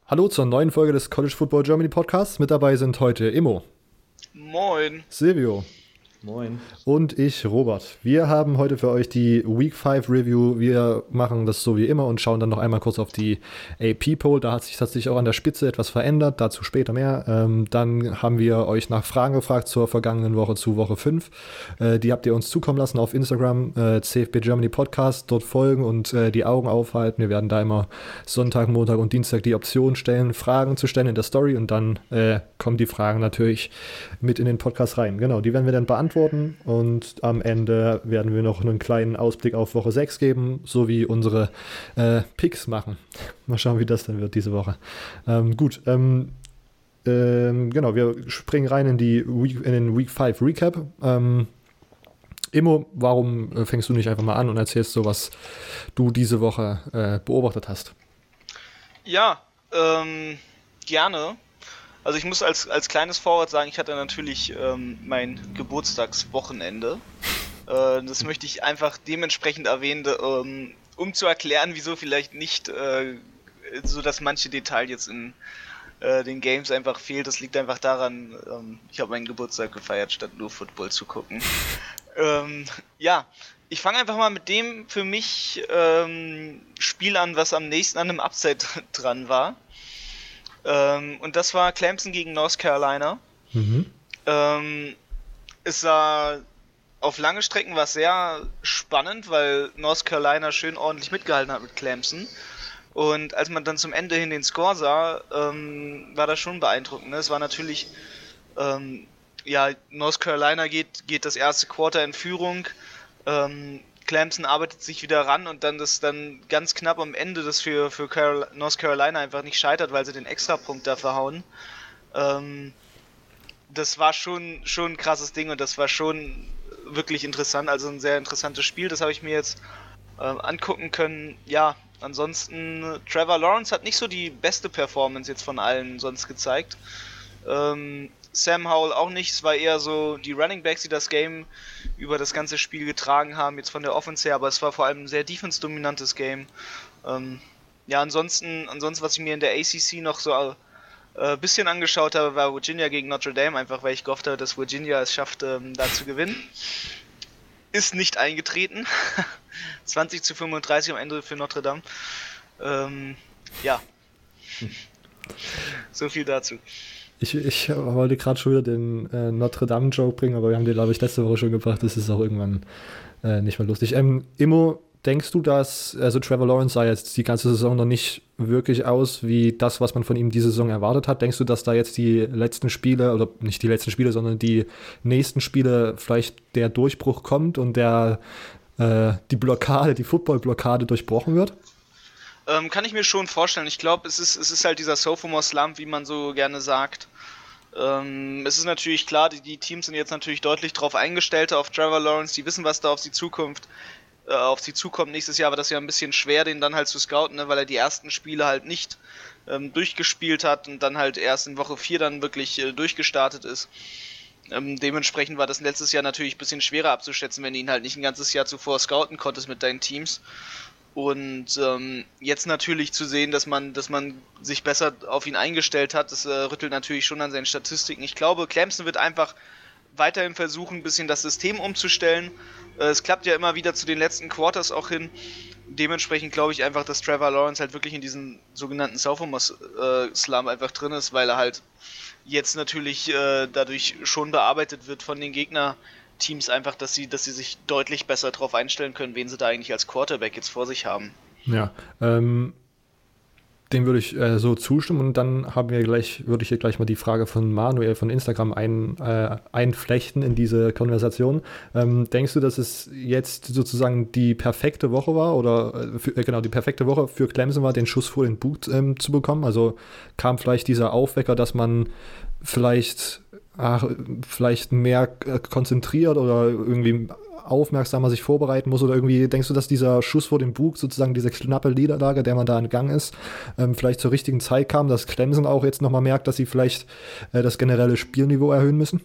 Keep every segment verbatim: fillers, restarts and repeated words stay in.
Hallo zur neuen Folge des College Football Germany Podcasts. Mit dabei sind heute Immo. Moin. Silvio. Moin. Und ich, Robert. Wir haben heute für euch die Week fünf Review. Wir machen das so wie immer und schauen dann noch einmal kurz auf die A P-Poll. Da hat sich tatsächlich auch an der Spitze etwas verändert, dazu später mehr. Ähm, dann haben wir euch nach Fragen gefragt zur vergangenen Woche, zu Woche fünf. Äh, die habt ihr uns zukommen lassen auf Instagram, äh, C F B Germany Podcast. Dort folgen und äh, die Augen aufhalten. Wir werden da immer Sonntag, Montag und Dienstag die Option stellen, Fragen zu stellen in der Story. Und dann äh, kommen die Fragen natürlich mit in den Podcast rein. Genau, die werden wir dann beantworten. Und am Ende werden wir noch einen kleinen Ausblick auf Woche sechs geben, sowie unsere äh, Picks machen. Mal schauen, wie das dann wird diese Woche. Ähm, gut, ähm, ähm, genau, wir springen rein in, die Week, in den Week fünf Recap. Ähm, Immo, warum fängst du nicht einfach mal an und erzählst so, was du diese Woche äh, beobachtet hast? Ja, ähm, gerne. Also ich muss als, als kleines Vorwort sagen, ich hatte natürlich ähm, mein Geburtstagswochenende. Äh, das möchte ich einfach dementsprechend erwähnen, ähm, um zu erklären, wieso vielleicht nicht äh, so, dass manche Detail jetzt in äh, den Games einfach fehlt. Das liegt einfach daran, ähm, ich habe meinen Geburtstag gefeiert, statt nur Football zu gucken. ähm, ja, ich fange einfach mal mit dem für mich ähm, Spiel an, was am nächsten an einem Upset dran war. Ähm, und das war Clemson gegen North Carolina. Mhm. Ähm, es war auf lange Strecken war es sehr spannend, weil North Carolina schön ordentlich mitgehalten hat mit Clemson. Und als man dann zum Ende hin den Score sah, ähm, war das schon beeindruckend. Ne? Es war natürlich, ähm, ja, North Carolina geht, geht das erste Quarter in Führung. Ähm, Clemson arbeitet sich wieder ran und dann das dann ganz knapp am Ende das für, für Carol- North Carolina einfach nicht scheitert, weil sie den Extrapunkt da verhauen. Ähm, das war schon, schon ein krasses Ding und das war schon wirklich interessant, also ein sehr interessantes Spiel. Das habe ich mir jetzt äh, angucken können. Ja, ansonsten Trevor Lawrence hat nicht so die beste Performance jetzt von allen sonst gezeigt. Ähm, Sam Howell auch nicht, es war eher so die Running Backs, die das Game über das ganze Spiel getragen haben, jetzt von der Offense her, aber es war vor allem ein sehr defense-dominantes Game. Ähm, ja, ansonsten, ansonsten, was ich mir in der A C C noch so ein äh, bisschen angeschaut habe, war Virginia gegen Notre Dame, einfach weil ich gehofft habe, dass Virginia es schafft, ähm, da zu gewinnen. Ist nicht eingetreten. zwanzig zu fünfunddreißig am Ende für Notre Dame. Ähm, ja. So viel dazu. Ich, ich wollte gerade schon wieder den äh, Notre Dame-Joke bringen, aber wir haben den, glaube ich, letzte Woche schon gebracht. Das ist auch irgendwann äh, nicht mehr lustig. Ähm, Immo, denkst du, dass, also Trevor Lawrence sah jetzt die ganze Saison noch nicht wirklich aus wie das, was man von ihm diese Saison erwartet hat? Denkst du, dass da jetzt die letzten Spiele, oder nicht die letzten Spiele, sondern die nächsten Spiele vielleicht der Durchbruch kommt und der äh, die Blockade, die Football-Blockade durchbrochen wird? Ähm, kann ich mir schon vorstellen. Ich glaube, es ist, es ist halt dieser Sophomore-Slump, wie man so gerne sagt. Ähm, es ist natürlich klar, die, die Teams sind jetzt natürlich deutlich drauf eingestellt auf Trevor Lawrence. Die wissen, was da auf sie Zukunft, äh, auf sie zukommt nächstes Jahr. Aber das ist ja ein bisschen schwer, den dann halt zu scouten, ne, weil er die ersten Spiele halt nicht ähm, durchgespielt hat und dann halt erst in Woche vier dann wirklich äh, durchgestartet ist. Ähm, dementsprechend war das letztes Jahr natürlich ein bisschen schwerer abzuschätzen, wenn du ihn halt nicht ein ganzes Jahr zuvor scouten konntest mit deinen Teams. Und ähm, jetzt natürlich zu sehen, dass man, dass man sich besser auf ihn eingestellt hat, das äh, rüttelt natürlich schon an seinen Statistiken. Ich glaube, Clemson wird einfach weiterhin versuchen, ein bisschen das System umzustellen. Äh, es klappt ja immer wieder zu den letzten Quarters auch hin. Dementsprechend glaube ich einfach, dass Trevor Lawrence halt wirklich in diesem sogenannten Sophomore-Slump einfach drin ist, weil er halt jetzt natürlich äh, dadurch schon bearbeitet wird von den Gegner. Teams einfach, dass sie, dass sie sich deutlich besser darauf einstellen können, wen sie da eigentlich als Quarterback jetzt vor sich haben. Ja, ähm, dem würde ich äh, so zustimmen und dann haben wir gleich, würde ich hier gleich mal die Frage von Manuel von Instagram ein, äh, einflechten in diese Konversation. Ähm, denkst du, dass es jetzt sozusagen die perfekte Woche war oder äh, für, äh, genau die perfekte Woche für Clemson war, den Schuss vor den Bug ähm, zu bekommen? Also kam vielleicht dieser Aufwecker, dass man vielleicht ach, vielleicht mehr äh, konzentriert oder irgendwie aufmerksamer sich vorbereiten muss oder irgendwie denkst du, dass dieser Schuss vor dem Bug, sozusagen diese knappe Niederlage, der man da entgangen ist, ähm, vielleicht zur richtigen Zeit kam, dass Clemson auch jetzt nochmal merkt, dass sie vielleicht äh, das generelle Spielniveau erhöhen müssen?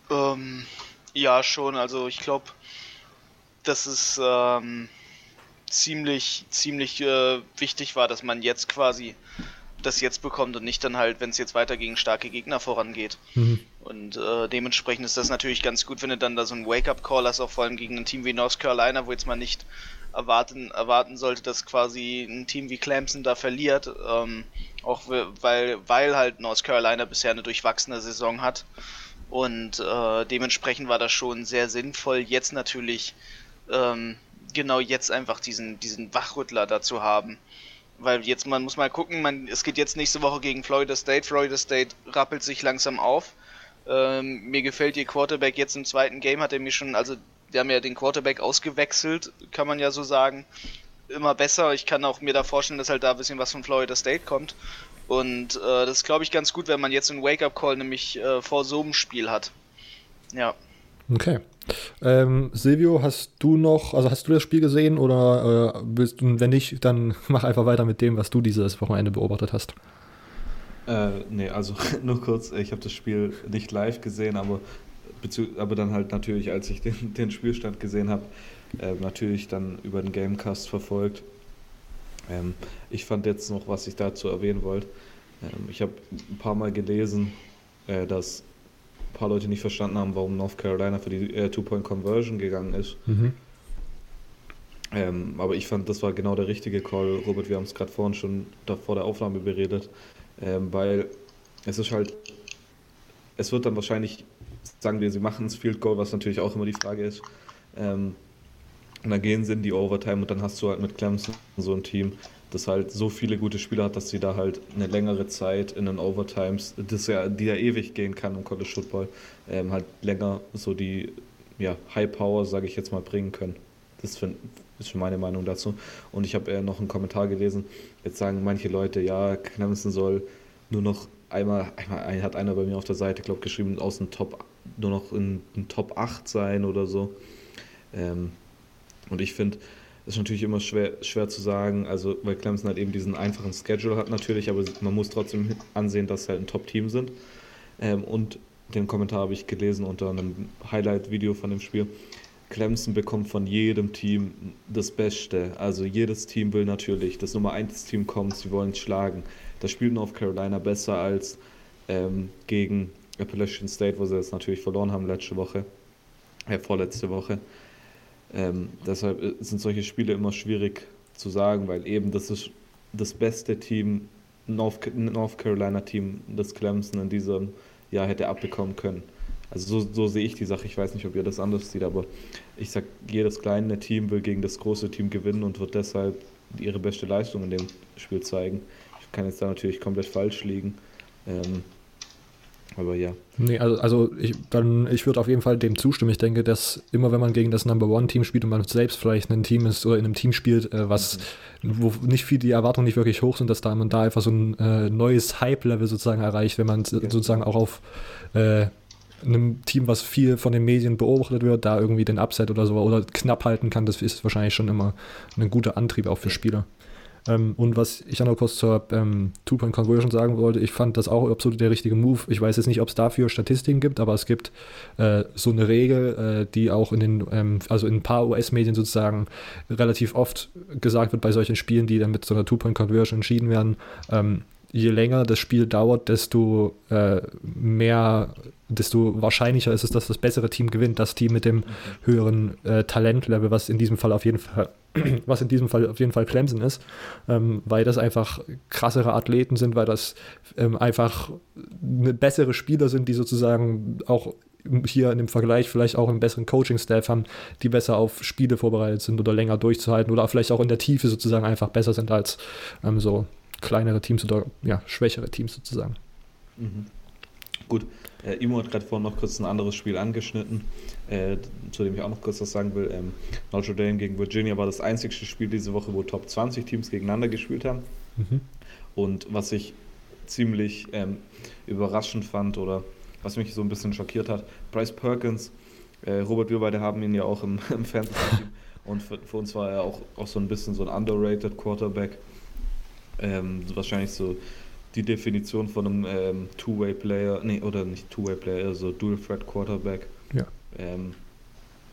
Ähm, ja, schon. Also ich glaube, das ist ähm, ziemlich, ziemlich äh, wichtig war, dass man jetzt quasi das jetzt bekommt und nicht dann halt, wenn es jetzt weiter gegen starke Gegner vorangeht. Mhm. Und äh, dementsprechend ist das natürlich ganz gut, wenn du dann da so einen Wake-up-Call hast, auch vor allem gegen ein Team wie North Carolina, wo jetzt man nicht erwarten, erwarten sollte, dass quasi ein Team wie Clemson da verliert, ähm, auch weil, weil halt North Carolina bisher eine durchwachsene Saison hat. Und äh, dementsprechend war das schon sehr sinnvoll, jetzt natürlich ähm, genau jetzt einfach diesen, diesen Wachrüttler dazu haben. Weil jetzt, man muss mal gucken, man, es geht jetzt nächste Woche gegen Florida State. Florida State rappelt sich langsam auf. Ähm, mir gefällt ihr Quarterback jetzt im zweiten Game, hat er mir schon, also die haben ja den Quarterback ausgewechselt, kann man ja so sagen. Immer besser. Ich kann auch mir da vorstellen, dass halt da ein bisschen was von Florida State kommt. Und äh, das ist, glaube ich, ganz gut, wenn man jetzt einen Wake-up-Call nämlich äh, vor so einem Spiel hat. Ja. Okay. Ähm, Silvio, hast du noch, also hast du das Spiel gesehen oder äh, willst du, wenn nicht, dann mach einfach weiter mit dem, was du dieses Wochenende beobachtet hast. Äh, nee, also nur kurz, ich habe das Spiel nicht live gesehen, aber, bezü- aber dann halt natürlich, als ich den, den Spielstand gesehen habe, äh, natürlich dann über den Gamecast verfolgt. Ähm, ich fand jetzt noch, was ich dazu erwähnen wollte, ähm, ich habe ein paar Mal gelesen, äh, dass ein paar Leute nicht verstanden haben, warum North Carolina für die äh, Two-Point-Conversion gegangen ist. Mhm. Ähm, aber ich fand, das war genau der richtige Call. Robert, wir haben es gerade vorhin schon da vor der Aufnahme beredet, ähm, weil es ist halt, es wird dann wahrscheinlich, sagen wir, sie machen das Field Goal, was natürlich auch immer die Frage ist, ähm, und dann gehen sie in die Overtime und dann hast du halt mit Clemson so ein Team, das halt so viele gute Spieler hat, dass sie da halt eine längere Zeit in den Overtimes, das ja, die ja ewig gehen kann im College Football, ähm, halt länger so die ja, High Power, sage ich jetzt mal, bringen können. Das find, ist schon meine Meinung dazu. Und ich habe äh, noch einen Kommentar gelesen, jetzt sagen manche Leute, ja, Clemson soll nur noch einmal, einmal hat einer bei mir auf der Seite, glaube geschrieben, aus dem Top, nur noch in, in Top acht sein oder so. Ähm, und ich finde, das ist natürlich immer schwer, schwer zu sagen, also weil Clemson halt eben diesen einfachen Schedule hat natürlich, aber man muss trotzdem ansehen, dass sie halt ein Top-Team sind. Ähm, und den Kommentar habe ich gelesen unter einem Highlight-Video von dem Spiel. Clemson bekommt von jedem Team das Beste. Also jedes Team will natürlich das Nummer eins Team kommen, sie wollen es schlagen. Das spielt North Carolina besser als ähm, gegen Appalachian State, wo sie jetzt natürlich verloren haben letzte Woche, äh, vorletzte Woche. Ähm, deshalb sind solche Spiele immer schwierig zu sagen, weil eben das ist das beste Team, North, North Carolina Team, das Clemson in diesem Jahr hätte abbekommen können. Also so, so sehe ich die Sache. Ich weiß nicht, ob ihr das anders seht, aber ich sage, jedes kleine Team will gegen das große Team gewinnen und wird deshalb ihre beste Leistung in dem Spiel zeigen. Ich kann jetzt da natürlich komplett falsch liegen. Ähm, Aber ja. Nee, also, also ich, dann, ich würde auf jeden Fall dem zustimmen. Ich denke, dass immer wenn man gegen das Number One Team spielt und man selbst vielleicht ein Team ist oder in einem Team spielt, äh, was mhm. wo nicht viel die Erwartungen nicht wirklich hoch sind, dass da man da einfach so ein äh, neues Hype-Level sozusagen erreicht, wenn man ja. sozusagen auch auf äh, einem Team, was viel von den Medien beobachtet wird, da irgendwie den Upset oder so oder knapp halten kann, das ist wahrscheinlich schon immer ein guter Antrieb auch für Spieler. Ähm, und was ich auch noch kurz zur ähm, Two-Point-Conversion sagen wollte, ich fand das auch absolut der richtige Move. Ich weiß jetzt nicht, ob es dafür Statistiken gibt, aber es gibt äh, so eine Regel, äh, die auch in den, ähm, also in ein paar U S-Medien sozusagen relativ oft gesagt wird bei solchen Spielen, die dann mit so einer Two-Point-Conversion entschieden werden. Ähm, je länger das Spiel dauert, desto äh, mehr, desto wahrscheinlicher ist es, dass das bessere Team gewinnt, das Team mit dem höheren äh, Talentlevel, was in diesem Fall auf jeden Fall was in diesem Fall auf jeden Fall Clemson ist, ähm, weil das einfach krassere Athleten sind, weil das ähm, einfach eine bessere Spieler sind, die sozusagen auch hier in dem Vergleich vielleicht auch einen besseren Coaching-Staff haben, die besser auf Spiele vorbereitet sind oder länger durchzuhalten oder vielleicht auch in der Tiefe sozusagen einfach besser sind als ähm, so kleinere Teams oder ja, schwächere Teams sozusagen. Mhm. Gut, äh, Imo hat gerade vorhin noch kurz ein anderes Spiel angeschnitten, äh, zu dem ich auch noch kurz was sagen will. Ähm, Notre Dame gegen Virginia war das einzige Spiel diese Woche, wo Top zwanzig Teams gegeneinander gespielt haben. Mhm. Und was ich ziemlich ähm, überraschend fand oder was mich so ein bisschen schockiert hat, Bryce Perkins, äh, Robert, wir beide haben ihn ja auch im, im Fantasy-Team und für, für uns war er auch, auch so ein bisschen so ein underrated Quarterback. Ähm, wahrscheinlich so die Definition von einem ähm, Two-Way-Player, nee, oder nicht Two-Way-Player, also Dual-Threat-Quarterback. Ja. Ähm,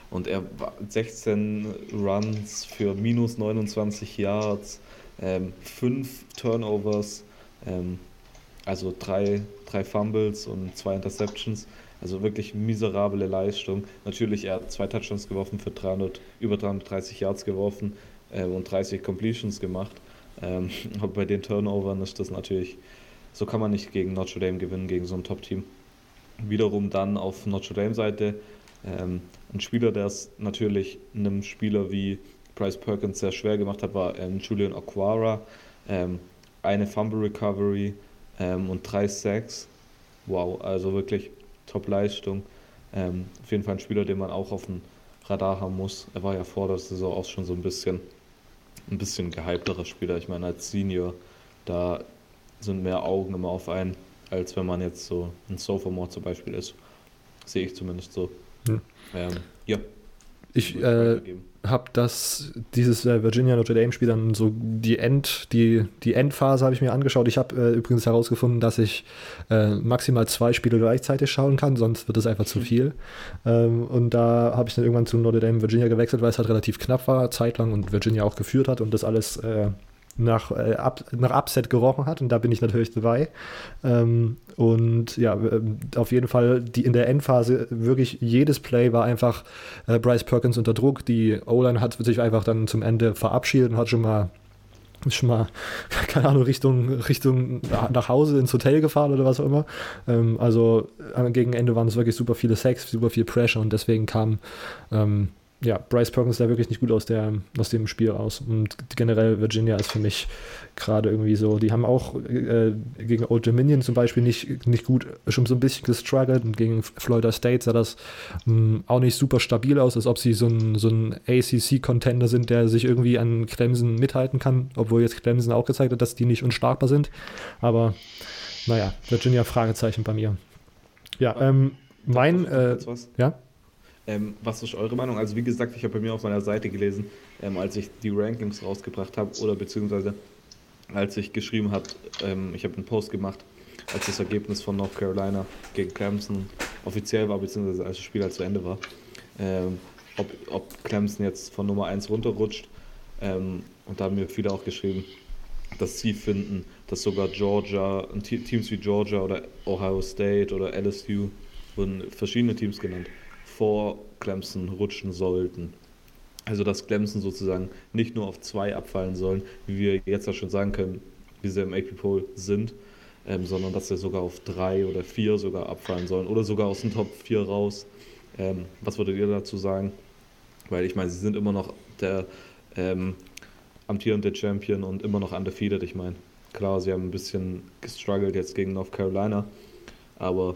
und er war sechzehn Runs für minus neunundzwanzig Yards, ähm, fünf Turnovers, ähm, also drei, drei Fumbles und zwei Interceptions. Also wirklich miserable Leistung. Natürlich, er hat zwei Touchdowns geworfen für dreihundert, über dreihundertdreißig Yards geworfen äh, und dreißig Completions gemacht. Ähm, aber bei den Turnovern ist das natürlich, so kann man nicht gegen Notre Dame gewinnen, gegen so ein Top-Team. Wiederum dann auf Notre Dame-Seite ähm, ein Spieler, der es natürlich einem Spieler wie Bryce Perkins sehr schwer gemacht hat, war ähm, Julian Okwara. Ähm, eine Fumble Recovery ähm, und drei Sacks. Wow, also wirklich Top-Leistung. Ähm, auf jeden Fall ein Spieler, den man auch auf dem Radar haben muss. Er war ja vor der Saison auch schon so ein bisschen ein bisschen gehypterer Spieler. Ich meine, als Senior, da sind mehr Augen immer auf einen, als wenn man jetzt so ein Sophomore zum Beispiel ist. Sehe ich zumindest so. Hm. Ähm, ja. Ich äh, habe das, dieses äh, Virginia-Notre Dame-Spiel dann so die End, die, die Endphase habe ich mir angeschaut. Ich habe äh, übrigens herausgefunden, dass ich äh, maximal zwei Spiele gleichzeitig schauen kann, sonst wird es einfach zu viel. Ähm, und da habe ich dann irgendwann zu Notre Dame Virginia gewechselt, weil es halt relativ knapp war, zeitlang und Virginia auch geführt hat und das alles äh, nach, äh, ab, nach Upset gerochen hat und da bin ich natürlich dabei. Ähm, und ja, auf jeden Fall die in der Endphase wirklich jedes Play war einfach äh, Bryce Perkins unter Druck. Die O-Line hat sich einfach dann zum Ende verabschiedet und hat schon mal schon mal, keine Ahnung, Richtung, Richtung nach Hause ins Hotel gefahren oder was auch immer. Ähm, also gegen Ende waren es wirklich super viele Sacks, super viel Pressure und deswegen kam ähm, ja, Bryce Perkins da wirklich nicht gut aus, der, aus dem Spiel raus. Und generell Virginia ist für mich gerade irgendwie so, die haben auch äh, gegen Old Dominion zum Beispiel nicht, nicht gut, schon so ein bisschen gestruggelt und gegen Florida State sah das mh, auch nicht super stabil aus, als ob sie so ein, so ein A C C-Contender sind, der sich irgendwie an Clemson mithalten kann, obwohl jetzt Clemson auch gezeigt hat, dass die nicht unschlagbar sind. Aber naja, Virginia Fragezeichen bei mir. Ja, ähm, mein, äh, ja? Ähm, was ist eure Meinung? Also wie gesagt, ich habe bei mir auf meiner Seite gelesen, ähm, als ich die Rankings rausgebracht habe oder beziehungsweise als ich geschrieben habe, ähm, ich habe einen Post gemacht, als das Ergebnis von North Carolina gegen Clemson offiziell war, beziehungsweise als das Spiel halt zu Ende war, ähm, ob, ob Clemson jetzt von Nummer eins runterrutscht. Ähm, und da haben mir viele auch geschrieben, dass sie finden, dass sogar Georgia, Teams wie Georgia oder Ohio State oder L S U, wurden verschiedene Teams genannt, vor Clemson rutschen sollten. Also dass Clemson sozusagen nicht nur auf zwei abfallen sollen, wie wir jetzt ja schon sagen können, wie sie im A P Poll sind, ähm, sondern dass sie sogar auf drei oder vier sogar abfallen sollen oder sogar aus den Top vier raus. Ähm, was würdet ihr dazu sagen? Weil ich meine, sie sind immer noch der ähm, amtierende Champion und immer noch undefeated. Ich meine, klar, sie haben ein bisschen gestruggelt jetzt gegen North Carolina, aber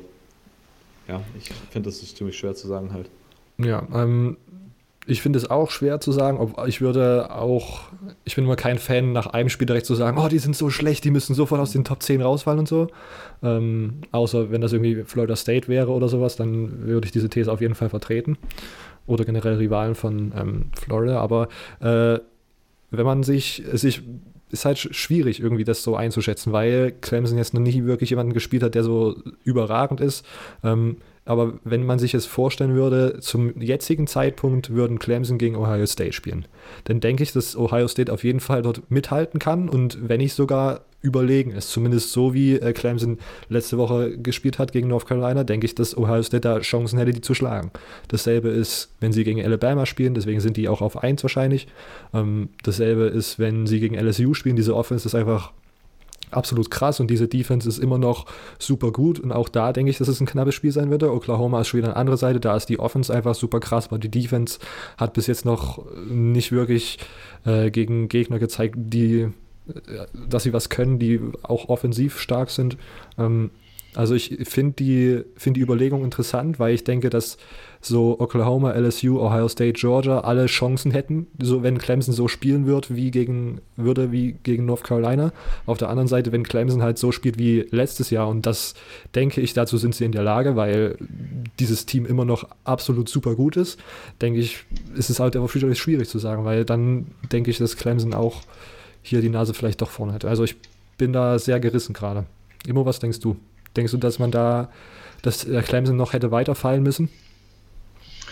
ja, ich finde, das ist ziemlich schwer zu sagen halt. Ja, ähm, ich finde es auch schwer zu sagen, ob ich würde auch, ich bin immer kein Fan, nach einem Spiel direkt zu sagen, oh, die sind so schlecht, die müssen sofort aus den Top zehn rausfallen und so. Ähm, außer wenn das irgendwie Florida State wäre oder sowas, dann würde ich diese These auf jeden Fall vertreten. Oder generell Rivalen von ähm, Florida. Aber äh, wenn man sich, sich ist halt schwierig, irgendwie das so einzuschätzen, weil Clemson jetzt noch nie wirklich jemanden gespielt hat, der so überragend ist. Ähm, aber wenn man sich es vorstellen würde, zum jetzigen Zeitpunkt würden Clemson gegen Ohio State spielen, dann denke ich, dass Ohio State auf jeden Fall dort mithalten kann und wenn nicht sogar überlegen ist. Zumindest so wie äh, Clemson letzte Woche gespielt hat gegen North Carolina, denke ich, dass Ohio State da Chancen hätte, die zu schlagen. Dasselbe ist, wenn sie gegen Alabama spielen, deswegen sind die auch auf eins wahrscheinlich. Ähm, dasselbe ist, wenn sie gegen L S U spielen, diese Offense ist einfach absolut krass und diese Defense ist immer noch super gut und auch da denke ich, dass es ein knappes Spiel sein würde. Oklahoma ist schon wieder eine andere Seite, da ist die Offense einfach super krass, aber die Defense hat bis jetzt noch nicht wirklich äh, gegen Gegner gezeigt, die, dass sie was können, die auch offensiv stark sind. Ähm, also ich finde die, find die Überlegung interessant, weil ich denke, dass so Oklahoma, L S U, Ohio State, Georgia alle Chancen hätten, so wenn Clemson so spielen wird, wie gegen, würde wie gegen North Carolina. Auf der anderen Seite, wenn Clemson halt so spielt wie letztes Jahr und das denke ich, dazu sind sie in der Lage, weil dieses Team immer noch absolut super gut ist, denke ich, ist es halt einfach wieder schwierig zu sagen, weil dann denke ich, dass Clemson auch hier die Nase vielleicht doch vorne hätte. Also ich bin da sehr gerissen gerade. Immo, was denkst du? Denkst du, dass man da, dass Clemson noch hätte weiterfallen müssen?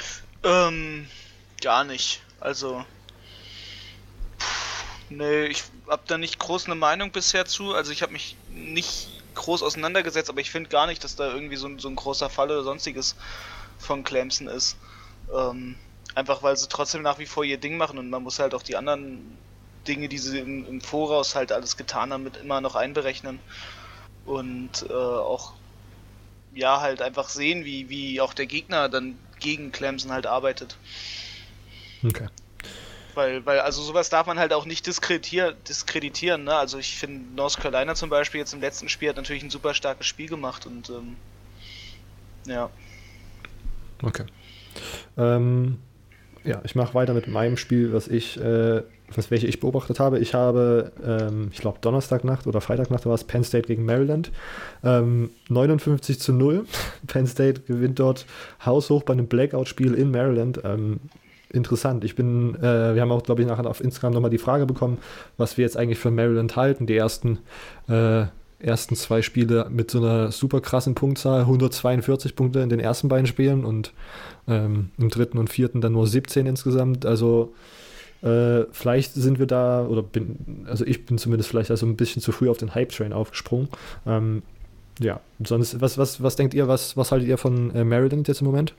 Ähm, gar nicht. Also, pff, nee, ich hab da nicht groß eine Meinung bisher zu. Also ich habe mich nicht groß auseinandergesetzt, aber ich finde gar nicht, dass da irgendwie so, ein- so ein großer Fall oder sonstiges von Clemson ist. Ähm, einfach weil sie trotzdem nach wie vor ihr Ding machen und man muss halt auch die anderen Dinge, die sie im, im Voraus halt alles getan haben, mit immer noch einberechnen. Und äh, auch ja halt einfach sehen, wie, wie auch der Gegner dann gegen Clemson halt arbeitet. Okay. Weil, weil, also sowas darf man halt auch nicht diskreditier, diskreditieren, ne? Also ich finde, North Carolina zum Beispiel jetzt im letzten Spiel hat natürlich ein super starkes Spiel gemacht und ähm, ja. Okay. Ähm, ja, ich mache weiter mit meinem Spiel, was ich, äh, was welche ich beobachtet habe. Ich habe, ähm, ich glaube Donnerstagnacht oder Freitagnacht war es Penn State gegen Maryland. Ähm, neunundfünfzig zu null. Penn State gewinnt dort haushoch bei einem Blackout-Spiel in Maryland. Ähm, interessant. Ich bin, äh, wir haben auch, glaube ich, nachher auf Instagram nochmal die Frage bekommen, was wir jetzt eigentlich von Maryland halten. Die ersten äh, ersten zwei Spiele mit so einer super krassen Punktzahl, hundertzweiundvierzig Punkte in den ersten beiden Spielen und ähm, im dritten und vierten dann nur siebzehn insgesamt. Also äh, vielleicht sind wir da, oder bin, also ich bin zumindest vielleicht also ein bisschen zu früh auf den Hype-Train aufgesprungen. Ähm, ja, sonst, was, was, was denkt ihr, was, was haltet ihr von äh, Maryland jetzt im Moment?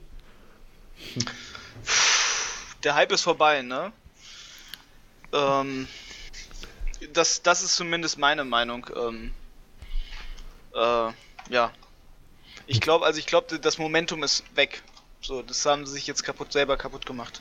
Der Hype ist vorbei, ne? Ähm, das, das ist zumindest meine Meinung. Ähm, äh, ja. Ich glaube, also ich glaube, das Momentum ist weg. So, das haben sie sich jetzt kaputt, selber kaputt gemacht.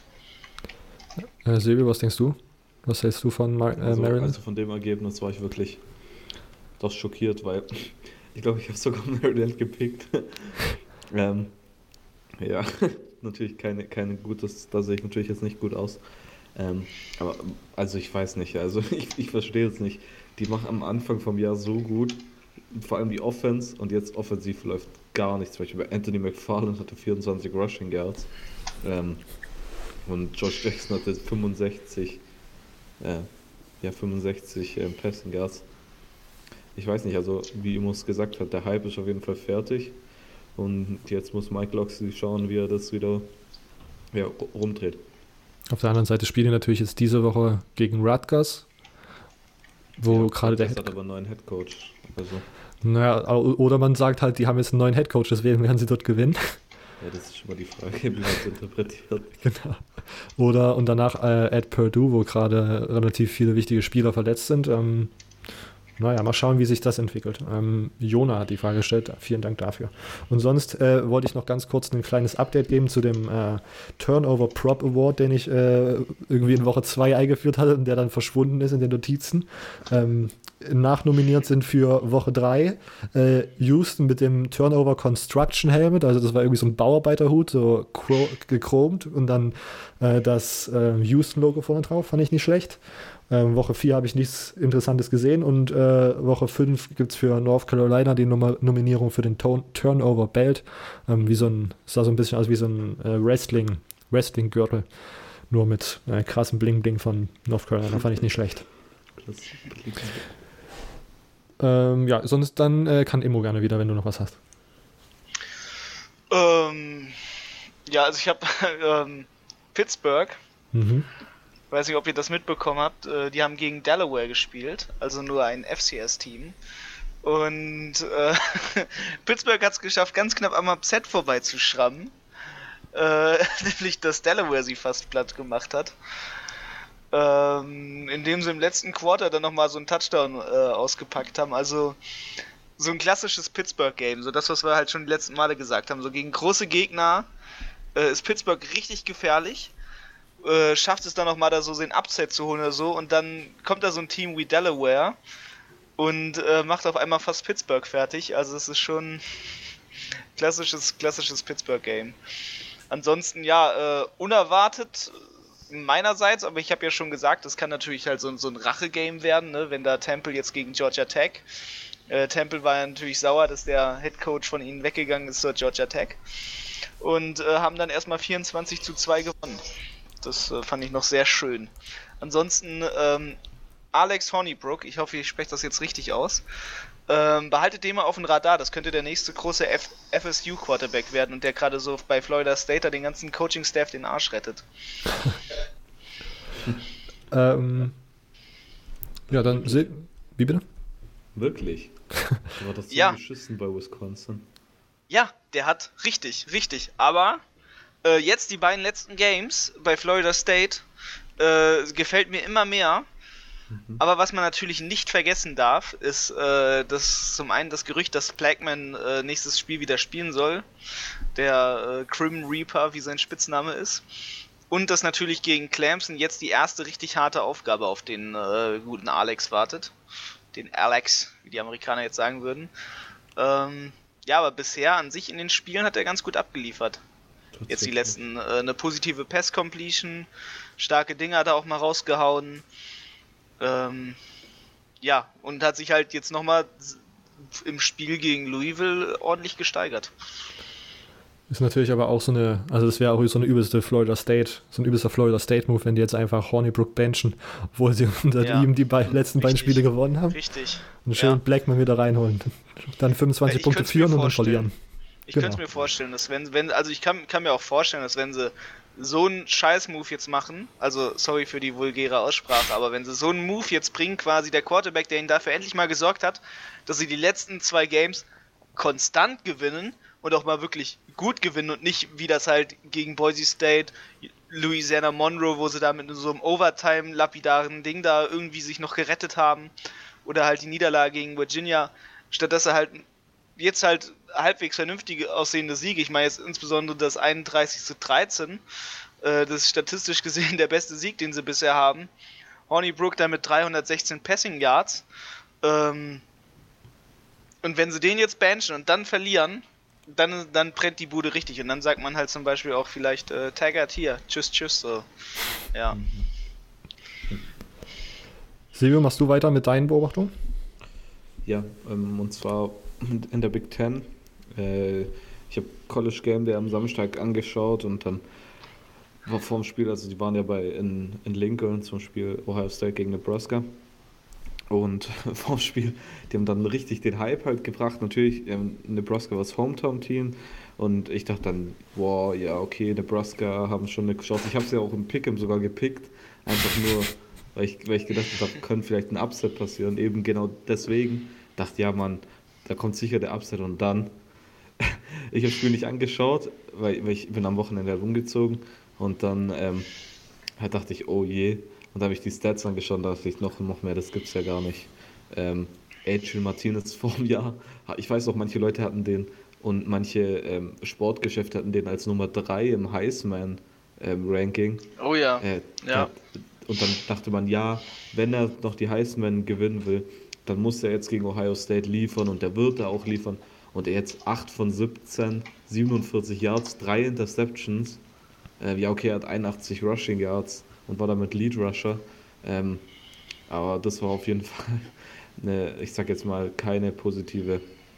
Äh, Silvio, was denkst du? Was hältst du von Mar- äh, Also, Maryland? also von dem Ergebnis war ich wirklich doch schockiert, weil ich glaube, ich habe sogar Maryland gepickt. ähm, ja, natürlich keine, keine gutes, da sehe ich natürlich jetzt nicht gut aus. Ähm, aber also ich weiß nicht, also ich, ich verstehe es nicht. Die machen am Anfang vom Jahr so gut, vor allem die Offense, und jetzt offensiv läuft gar nichts. Zum Beispiel Anthony McFarland hatte vierundzwanzig Rushing Yards ähm, und Josh Jackson hatte fünfundsechzig, äh, ja fünfundsechzig ähm, Passing Yards. Ich weiß nicht, also wie Imus gesagt hat, der Hype ist auf jeden Fall fertig und jetzt muss Mike Locksley schauen, wie er das wieder ja, rumdreht. Auf der anderen Seite spielen die natürlich jetzt diese Woche gegen Rutgers, wo Ja, gerade der das Head hat aber einen neuen Headcoach. Also, Naja, oder man sagt halt, die haben jetzt einen neuen Headcoach, deswegen werden sie dort gewinnen. ja, das ist schon mal die Frage, wie man es interpretiert. Genau. Oder und danach äh, at Purdue, wo gerade relativ viele wichtige Spieler verletzt sind. Ähm, naja, mal schauen, wie sich das entwickelt. Ähm, Jona hat die Frage gestellt, vielen Dank dafür. Und sonst äh, wollte ich noch ganz kurz ein kleines Update geben zu dem äh, Turnover Prop Award, den ich äh, irgendwie in Woche zwei eingeführt hatte und der dann verschwunden ist in den Notizen. Ähm, nachnominiert sind für Woche drei äh, Houston mit dem Turnover Construction Helmet, also das war irgendwie so ein Bauarbeiterhut, so cro- gechromt und dann äh, das äh, Houston-Logo vorne drauf, fand ich nicht schlecht. Ähm, Woche vier habe ich nichts Interessantes gesehen und äh, Woche fünf gibt es für North Carolina die Nom- Nominierung für den Ton- Turnover Belt, ähm, wie so ein, sah so ein bisschen aus wie so ein äh, Wrestling, Wrestling-Gürtel, nur mit äh, krassem Bling-Bling von North Carolina, fand ich nicht schlecht. Das Ähm, ja, sonst dann äh, kann Immo gerne wieder, wenn du noch was hast. Ähm, ja, also ich habe ähm, Pittsburgh, Mhm. weiß nicht, ob ihr das mitbekommen habt, äh, die haben gegen Delaware gespielt, also nur ein F C S-Team. Und äh, Pittsburgh hat es geschafft, ganz knapp am Upset vorbeizuschrammen. Äh, nämlich, dass Delaware sie fast platt gemacht hat. Ähm, indem sie im letzten Quarter dann nochmal so einen Touchdown äh, ausgepackt haben. Also so ein klassisches Pittsburgh-Game, so das, was wir halt schon die letzten Male gesagt haben. So gegen große Gegner äh, ist Pittsburgh richtig gefährlich. Äh, schafft es dann nochmal da so den Upset zu holen oder so. Und dann kommt da so ein Team wie Delaware und äh, macht auf einmal fast Pittsburgh fertig. Also es ist schon klassisches, klassisches Pittsburgh-Game. Ansonsten, ja, äh, unerwartet meinerseits, aber ich habe ja schon gesagt, das kann natürlich halt so, so ein Rache-Game werden, ne? Wenn da Temple jetzt gegen Georgia Tech. Äh, Temple war ja natürlich sauer, dass der Headcoach von ihnen weggegangen ist zur Georgia Tech. Und äh, haben dann erstmal vierundzwanzig zu zwei gewonnen. Das äh, fand ich noch sehr schön. Ansonsten, ähm, Alex Hornibrook, ich hoffe, ich spreche das jetzt richtig aus. Ähm, behaltet den mal auf dem Radar, das könnte der nächste große F- F S U-Quarterback werden und der gerade so bei Florida State den ganzen Coaching-Staff den Arsch rettet. ähm, ja, dann se- wie bitte? Wirklich? Da war das so Ja. beschissen bei Wisconsin. Ja, der hat richtig, richtig. Aber äh, jetzt die beiden letzten Games bei Florida State äh, gefällt mir immer mehr. Mhm. Aber was man natürlich nicht vergessen darf, ist äh, das zum einen das Gerücht, dass Blackman äh, nächstes Spiel wieder spielen soll. Der äh, Crim Reaper, wie sein Spitzname ist. Und dass natürlich gegen Clemson jetzt die erste richtig harte Aufgabe auf den äh, guten Alex wartet. Den Alex, wie die Amerikaner jetzt sagen würden. Ähm, ja, aber bisher an sich in den Spielen hat er ganz gut abgeliefert. Jetzt die letzten, äh, eine positive Pass-Completion, starke Dinge hat er auch mal rausgehauen. Ähm, ja, und hat sich halt jetzt nochmal im Spiel gegen Louisville ordentlich gesteigert. Ist natürlich aber auch so eine, also das wäre auch so eine übelste Florida State, so ein übelster Florida State Move, wenn die jetzt einfach Hornibrook benchen, obwohl sie unter Ja. ihm die be- letzten beiden Richtig. Spiele gewonnen haben. Richtig. Und schön Ja. Blackman wieder reinholen. Dann fünfundzwanzig Ich Punkte könnte es mir führen und dann vorstellen. verlieren. Ich Genau. könnte mir vorstellen, dass wenn, wenn, also ich kann, kann mir auch vorstellen, dass wenn sie so einen Scheiß-Move jetzt machen, also sorry für die vulgäre Aussprache, aber wenn sie so einen Move jetzt bringen, quasi der Quarterback, der ihnen dafür endlich mal gesorgt hat, dass sie die letzten zwei Games konstant gewinnen und auch mal wirklich gut gewinnen und nicht wie das halt gegen Boise State, Louisiana Monroe, wo sie da mit so einem Overtime-lapidaren Ding da irgendwie sich noch gerettet haben, oder halt die Niederlage gegen Virginia, statt dass sie halt jetzt halt halbwegs vernünftige aussehende Siege, ich meine jetzt insbesondere das einunddreißig zu dreizehn, äh, das ist statistisch gesehen der beste Sieg, den sie bisher haben. Hornibrook da mit dreihundertsechzehn Passing Yards. Ähm, und wenn sie den jetzt benchen und dann verlieren, dann, dann brennt die Bude richtig. Und dann sagt man halt zum Beispiel auch vielleicht äh, Taggart hier, tschüss, tschüss, so. Ja. Silvio, machst du weiter mit deinen Beobachtungen? Ja, ähm, und zwar in der Big Ten. Äh, ich habe College Game Day am Samstag angeschaut und dann war vorm Spiel, also die waren ja bei in, in Lincoln zum Spiel Ohio State gegen Nebraska. Und vorm Spiel, die haben dann richtig den Hype halt gebracht. Natürlich, ähm, Nebraska war das Hometown-Team und ich dachte dann, wow, ja, okay, Nebraska haben schon eine Chance. Ich habe sie ja auch im Pick'em sogar gepickt, einfach nur, weil ich, weil ich gedacht habe, da könnte vielleicht ein Upset passieren. Eben genau deswegen dachte, ja, Mann, da kommt sicher der Upset und dann, ich habe das Spiel nicht angeschaut, weil, weil ich bin am Wochenende halt umgezogen und dann ähm, halt dachte ich, oh je. Und da habe ich die Stats angeschaut und da dachte ich, noch, noch mehr, das gibt's ja gar nicht. Ähm, Adrian Martinez vor dem Jahr, ich weiß auch, manche Leute hatten den und manche ähm, Sportgeschäfte hatten den als Nummer drei im Heisman-Ranking. Oh ja. Äh, Ja. da- Und dann dachte man, ja, wenn er noch die Heisman gewinnen will, dann muss er jetzt gegen Ohio State liefern und der wird da auch liefern. Und er jetzt acht von siebzehn, siebenundvierzig Yards, drei Interceptions. Äh, ja, okay, er hat einundachtzig Rushing Yards und war damit Lead Rusher. Ähm, aber das war auf jeden Fall eine, ich sag jetzt mal, keine positive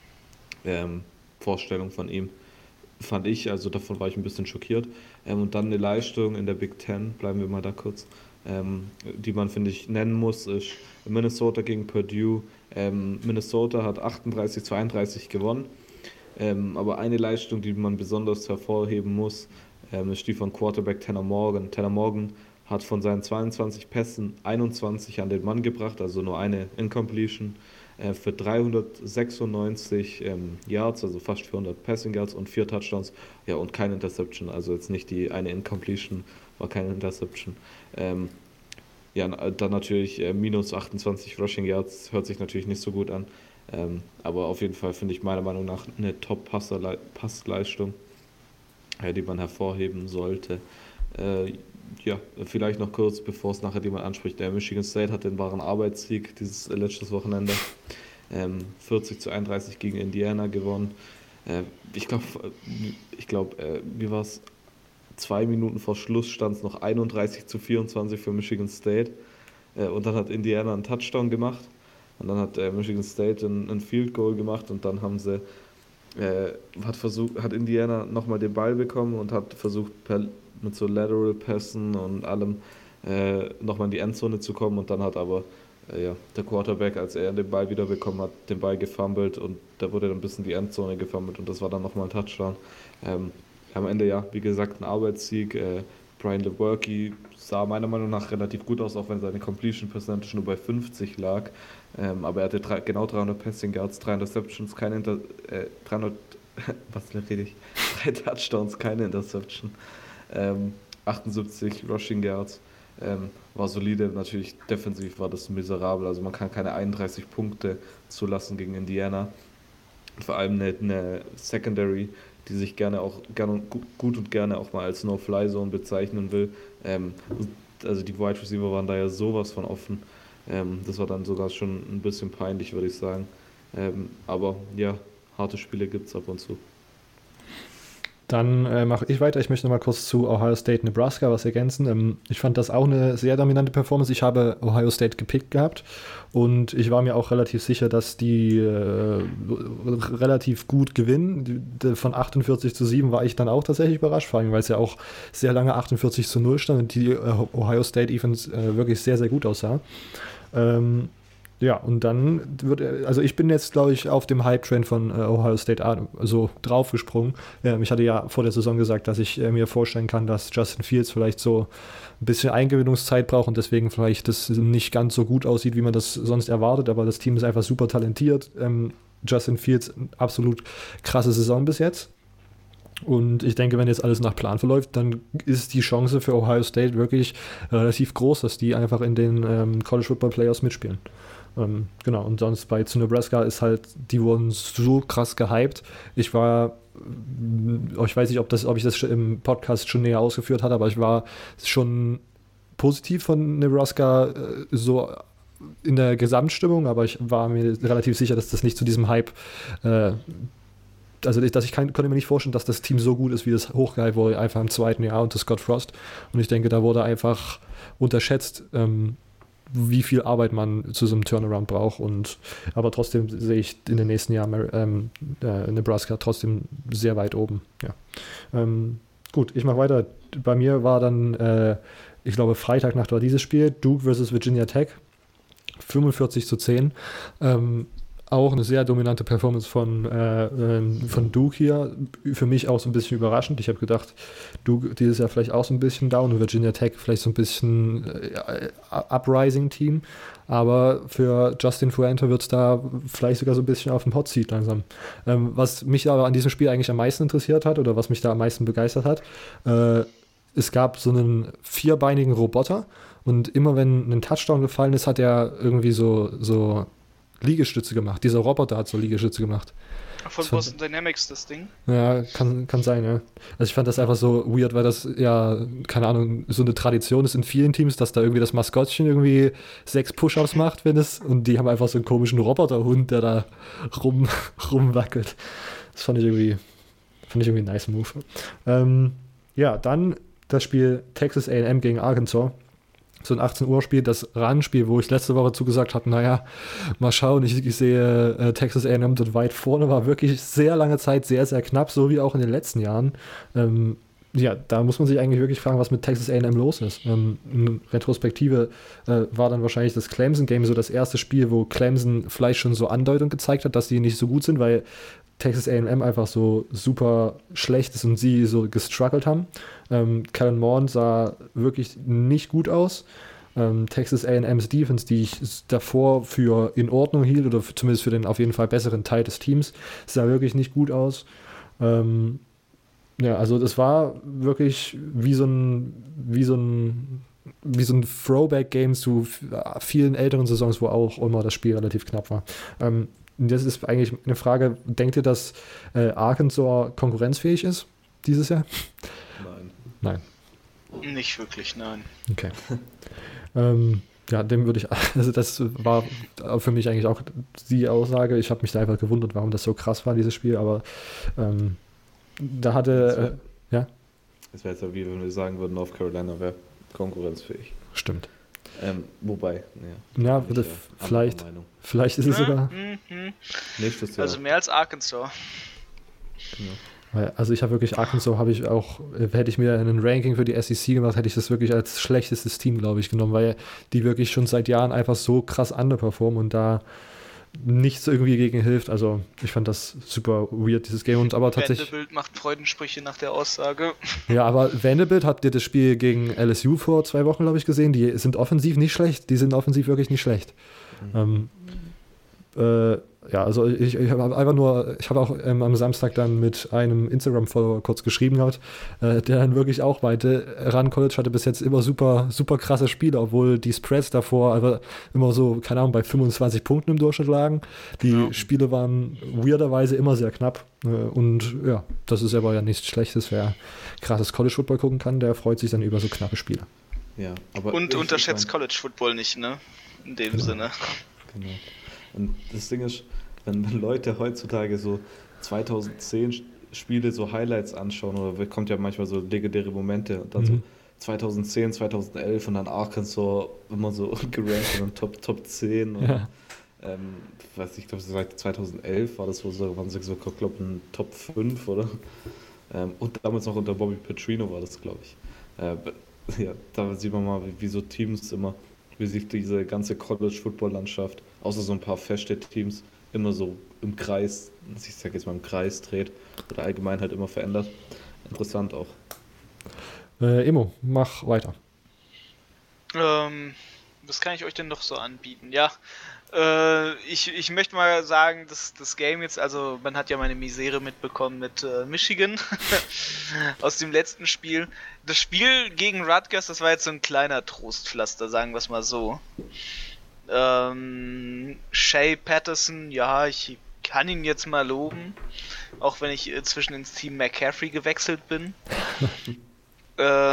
ähm, Vorstellung von ihm. Fand ich, also davon war ich ein bisschen schockiert. Ähm, und dann eine Leistung in der Big Ten, bleiben wir mal da kurz, ähm, die man, finde ich, nennen muss, ist Minnesota gegen Purdue. Ähm, Minnesota hat achtunddreißig zu einunddreißig gewonnen. Ähm, aber eine Leistung, die man besonders hervorheben muss, ähm, ist die von Quarterback Tanner Morgan. Tanner Morgan hat von seinen zweiundzwanzig Pässen einundzwanzig an den Mann gebracht, also nur eine Incompletion, äh, für dreihundertsechsundneunzig ähm, Yards, also fast vierhundert Passing Yards und vier Touchdowns, ja, und keine Interception, also jetzt nicht die eine Incompletion, war keine Interception. Ähm, ja, dann natürlich äh, minus achtundzwanzig Rushing Yards, hört sich natürlich nicht so gut an, ähm, aber auf jeden Fall finde ich meiner Meinung nach eine Top-Passleistung, äh, die man hervorheben sollte. Äh, ja, vielleicht noch kurz, bevor es nachher jemand anspricht, der Michigan State hat den wahren Arbeitssieg dieses äh, letztes Wochenende, ähm, vierzig zu einunddreißig gegen Indiana gewonnen. Äh, ich glaube, ich glaub, äh, wie war es? Zwei Minuten vor Schluss stand es noch einunddreißig zu vierundzwanzig für Michigan State. Äh, und dann hat Indiana einen Touchdown gemacht. Und dann hat äh, Michigan State ein, ein Field Goal gemacht. Und dann haben sie, äh, hat, versucht, hat Indiana nochmal den Ball bekommen und hat versucht, per, mit so Lateral Pässen und allem äh, nochmal in die Endzone zu kommen. Und dann hat aber äh, ja, der Quarterback, als er den Ball wieder bekommen hat, den Ball gefummelt und da wurde dann ein bisschen die Endzone gefummelt und das war dann nochmal ein Touchdown. Ähm, am Ende ja, wie gesagt, ein Arbeitssieg. Äh, Brian Lewerke sah meiner Meinung nach relativ gut aus, auch wenn seine Completion Percentage nur bei fünfzig lag. Ähm, aber er hatte drei, genau dreihundert Passing Yards, drei Interceptions, keine Inter, äh, dreihundert, was rede ich? Drei Touchdowns, keine Interception. Ähm, achtundsiebzig Rushing Yards. Ähm, war solide, natürlich defensiv war das miserabel, also man kann keine einunddreißig Punkte zulassen gegen Indiana. Vor allem eine, eine Secondary, die sich gerne auch gerne, gut und gerne auch mal als No-Fly-Zone bezeichnen will. Ähm, also die Wide Receiver waren da ja sowas von offen. Ähm, das war dann sogar schon ein bisschen peinlich, würde ich sagen. Ähm, aber ja, harte Spiele gibt es ab und zu. Dann äh, mache ich weiter. Ich möchte noch mal kurz zu Ohio State, Nebraska was ergänzen. Ähm, ich fand das auch eine sehr dominante Performance. Ich habe Ohio State gepickt gehabt und ich war mir auch relativ sicher, dass die äh, relativ gut gewinnen. Die, die, von achtundvierzig zu sieben war ich dann auch tatsächlich überrascht, vor allem weil es ja auch sehr lange achtundvierzig zu null stand und die äh, Ohio State Defense äh, wirklich sehr, sehr gut aussah. Ähm, Ja, und dann wird er, also ich bin jetzt, glaube ich, auf dem Hype-Train von äh, Ohio State so draufgesprungen. Ähm, ich hatte ja vor der Saison gesagt, dass ich äh, mir vorstellen kann, dass Justin Fields vielleicht so ein bisschen Eingewöhnungszeit braucht und deswegen vielleicht das nicht ganz so gut aussieht, wie man das sonst erwartet, aber das Team ist einfach super talentiert. Ähm, Justin Fields, absolut krasse Saison bis jetzt. Und ich denke, wenn jetzt alles nach Plan verläuft, dann ist die Chance für Ohio State wirklich relativ groß, dass die einfach in den ähm, College Football Playoffs mitspielen. Ähm, genau, und sonst bei zu Nebraska ist halt, die wurden so krass gehypt. Ich war, ich weiß nicht, ob, das, ob ich das im Podcast schon näher ausgeführt hatte, aber ich war schon positiv von Nebraska äh, so in der Gesamtstimmung, aber ich war mir relativ sicher, dass das nicht zu diesem Hype, äh, also dass ich kann, konnte mir nicht vorstellen, dass das Team so gut ist, wie das hochgehypt wurde, einfach im zweiten Jahr unter Scott Frost. Und ich denke, da wurde einfach unterschätzt, ähm, wie viel Arbeit man zu so einem Turnaround braucht. Und aber trotzdem sehe ich in den nächsten Jahren ähm, äh, Nebraska trotzdem sehr weit oben. Ja. Ähm, gut, ich mache weiter. Bei mir war dann, äh, ich glaube, Freitagnacht war dieses Spiel, Duke versus Virginia Tech, fünfundvierzig zu zehn. Ähm, auch eine sehr dominante Performance von, äh, von Duke hier. Für mich auch so ein bisschen überraschend. Ich habe gedacht, Duke dieses Jahr vielleicht auch so ein bisschen down und Virginia Tech vielleicht so ein bisschen äh, Uprising-Team. Aber für Justin Fuente wird es da vielleicht sogar so ein bisschen auf dem Hot Seat langsam. Ähm, was mich aber an diesem Spiel eigentlich am meisten interessiert hat oder was mich da am meisten begeistert hat, äh, es gab so einen vierbeinigen Roboter und immer wenn ein Touchdown gefallen ist, hat er irgendwie so, so Liegestütze gemacht. Dieser Roboter hat so Liegestütze gemacht. Von Boston Dynamics, das Ding? Ja, kann, kann sein, ja. Also ich fand das einfach so weird, weil das ja, keine Ahnung, so eine Tradition ist in vielen Teams, dass da irgendwie das Maskottchen irgendwie sechs Push-Ups macht, wenn es, und die haben einfach so einen komischen Roboterhund, der da rum, rumwackelt. Das fand ich irgendwie, fand ich irgendwie ein nice Move. Ähm, ja, dann das Spiel Texas A and M gegen Arkansas. So ein achtzehn Uhr Spiel, das Run-Spiel, wo ich letzte Woche zugesagt habe, naja, mal schauen, ich, ich sehe äh, Texas A and M dort weit vorne, war wirklich sehr lange Zeit sehr, sehr knapp, so wie auch in den letzten Jahren. Ähm, ja, da muss man sich eigentlich wirklich fragen, was mit Texas A and M los ist. Ähm, in Retrospektive äh, war dann wahrscheinlich das Clemson-Game so das erste Spiel, wo Clemson vielleicht schon so Andeutung gezeigt hat, dass die nicht so gut sind, weil Texas A and M einfach so super schlecht ist und sie so gestruggelt haben. Ähm, Kellen Mond sah wirklich nicht gut aus. Ähm, Texas A and M's Defense, die ich davor für in Ordnung hielt oder für, zumindest für den auf jeden Fall besseren Teil des Teams, sah wirklich nicht gut aus. Ähm, ja, also das war wirklich wie so ein wie so ein wie so ein Throwback-Game zu vielen älteren Saisons, wo auch immer das Spiel relativ knapp war. Ähm, Das ist eigentlich eine Frage, denkt ihr, dass äh, Arkansas konkurrenzfähig ist dieses Jahr? Nein. Nein. Nicht wirklich, nein. Okay. ähm, ja, dem würde ich, also das war für mich eigentlich auch die Aussage. Ich habe mich da einfach gewundert, warum das so krass war, dieses Spiel, aber ähm, da hatte, äh, ja? Es wäre jetzt so, wie wenn wir sagen würden, North Carolina wäre konkurrenzfähig. Stimmt. Ähm, wobei, ja. Ja, würde vielleicht, vielleicht ist es sogar. Mhm. Nächstes Jahr. Also mehr als Arkansas. Genau. Also ich habe wirklich Arkansas, habe ich auch, hätte ich mir ein Ranking für die S E C gemacht, hätte ich das wirklich als schlechtestes Team, glaube ich, genommen, weil die wirklich schon seit Jahren einfach so krass underperformen und da nichts irgendwie gegen hilft. Also ich fand das super weird, dieses Game. Und aber tatsächlich. Vanderbilt macht Freudensprüche nach der Aussage. Ja, aber Vanderbilt, habt ihr das Spiel gegen L S U vor zwei Wochen, glaube ich, gesehen? Die sind offensiv nicht schlecht. Die sind offensiv wirklich nicht schlecht. Mhm. Ähm, äh, ja, also ich, ich habe einfach nur, ich habe auch ähm, am Samstag dann mit einem Instagram-Follower kurz geschrieben gehabt, äh, der dann wirklich auch meinte, Ran College hatte bis jetzt immer super, super krasse Spiele, obwohl die Spreads davor also immer so, keine Ahnung, bei fünfundzwanzig Punkten im Durchschnitt lagen. Die ja. Spiele waren weirderweise immer sehr knapp. Äh, und ja, das ist aber ja nichts Schlechtes. Wer krasses College-Football gucken kann, der freut sich dann über so knappe Spiele. Ja, aber und unterschätzt College-Football nicht, ne? In dem genau. Sinne. Genau. Und das Ding ist, wenn Leute heutzutage so zweitausendzehn Spiele, so Highlights anschauen, oder kommt ja manchmal so legendäre Momente und dann mhm. so zweitausendzehn, zweitausendelf und dann Arkansas immer so gerankt und Top, Top zehn. Und, ja. ähm, weiß ich glaube, seit zweitausendelf war das so, so waren sie so, glaube ein Top fünf, oder? Ähm, und damals noch unter Bobby Petrino war das, glaube ich. Äh, ja, da sieht man mal, wie, wie so Teams immer, wie sich diese ganze College-Football-Landschaft, außer so ein paar feste Teams, immer so im Kreis, ich sag jetzt mal im Kreis dreht oder allgemein halt immer verändert. Interessant auch. Äh, Emo, mach weiter. Ähm, was kann ich euch denn noch so anbieten? Ja, äh, ich, ich möchte mal sagen, dass das Game jetzt, also man hat ja meine Misere mitbekommen mit äh, Michigan aus dem letzten Spiel. Das Spiel gegen Rutgers, das war jetzt so ein kleiner Trostpflaster, sagen wir es mal so. Ähm, Shea Patterson, ja, ich kann ihn jetzt mal loben, auch wenn ich inzwischen ins Team McCaffrey gewechselt bin. äh,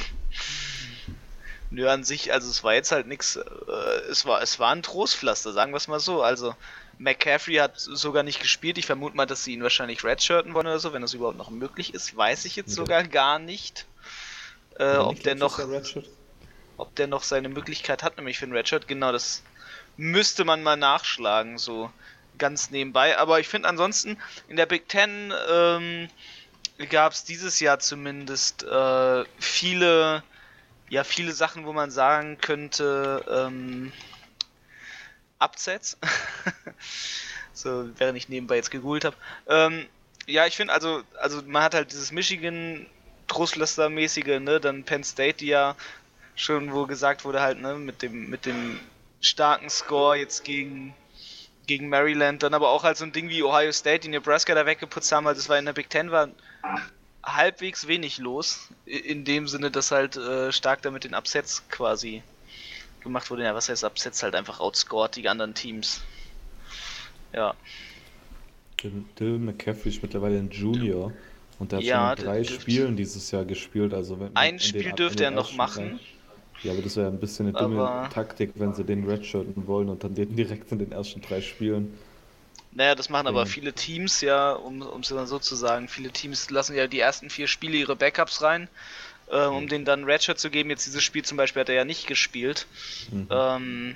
Nö, an sich, also es war jetzt halt nichts, äh, es war es war ein Trostpflaster, sagen wir es mal so. Also McCaffrey hat sogar nicht gespielt, ich vermute mal, dass sie ihn wahrscheinlich redshirten wollen oder so, wenn das überhaupt noch möglich ist, weiß ich jetzt ja. sogar gar nicht. Äh, ob der noch... Ob der noch seine Möglichkeit hat, nämlich für den Redshirt, genau, das müsste man mal nachschlagen, so ganz nebenbei. Aber ich finde ansonsten, in der Big Ten ähm, gab es dieses Jahr zumindest äh, viele, ja, viele Sachen, wo man sagen könnte, ähm, Upsets. So, während ich nebenbei jetzt gegoogelt habe. Ähm, ja, ich finde, also, also man hat halt dieses Michigan Trostpflaster-mäßige, ne, dann Penn State, die ja schon, wo gesagt wurde halt, ne, mit dem, mit dem starken Score jetzt gegen, gegen Maryland, dann aber auch halt so ein Ding wie Ohio State, die Nebraska da weggeputzt haben, weil das war in der Big Ten, war halbwegs wenig los, in dem Sinne, dass halt äh, stark da mit den Upsets quasi gemacht wurde. Ja, was heißt Upsets? Halt einfach outscored die anderen Teams. Ja. Dylan McCaffrey ist mittlerweile ein Junior und der hat ja, schon in drei Spielen dieses Jahr gespielt. Also wenn, ein Spiel den, dürfte er noch machen. Rein, ja, aber das wäre ein bisschen eine dumme aber Taktik, wenn sie den redshirten wollen und dann den direkt in den ersten drei Spielen. Naja, das machen aber viele Teams ja, um es dann so zu sagen. Viele Teams lassen ja die ersten vier Spiele ihre Backups rein, äh, um mhm. denen dann Redshirt zu geben. Jetzt dieses Spiel zum Beispiel hat er ja nicht gespielt. Mhm. Ähm,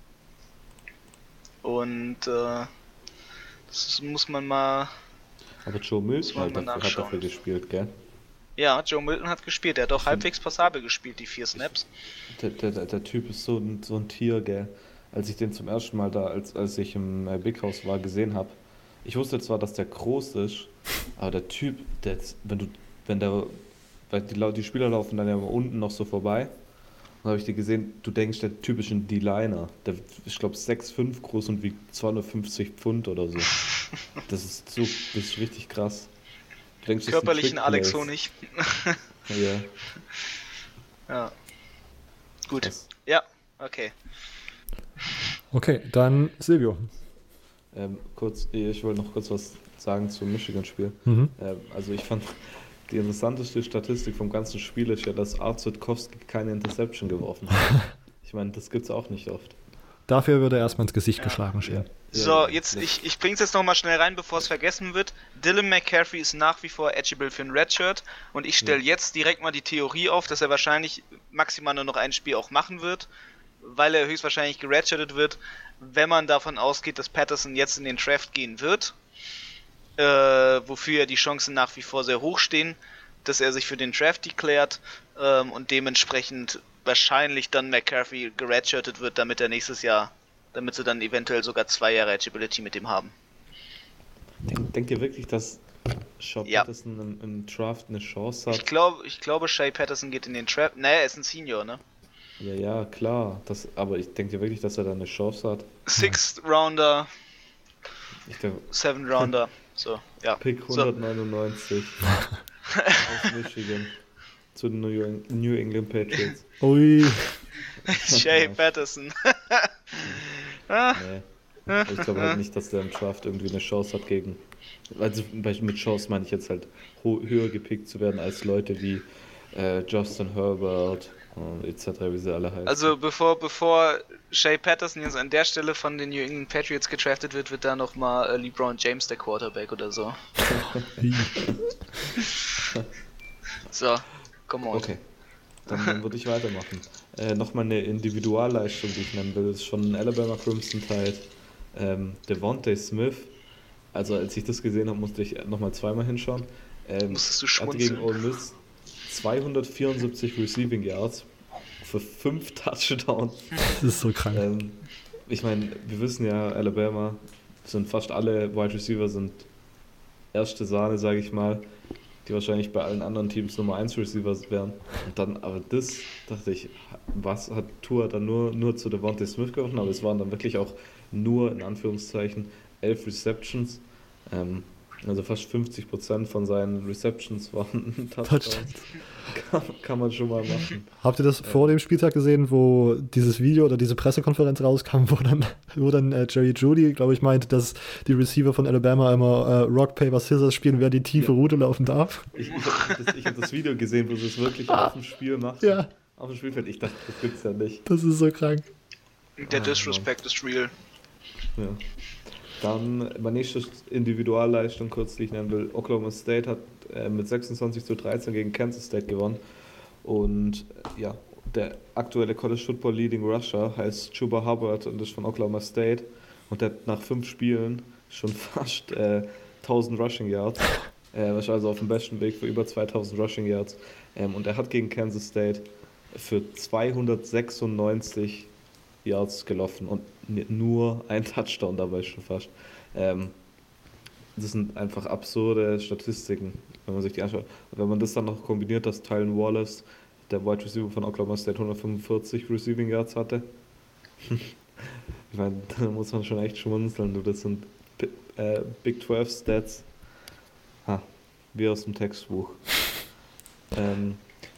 und äh, das muss man mal. Aber Joe Milton halt dafür, hat dafür gespielt, gell? Ja, Joe Milton hat gespielt. Der hat auch halbwegs passabel gespielt, die vier Snaps. Der, der, der, der Typ ist so ein, so ein Tier, gell? Als ich den zum ersten Mal da, als, als ich im äh, Big House war, gesehen habe. Ich wusste zwar, dass der groß ist, aber der Typ, der, wenn du, wenn der, weil die, die Spieler laufen dann ja unten noch so vorbei. Und habe ich die gesehen, du denkst, der Typ ist ein D-Liner. Der ist, ich glaube, sechs Komma fünf groß und wiegt zweihundertfünfzig Pfund oder so. Das ist so, das ist richtig krass. Du denkst, körperlichen Alex Honig. Ja. Ja. Gut. Krass. Ja, okay. Okay, dann Silvio. Ähm, kurz, ich wollte noch kurz was sagen zum Michigan-Spiel. Mhm. Ähm, also ich fand, die interessanteste Statistik vom ganzen Spiel ist ja, dass Art Switkowski keine Interception geworfen hat. Ich meine, das gibt's auch nicht oft. Dafür würde er erstmal ins Gesicht ja. geschlagen stehen. Ja. So, jetzt, ich, ich bring's jetzt nochmal schnell rein, bevor es vergessen wird. Dylan McCaffrey ist nach wie vor eligible für ein Redshirt und ich stelle ja. jetzt direkt mal die Theorie auf, dass er wahrscheinlich maximal nur noch ein Spiel auch machen wird, weil er höchstwahrscheinlich geredshirtet wird, wenn man davon ausgeht, dass Patterson jetzt in den Draft gehen wird. äh, wofür ja die Chancen nach wie vor sehr hoch stehen, dass er sich für den Draft declared ähm, und dementsprechend wahrscheinlich dann McCaffrey geredshirtet wird, damit er nächstes Jahr, damit sie dann eventuell sogar zwei Jahre Eligibility mit ihm haben. Denk, denkt ihr wirklich, dass Shea Ja. Patterson im, im Draft eine Chance hat? Ich glaube, ich glaube, Shea Patterson geht in den Draft. Naja, er ist ein Senior, ne? Ja, ja, klar. Das, aber ich denke wirklich, dass er da eine Chance hat. Sixth Rounder, Ich denke, Seventh Rounder. So, ja. Pick So. hundertneunundneunzig aus Michigan zu den New, Eng- New England Patriots. Ui. Shea Patterson. Ah, Nee. Aber ich glaube halt nicht, dass der im Draft irgendwie eine Chance hat gegen. Also bei- mit Chance meine ich jetzt halt ho- höher gepickt zu werden als Leute wie äh, Justin Herbert äh, et cetera, wie sie alle heißen. Also bevor bevor Shea Patterson jetzt an der Stelle von den New England Patriots gedraftet wird, wird da nochmal äh, LeBron James der Quarterback oder so. So, come on. Okay, dann, dann würde ich weitermachen. Äh, Nochmal eine Individualleistung, die ich nennen will, ist schon ein Alabama Crimson Tide. Ähm, Devontae Smith, also als ich das gesehen habe, musste ich nochmal zweimal hinschauen. Ähm, Musstest du hatte gegen schmunzeln. Ole Miss zweihundertvierundsiebzig Receiving Yards für fünf Touchdowns. Das ist so krank. Ähm, ich meine, wir wissen ja, Alabama sind fast alle Wide Receiver sind erste Sahne, sage ich mal, die wahrscheinlich bei allen anderen Teams Nummer eins Receiver wären. Und dann, aber das, dachte ich, was hat Tua dann nur, nur zu Devontae Smith geworfen, aber es waren dann wirklich auch nur, in Anführungszeichen, elf Receptions. Ähm, also fast fünfzig Prozent von seinen Receptions waren Touchdowns. Kann, kann man schon mal machen. Habt ihr das vor dem Spieltag gesehen, wo dieses Video oder diese Pressekonferenz rauskam, wo dann, wo dann äh, Jerry Jeudy, glaube ich, meinte, dass die Receiver von Alabama immer äh, Rock, Paper, Scissors spielen, wer die tiefe Ja. Route laufen darf? Ich, ich habe das, ich hab das Video gesehen, wo sie es wirklich auf dem Spiel macht. Ja, Auf dem Spielfeld. Ich dachte, das gibt's ja nicht. das ist so krank. Der Ah, Disrespect ist real. Ja. Dann meine nächste Individualleistung, kurz, die ich nennen will. Oklahoma State hat äh, mit sechsundzwanzig zu dreizehn gegen Kansas State gewonnen. Und äh, ja, der aktuelle College Football Leading Rusher heißt Chuba Hubbard und ist von Oklahoma State. Und der hat nach fünf Spielen schon fast äh, tausend Rushing Yards. Äh, ist also auf dem besten Weg für über zweitausend Rushing Yards. Ähm, und er hat gegen Kansas State für zweihundertsechsundneunzig Yards gelaufen und nur ein Touchdown dabei schon fast. Ähm, das sind einfach absurde Statistiken, wenn man sich die anschaut. Und wenn man das dann noch kombiniert, dass Tylen Wallace, der Wide Receiver von Oklahoma State, hundertfünfundvierzig Receiving Yards hatte, ich meine, da muss man schon echt schmunzeln. Du, das sind äh, Big zwölf Stats, ha, wie aus dem Textbuch. ähm,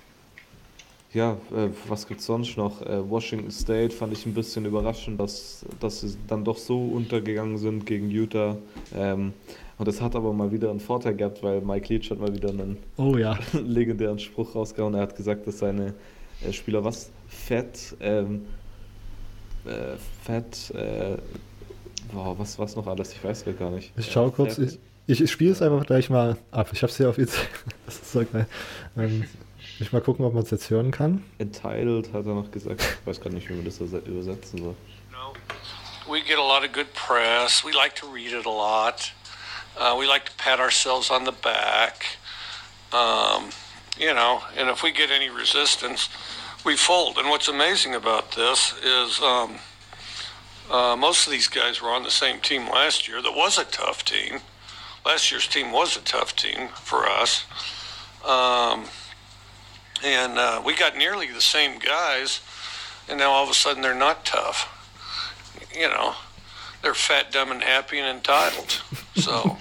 Ja, äh, was gibt's sonst noch? Äh, Washington State fand ich ein bisschen überraschend, dass, dass sie dann doch so untergegangen sind gegen Utah. Ähm, und das hat aber mal wieder einen Vorteil gehabt, weil Mike Leach hat mal wieder einen Oh ja. legendären Spruch rausgehauen. Er hat gesagt, dass seine äh, Spieler was fett, ähm, äh, fett, äh, wow, was was noch alles? Ich weiß gar nicht. Ich schau Äh, kurz, fett- ich, ich spiele es einfach gleich mal ab. Ich habe es hier auf jetzt. Das ist so geil. Ähm, ich mal gucken, ob man es jetzt hören kann. Entitled hat er noch gesagt. Ich weiß gar nicht, wie man das überse- übersetzen soll. know, we get a lot of good press. We like to read it a lot. Uh, we like to pat ourselves on the back. Um, you know, and if we get any resistance, we fold. And what's amazing about this is um, uh, most of these guys were on the same team last year that was a tough team. Last year's team was a tough team for us. Um, and uh, we got nearly the same guys, and now all of a sudden they're not tough. You know, they're fat, dumb, and happy and entitled. So,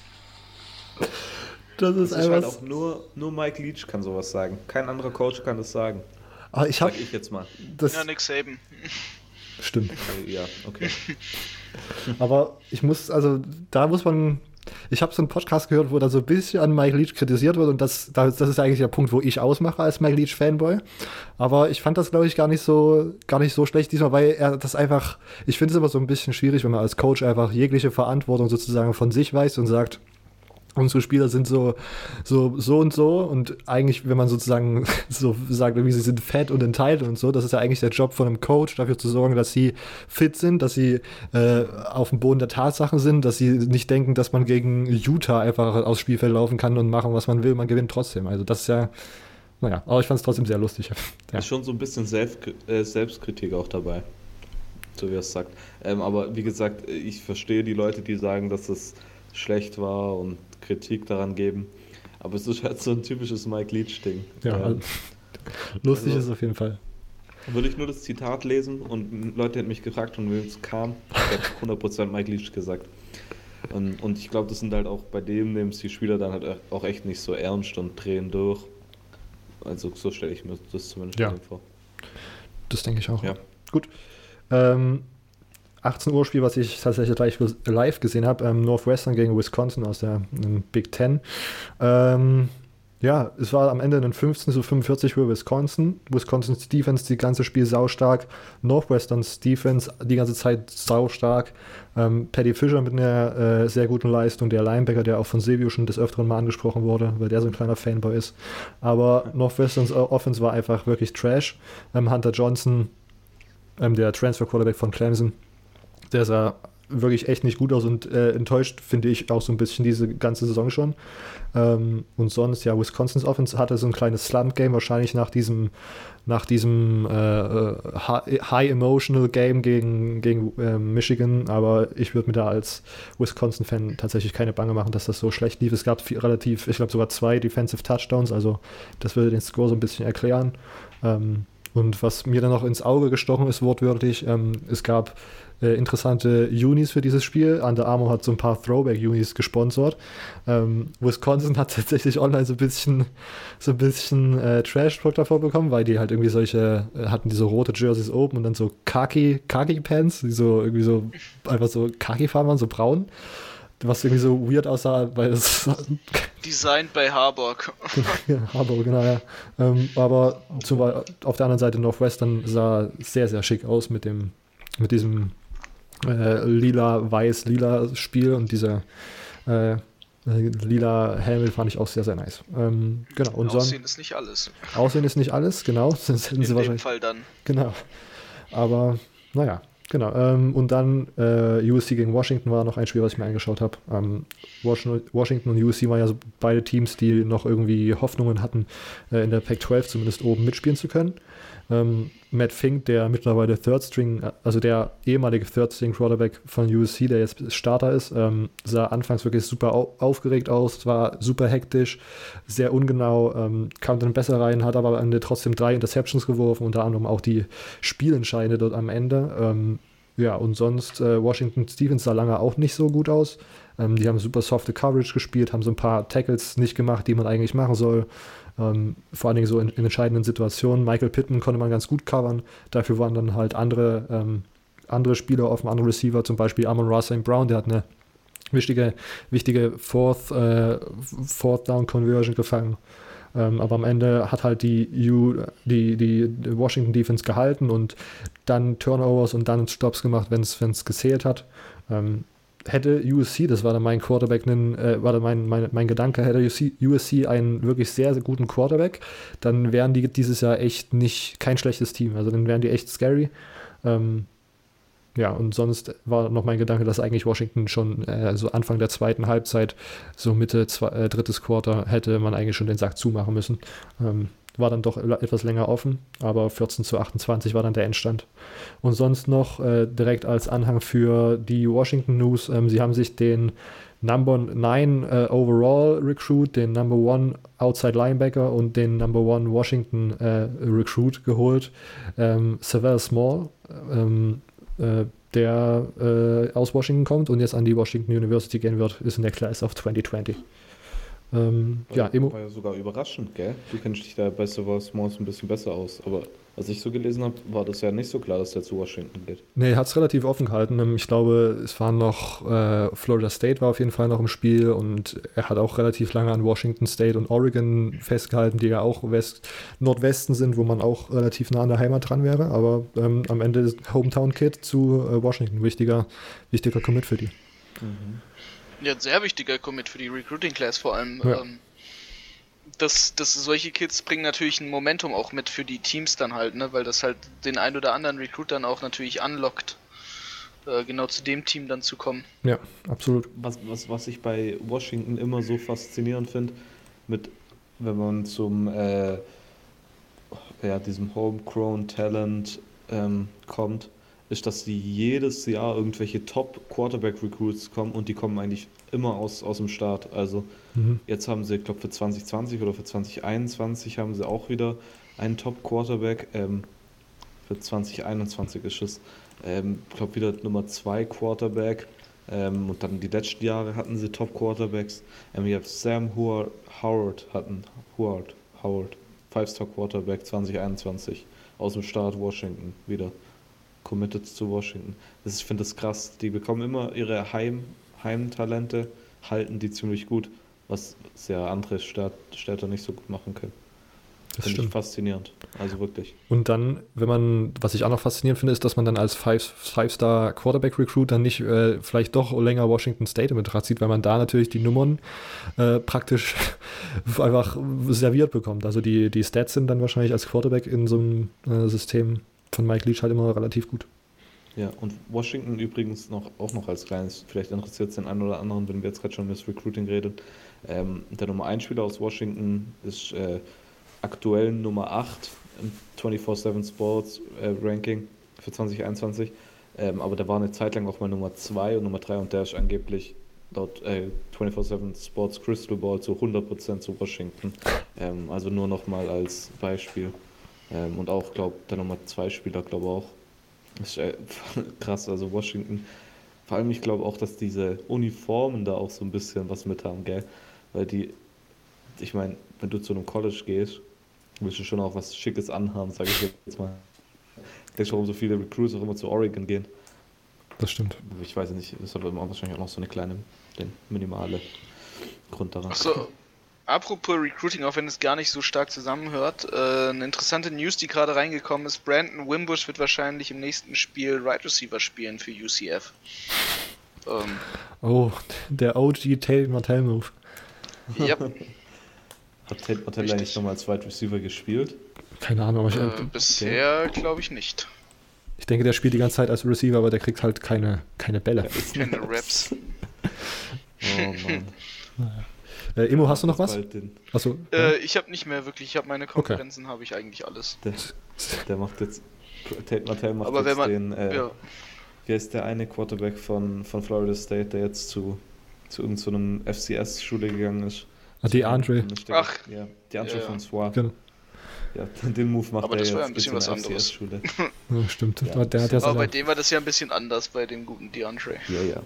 Das ist Das ist halt einfach. auch nur, nur Mike Leach kann sowas sagen. Kein anderer Coach kann das sagen. Aber ich habe Sag ich jetzt mal. das. Ja, Nick Saban. Stimmt. Äh, Ja, okay. Aber ich muss, also da muss man, ich habe so einen Podcast gehört, wo da so ein bisschen an Mike Leach kritisiert wird und das, das, das ist eigentlich der Punkt, wo ich ausmache als Mike Leach Fanboy. Aber ich fand das, glaube ich, gar nicht so, gar nicht so schlecht diesmal, weil er das einfach, ich finde es immer so ein bisschen schwierig, wenn man als Coach einfach jegliche Verantwortung sozusagen von sich weiß und sagt, unsere Spieler sind so, so, so und so und eigentlich, wenn man sozusagen so sagt, irgendwie sie sind fett und entitled und so, das ist ja eigentlich der Job von einem Coach, dafür zu sorgen, dass sie fit sind, dass sie äh, auf dem Boden der Tatsachen sind, dass sie nicht denken, dass man gegen Utah einfach aufs Spielfeld laufen kann und machen, was man will, man gewinnt trotzdem. Also das ist ja, naja, aber ich fand es trotzdem sehr lustig. Ja. Ist schon so ein bisschen Selbst, äh, Selbstkritik auch dabei, so wie er es sagt. Ähm, aber wie gesagt, ich verstehe die Leute, die sagen, dass es schlecht war und Kritik daran geben. Aber es ist halt so ein typisches Mike Leach-Ding. Ja, ähm, lustig also, ist es auf jeden Fall. Würde ich nur das Zitat lesen und Leute hätten mich gefragt, von wem es kam, ich hätte hundert Prozent Mike Leach gesagt. Und, und ich glaube, das sind halt auch bei dem, nehmen es die Spieler dann halt auch echt nicht so ernst und drehen durch. Also so stelle ich mir das zumindest ja. vor. Das denke ich auch. Ja. Gut. Ähm, achtzehn Uhr Spiel, was ich tatsächlich live, live gesehen habe, ähm, Northwestern gegen Wisconsin aus der ähm, Big Ten. Ähm, ja, es war am Ende ein fünfzehn zu fünfundvierzig für Wisconsin. Wisconsins Defense die ganze Spiel saustark. Northwesterns Defense die ganze Zeit saustark. Ähm, Paddy Fisher mit einer äh, sehr guten Leistung, der Linebacker, der auch von Silvio schon des Öfteren mal angesprochen wurde, weil der so ein kleiner Fanboy ist. Aber Northwesterns Offense war einfach wirklich Trash. Ähm, Hunter Johnson, ähm, der Transfer-Quarterback von Clemson, der sah wirklich echt nicht gut aus und äh, enttäuscht, finde ich, auch so ein bisschen diese ganze Saison schon. Ähm, und sonst, ja, Wisconsins Offense hatte so ein kleines Slump-Game, wahrscheinlich nach diesem, nach diesem äh, High-Emotional-Game gegen, gegen äh, Michigan, aber ich würde mir da als Wisconsin-Fan tatsächlich keine Bange machen, dass das so schlecht lief. Es gab viel, relativ, ich glaube sogar zwei Defensive Touchdowns, also das würde den Score so ein bisschen erklären. Ähm, und was mir dann noch ins Auge gestochen ist, wortwörtlich, ähm, es gab äh, interessante Unis für dieses Spiel. Under Armour hat so ein paar Throwback-Unis gesponsert. Ähm, Wisconsin hat tatsächlich online so ein bisschen, so ein bisschen äh, Trash-Talk davor bekommen, weil die halt irgendwie solche, äh, hatten diese rote Jerseys oben und dann so Khaki, Khaki-Pants, die so irgendwie so einfach so Khaki-Farben waren, so braun. Was irgendwie so weird aussah, weil es Designed bei Harburg. ja, Harburg, genau, ja. Ähm, aber zum, auf der anderen Seite Northwestern sah sehr, sehr schick aus mit dem, mit diesem äh, lila-weiß-lila Spiel und dieser äh, lila Helm fand ich auch sehr, sehr nice. Ähm, genau. Und Aussehen son- ist nicht alles. Aussehen ist nicht alles, genau. Sonst hätten In sie dem wahrscheinlich, Fall dann. genau. Aber naja. Genau, ähm, und dann äh, U S C gegen Washington war noch ein Spiel, was ich mir angeschaut habe. Ähm, Washington und U S C waren ja so beide Teams, die noch irgendwie Hoffnungen hatten, äh, in der Pac zwölf zumindest oben mitspielen zu können. Ähm, Matt Fink, der mittlerweile Third String, also der ehemalige Third String Quarterback von U S C, der jetzt Starter ist, ähm, sah anfangs wirklich super au- aufgeregt aus, war super hektisch, sehr ungenau, ähm, kam dann besser rein, hat aber am Ende trotzdem drei Interceptions geworfen, unter anderem auch die Spielentscheide dort am Ende. Ähm, ja, und sonst äh, Washington Stevens sah lange auch nicht so gut aus. Ähm, die haben super softe Coverage gespielt, haben so ein paar Tackles nicht gemacht, die man eigentlich machen soll. Ähm, vor allen Dingen so in, in entscheidenden Situationen. Michael Pittman konnte man ganz gut covern. Dafür waren dann halt andere, ähm, andere Spieler offen, andere Receiver, zum Beispiel Amon-Ra Saint Brown, der hat eine wichtige, wichtige Fourth, äh, Fourth Down Conversion gefangen. Ähm, aber am Ende hat halt die, U, die, die Washington Defense gehalten und dann Turnovers und dann Stops gemacht, wenn es gezählt hat. Ähm, hätte U S C, das war dann mein Quarterback, äh, war dann mein, mein, mein Gedanke, hätte U S C einen wirklich sehr, sehr guten Quarterback, dann wären die dieses Jahr echt nicht kein schlechtes Team. Also dann wären die echt scary. Ähm, ja, und sonst war noch mein Gedanke, dass eigentlich Washington schon äh, so Anfang der zweiten Halbzeit, so Mitte, zwei, äh, drittes Quarter, hätte man eigentlich schon den Sack zumachen müssen. Ähm, war dann doch etwas länger offen, aber vierzehn zu achtundzwanzig war dann der Endstand. Und sonst noch äh, direkt als Anhang für die Washington News, ähm, sie haben sich den Number nine äh, Overall Recruit, den Number one Outside Linebacker und den Number one Washington äh, Recruit geholt, ähm, Savell Small, ähm, äh, der äh, aus Washington kommt und jetzt an die Washington University gehen wird, ist in der Class of zwanzig zwanzig. Ähm, war, ja, Emo- war ja sogar überraschend, gell? Du kennst dich da bei Savell Smalls ein bisschen besser aus, aber als ich so gelesen habe, war das ja nicht so klar, dass der zu Washington geht. Nee, er hat es relativ offen gehalten. Ich glaube, es waren noch, äh, Florida State war auf jeden Fall noch im Spiel und er hat auch relativ lange an Washington State und Oregon festgehalten, die ja auch West, Nordwesten sind, wo man auch relativ nah an der Heimat dran wäre, aber ähm, am Ende Hometown-Kid zu äh, Washington, wichtiger, wichtiger Commit für die. Mhm. Ja, ein sehr wichtiger Commit für die Recruiting Class vor allem. Ja. Ähm, das, das, solche Kids bringen natürlich ein Momentum auch mit für die Teams dann halt, ne? Weil das halt den ein oder anderen Recruit dann auch natürlich anlockt, äh, genau zu dem Team dann zu kommen. Ja, absolut. Was, was, was ich bei Washington immer so faszinierend finde, mit wenn man zum äh, ja, diesem Homegrown Talent ähm, kommt, ist, dass sie jedes Jahr irgendwelche Top-Quarterback-Recruits kommen und die kommen eigentlich immer aus, aus dem Start. Also Mhm. jetzt haben sie, ich glaube für zwanzig zwanzig oder für zwanzig einundzwanzig haben sie auch wieder einen Top-Quarterback. Ähm, für zwanzig einundzwanzig ist es, ähm, ich glaube wieder Nummer zwei Quarterback. Ähm, und dann die letzten Jahre hatten sie Top-Quarterbacks. Ähm, hier Sam Howard, Howard hatten, Howard, Howard, Five-Star-Quarterback zwanzig einundzwanzig aus dem Start Washington wieder. Committed zu Washington. Das ist, ich finde das krass. Die bekommen immer ihre Heim, Heimtalente, halten die ziemlich gut, was sehr andere Stadt, Städte nicht so gut machen können. Das Finde ich stimmt. faszinierend. Also wirklich. Und dann, wenn man, was ich auch noch faszinierend finde, ist, dass man dann als Five- Five-Star-Quarterback-Recruit dann nicht äh, vielleicht doch länger Washington State in Betracht zieht, weil man da natürlich die Nummern äh, praktisch einfach serviert bekommt. Also die, die Stats sind dann wahrscheinlich als Quarterback in so einem äh, System von Mike Leach halt immer relativ gut. Ja, und Washington übrigens noch, auch noch als kleines, vielleicht interessiert es den einen oder anderen, wenn wir jetzt gerade schon über das Recruiting reden. Ähm, der Nummer eins Spieler aus Washington ist äh, aktuell Nummer acht im vierundzwanzig sieben Sports äh, Ranking für zwanzig einundzwanzig. Ähm, aber der war eine Zeit lang auch mal Nummer zwei und Nummer drei und der ist angeblich laut äh, vierundzwanzig sieben Sports Crystal Ball zu hundert Prozent zu Washington. Ähm, also nur nochmal als Beispiel. Ähm, und auch, glaube der Nummer zwei Spieler, glaube auch. Das ist äh, krass, also Washington. Vor allem, ich glaube auch, dass diese Uniformen da auch so ein bisschen was mit haben, gell? Weil die, ich meine, wenn du zu einem College gehst, willst du schon auch was Schickes anhaben, sage ich jetzt mal. Ich denke, warum so viele Recruits auch immer zu Oregon gehen. Das stimmt. Ich weiß nicht, das hat immer wahrscheinlich auch noch so eine kleine, den minimale Grund daran. Achso, apropos Recruiting, auch wenn es gar nicht so stark zusammenhört, äh, eine interessante News, die gerade reingekommen ist: Brandon Wimbush wird wahrscheinlich im nächsten Spiel Right Receiver spielen für U C F. Ähm, Oh, der O G Tate Martell Move. ja, Hat Tate Martell Richtig. eigentlich nochmal als Wide Receiver gespielt? Keine Ahnung, aber ich, äh, bisher glaube ich nicht. ich denke, der spielt die ganze Zeit als Receiver, aber der kriegt halt keine, keine Bälle. Keine Raps. Oh Mann. Äh, Immo, hast du noch Jetzt was? bald den- Achso, Äh, ich habe nicht mehr wirklich, ich habe meine Konferenzen, habe ich eigentlich alles. Der, der macht jetzt. Tate Martell macht Aber jetzt wenn man, den. Äh, ja, Wie heißt der eine Quarterback von, von Florida State, der jetzt zu, zu irgendeiner F C S-Schule gegangen ist? ah, die Andre. Nicht der- Ach. Ja, die Andre Ja, ja. von Swa. Genau. Ja, den Move macht Aber er das jetzt. war ja ein bisschen geht was zu einer anderes. F C S-Schule. Ja, stimmt. Ja. Der hat ja aber bei seine, dem war das ja ein bisschen anders, bei dem guten DeAndre. Ja, ja.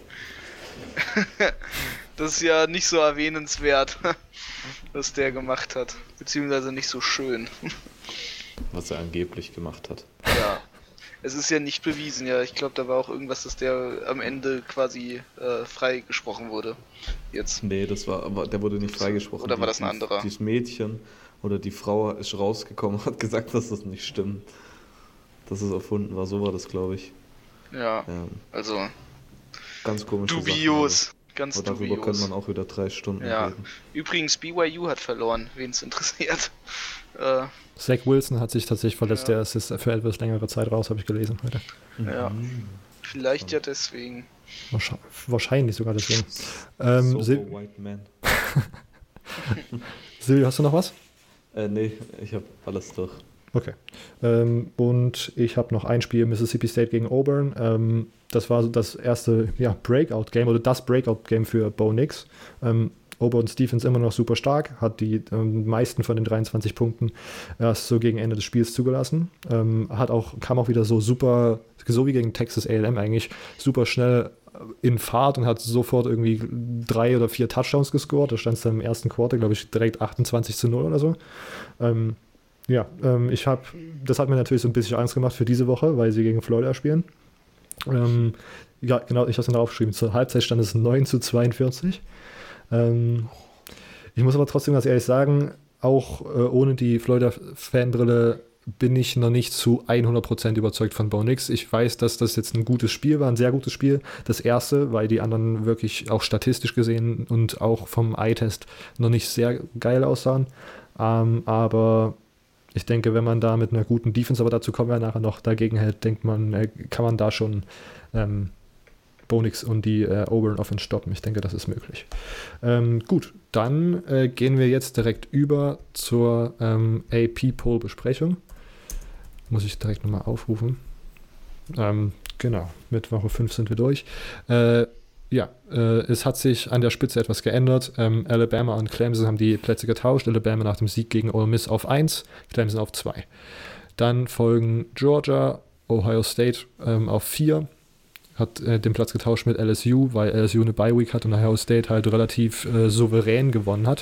Das ist ja nicht so erwähnenswert, was der gemacht hat. Beziehungsweise nicht so schön. Was er angeblich gemacht hat. Ja. Es ist ja nicht bewiesen, ja. Ich glaube, da war auch irgendwas, dass der am Ende quasi äh, freigesprochen wurde. Jetzt. Nee, das war, aber der wurde nicht freigesprochen. Oder war das ein Die- anderer? Dieses Mädchen oder die Frau ist rausgekommen, hat gesagt, dass das nicht stimmt. Dass es erfunden war. So war das, glaube ich. Ja. Ja, Also, ganz komisch. dubios. Ganz Aber darüber dubios. könnte man auch wieder drei Stunden Ja. reden. Übrigens, B Y U hat verloren, wen es interessiert. Äh, Zach Wilson hat sich tatsächlich verletzt, Ja. der ist jetzt für etwas längere Zeit raus, habe ich gelesen heute. ja. Mhm. Vielleicht ja deswegen. Wahrscheinlich, wahrscheinlich sogar deswegen. Ähm, So Sil White Man. Silvio, hast du noch was? Äh, nee, ich habe alles durch. Okay. Ähm, und ich habe noch ein Spiel, Mississippi State gegen Auburn. Ähm, das war so das erste ja, Breakout-Game oder das Breakout-Game für Bo Nix. Ähm, Auburn's Defense immer noch super stark, hat die ähm, meisten von den dreiundzwanzig Punkten erst so gegen Ende des Spiels zugelassen. Ähm, hat auch, kam auch wieder so super, so wie gegen Texas A and M eigentlich, super schnell in Fahrt und hat sofort irgendwie drei oder vier Touchdowns gescored. Da stand es dann im ersten Quarter, glaube ich, direkt achtundzwanzig zu null oder so. Ähm, ja, ähm, ich habe, das hat mir natürlich so ein bisschen Angst gemacht für diese Woche, weil sie gegen Florida spielen. Ähm, ja, genau, ich habe es dann aufgeschrieben. Zur Halbzeit stand es neun zu zweiundvierzig. Ähm, ich muss aber trotzdem ganz ehrlich sagen, auch äh, ohne die Florida-Fanbrille bin ich noch nicht zu hundert Prozent überzeugt von Bo Nix. Ich weiß, dass das jetzt ein gutes Spiel war, ein sehr gutes Spiel. Das erste, weil die anderen wirklich auch statistisch gesehen und auch vom Eye-Test noch nicht sehr geil aussahen. Ähm, aber ich denke, wenn man da mit einer guten Defense, aber dazu kommen wir nachher noch, dagegen hält, denkt man, äh, kann man da schon ähm, Bo Nix und die äh, Auburn Offense stoppen. Ich denke, das ist möglich. Ähm, gut, dann äh, gehen wir jetzt direkt über zur ähm, A P-Poll-Besprechung. Muss ich direkt nochmal aufrufen. Ähm, genau, mit Woche fünf sind wir durch. Äh, ja, äh, es hat sich an der Spitze etwas geändert. Ähm, Alabama und Clemson haben die Plätze getauscht. Alabama nach dem Sieg gegen Ole Miss auf eins, Clemson auf zwei. Dann folgen Georgia, Ohio State ähm, auf vier. Hat äh, den Platz getauscht mit L S U, weil L S U eine Bye-Week hat und Ohio State halt relativ äh, souverän gewonnen hat.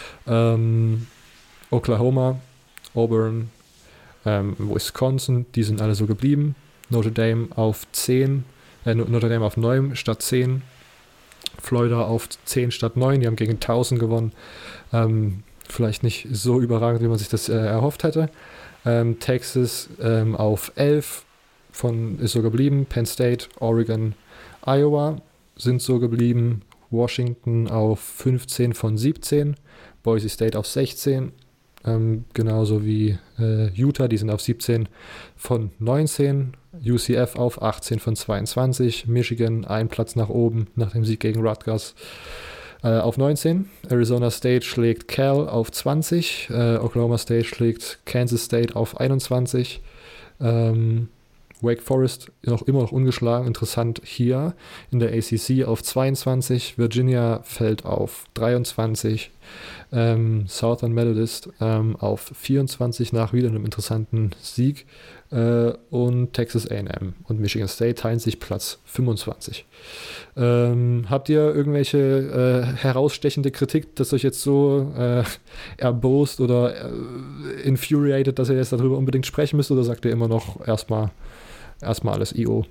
Ähm, Oklahoma, Auburn, ähm, Wisconsin, die sind alle so geblieben. Notre Dame auf zehn, äh, Notre Dame auf neun statt zehn. Florida auf zehn statt neun, die haben gegen tausend gewonnen. Ähm, vielleicht nicht so überragend, wie man sich das äh, erhofft hätte. Ähm, Texas ähm, auf elf. Von ist so geblieben. Penn State, Oregon, Iowa sind so geblieben. Washington auf fünfzehn von siebzehn. Boise State auf sechzehn. Ähm, genauso wie äh, Utah, die sind auf siebzehn von neunzehn. U C F auf achtzehn von zweiundzwanzig. Michigan ein Platz nach oben nach dem Sieg gegen Rutgers äh, auf neunzehn. Arizona State schlägt Cal auf zwanzig. Äh, Oklahoma State schlägt Kansas State auf einundzwanzig. Ähm, Wake Forest noch immer noch ungeschlagen, interessant hier in der A C C auf zweiundzwanzig, Virginia fällt auf dreiundzwanzig, ähm, Southern Methodist ähm, auf vierundzwanzig nach wieder einem interessanten Sieg äh, und Texas A and M und Michigan State teilen sich Platz fünfundzwanzig. Ähm, habt ihr irgendwelche äh, herausstechende Kritik, das euch jetzt so äh, erbost oder äh, infuriated, dass ihr jetzt darüber unbedingt sprechen müsst, oder sagt ihr immer noch erstmal Erstmal alles I O?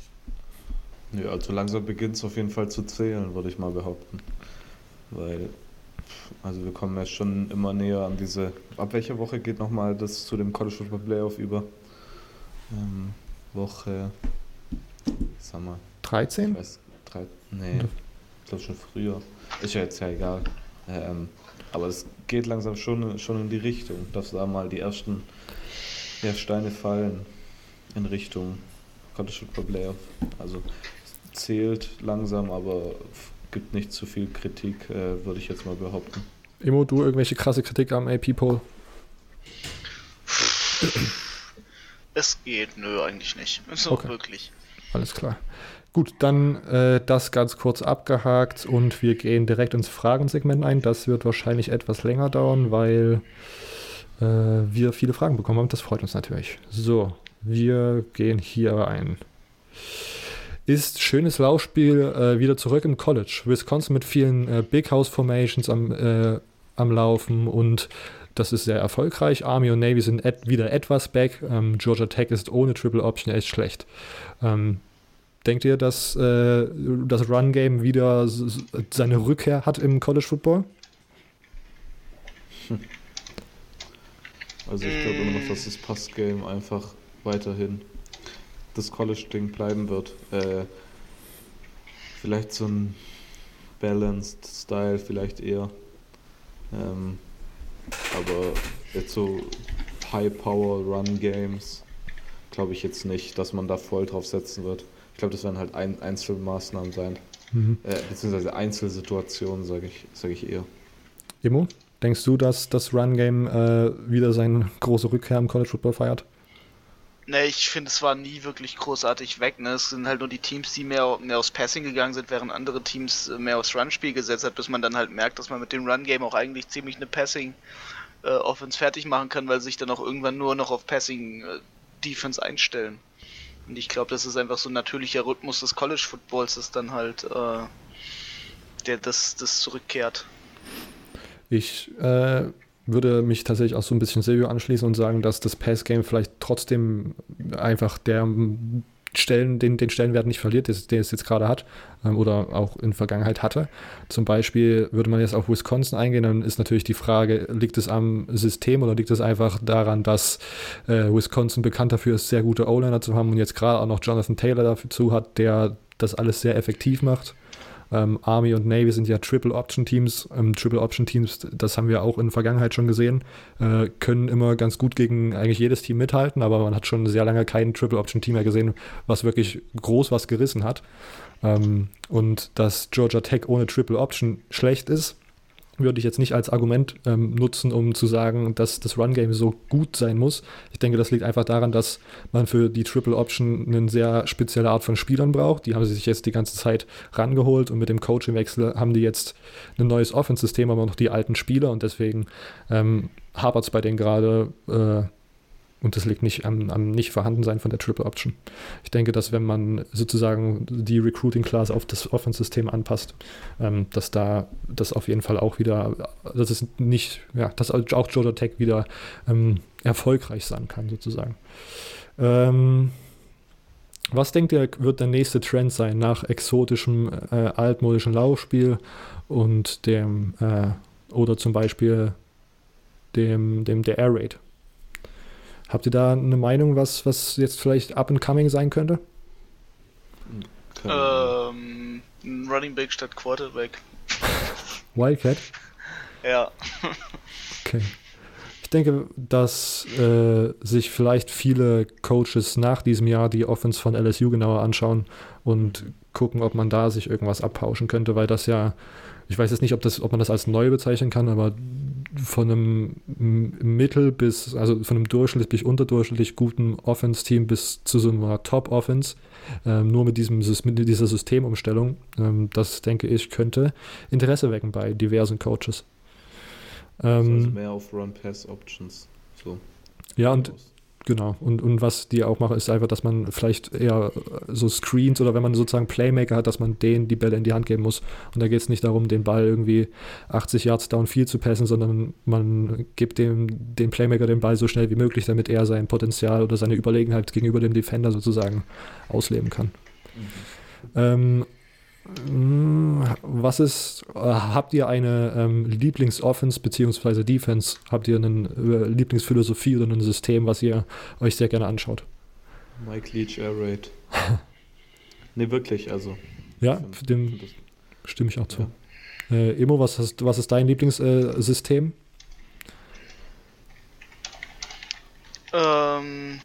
Ja, also langsam beginnt es auf jeden Fall zu zählen, würde ich mal behaupten. Weil, also wir kommen ja schon immer näher an diese. Ab welcher Woche geht nochmal das zu dem College Football Playoff über? Ähm, Woche. Sag mal. dreizehn? Ich weiß, drei, nee, ich glaube schon früher. Ist ja jetzt ja egal. Ähm, aber es geht langsam schon, schon in die Richtung, dass da mal die ersten ja, Steine fallen. In Richtung College Football Playoff. Also es zählt langsam, aber gibt nicht zu viel Kritik, äh, würde ich jetzt mal behaupten. Immo, du irgendwelche krasse Kritik am A P-Poll? Es geht, nö, eigentlich nicht. So okay. Wirklich. Alles klar. Gut, dann äh, das ganz kurz abgehakt und wir gehen direkt ins Fragensegment ein. Das wird wahrscheinlich etwas länger dauern, weil äh, wir viele Fragen bekommen haben. Das freut uns natürlich. So. Wir gehen hier ein. Ist schönes Laufspiel äh, wieder zurück im College. Wisconsin mit vielen äh, Big House Formations am, äh, am Laufen und das ist sehr erfolgreich. Army und Navy sind et- wieder etwas back. Ähm, Georgia Tech ist ohne Triple Option echt schlecht. Ähm, denkt ihr, dass äh, das Run-Game wieder s- seine Rückkehr hat im College Football? Hm. Also ich glaube immer noch, dass das Pass-Game einfach weiterhin das College-Ding bleiben wird. Äh, vielleicht so ein Balanced Style, vielleicht eher. Ähm, aber jetzt so High-Power-Run-Games glaube ich jetzt nicht, dass man da voll drauf setzen wird. Ich glaube, das werden halt ein- Einzelmaßnahmen sein. Mhm. Äh, beziehungsweise Einzelsituationen, sage ich, sag ich eher. Immo, denkst du, dass das Run-Game äh, wieder seine große Rückkehr im College Football feiert? Ne, ich finde, es war nie wirklich großartig weg. Ne? Es sind halt nur die Teams, die mehr, mehr aufs Passing gegangen sind, während andere Teams mehr aufs Run-Spiel gesetzt hat, bis man dann halt merkt, dass man mit dem Run-Game auch eigentlich ziemlich eine Passing-Offense äh, fertig machen kann, weil sie sich dann auch irgendwann nur noch auf Passing-Defense äh, einstellen. Und ich glaube, das ist einfach so ein natürlicher Rhythmus des College-Footballs, dass dann halt äh, der das, das zurückkehrt. Ich äh, würde mich tatsächlich auch so ein bisschen Silvio anschließen und sagen, dass das Pass-Game vielleicht trotzdem einfach der Stellen, den, den Stellenwert nicht verliert, den, den es jetzt gerade hat ähm, oder auch in der Vergangenheit hatte. Zum Beispiel würde man jetzt auf Wisconsin eingehen, dann ist natürlich die Frage, liegt es am System oder liegt es einfach daran, dass äh, Wisconsin bekannt dafür ist, sehr gute O-Liner zu haben und jetzt gerade auch noch Jonathan Taylor dazu hat, der das alles sehr effektiv macht. Ähm, Army und Navy sind ja Triple-Option-Teams. Ähm, Triple-Option-Teams, das haben wir auch in der Vergangenheit schon gesehen, äh, können immer ganz gut gegen eigentlich jedes Team mithalten, aber man hat schon sehr lange kein Triple-Option-Team mehr gesehen, was wirklich groß was gerissen hat. Ähm, und dass Georgia Tech ohne Triple-Option schlecht ist, würde ich jetzt nicht als Argument ähm, nutzen, um zu sagen, dass das Run-Game so gut sein muss. Ich denke, das liegt einfach daran, dass man für die Triple Option eine sehr spezielle Art von Spielern braucht. Die haben sie sich jetzt die ganze Zeit rangeholt und mit dem Coaching-Wechsel haben die jetzt ein neues Offense-System, aber noch die alten Spieler und deswegen ähm, hapert es bei denen gerade äh, und das liegt nicht am, am Nicht-Vorhandensein von der Triple Option. Ich denke, dass wenn man sozusagen die Recruiting-Class auf das Offense-System anpasst, ähm, dass da das auf jeden Fall auch wieder, dass es nicht, ja, dass auch Georgia Tech wieder ähm, erfolgreich sein kann, sozusagen. Ähm, was denkt ihr, wird der nächste Trend sein nach exotischem, äh, altmodischen Laufspiel und dem, äh, oder zum Beispiel dem, dem der Air Raid? Habt ihr da eine Meinung, was, was jetzt vielleicht up and coming sein könnte? Ähm, Running Back statt Quarterback. Wildcat? Ja. Okay. Ich denke, dass äh, sich vielleicht viele Coaches nach diesem Jahr die Offense von L S U genauer anschauen und gucken, ob man da sich irgendwas abpauschen könnte, weil das ja, ich weiß jetzt nicht, ob, das, ob man das als neu bezeichnen kann, aber von einem Mittel bis, also von einem durchschnittlich bis unterdurchschnittlich guten Offense-Team bis zu so einer Top-Offense, ähm, nur mit, diesem, mit dieser Systemumstellung, ähm, das denke ich, könnte Interesse wecken bei diversen Coaches. Ähm, also mehr auf Run-Pass-Options. So. Ja, und genau. Und, und was die auch machen, ist einfach, dass man vielleicht eher so Screens oder wenn man sozusagen Playmaker hat, dass man denen die Bälle in die Hand geben muss. Und da geht es nicht darum, den Ball irgendwie achtzig Yards downfield zu passen, sondern man gibt dem den Playmaker den Ball so schnell wie möglich, damit er sein Potenzial oder seine Überlegenheit gegenüber dem Defender sozusagen ausleben kann. Mhm. Ähm, Was ist, habt ihr eine ähm, Lieblings-Offense bzw. Defense? Habt ihr eine äh, Lieblingsphilosophie oder ein System, was ihr euch sehr gerne anschaut? Mike Leach Air Raid. Ne, wirklich, also. Ja, find, dem stimme ich auch zu. Ja. Äh, Immo, was, hast, was ist dein Lieblingssystem? Äh, ähm,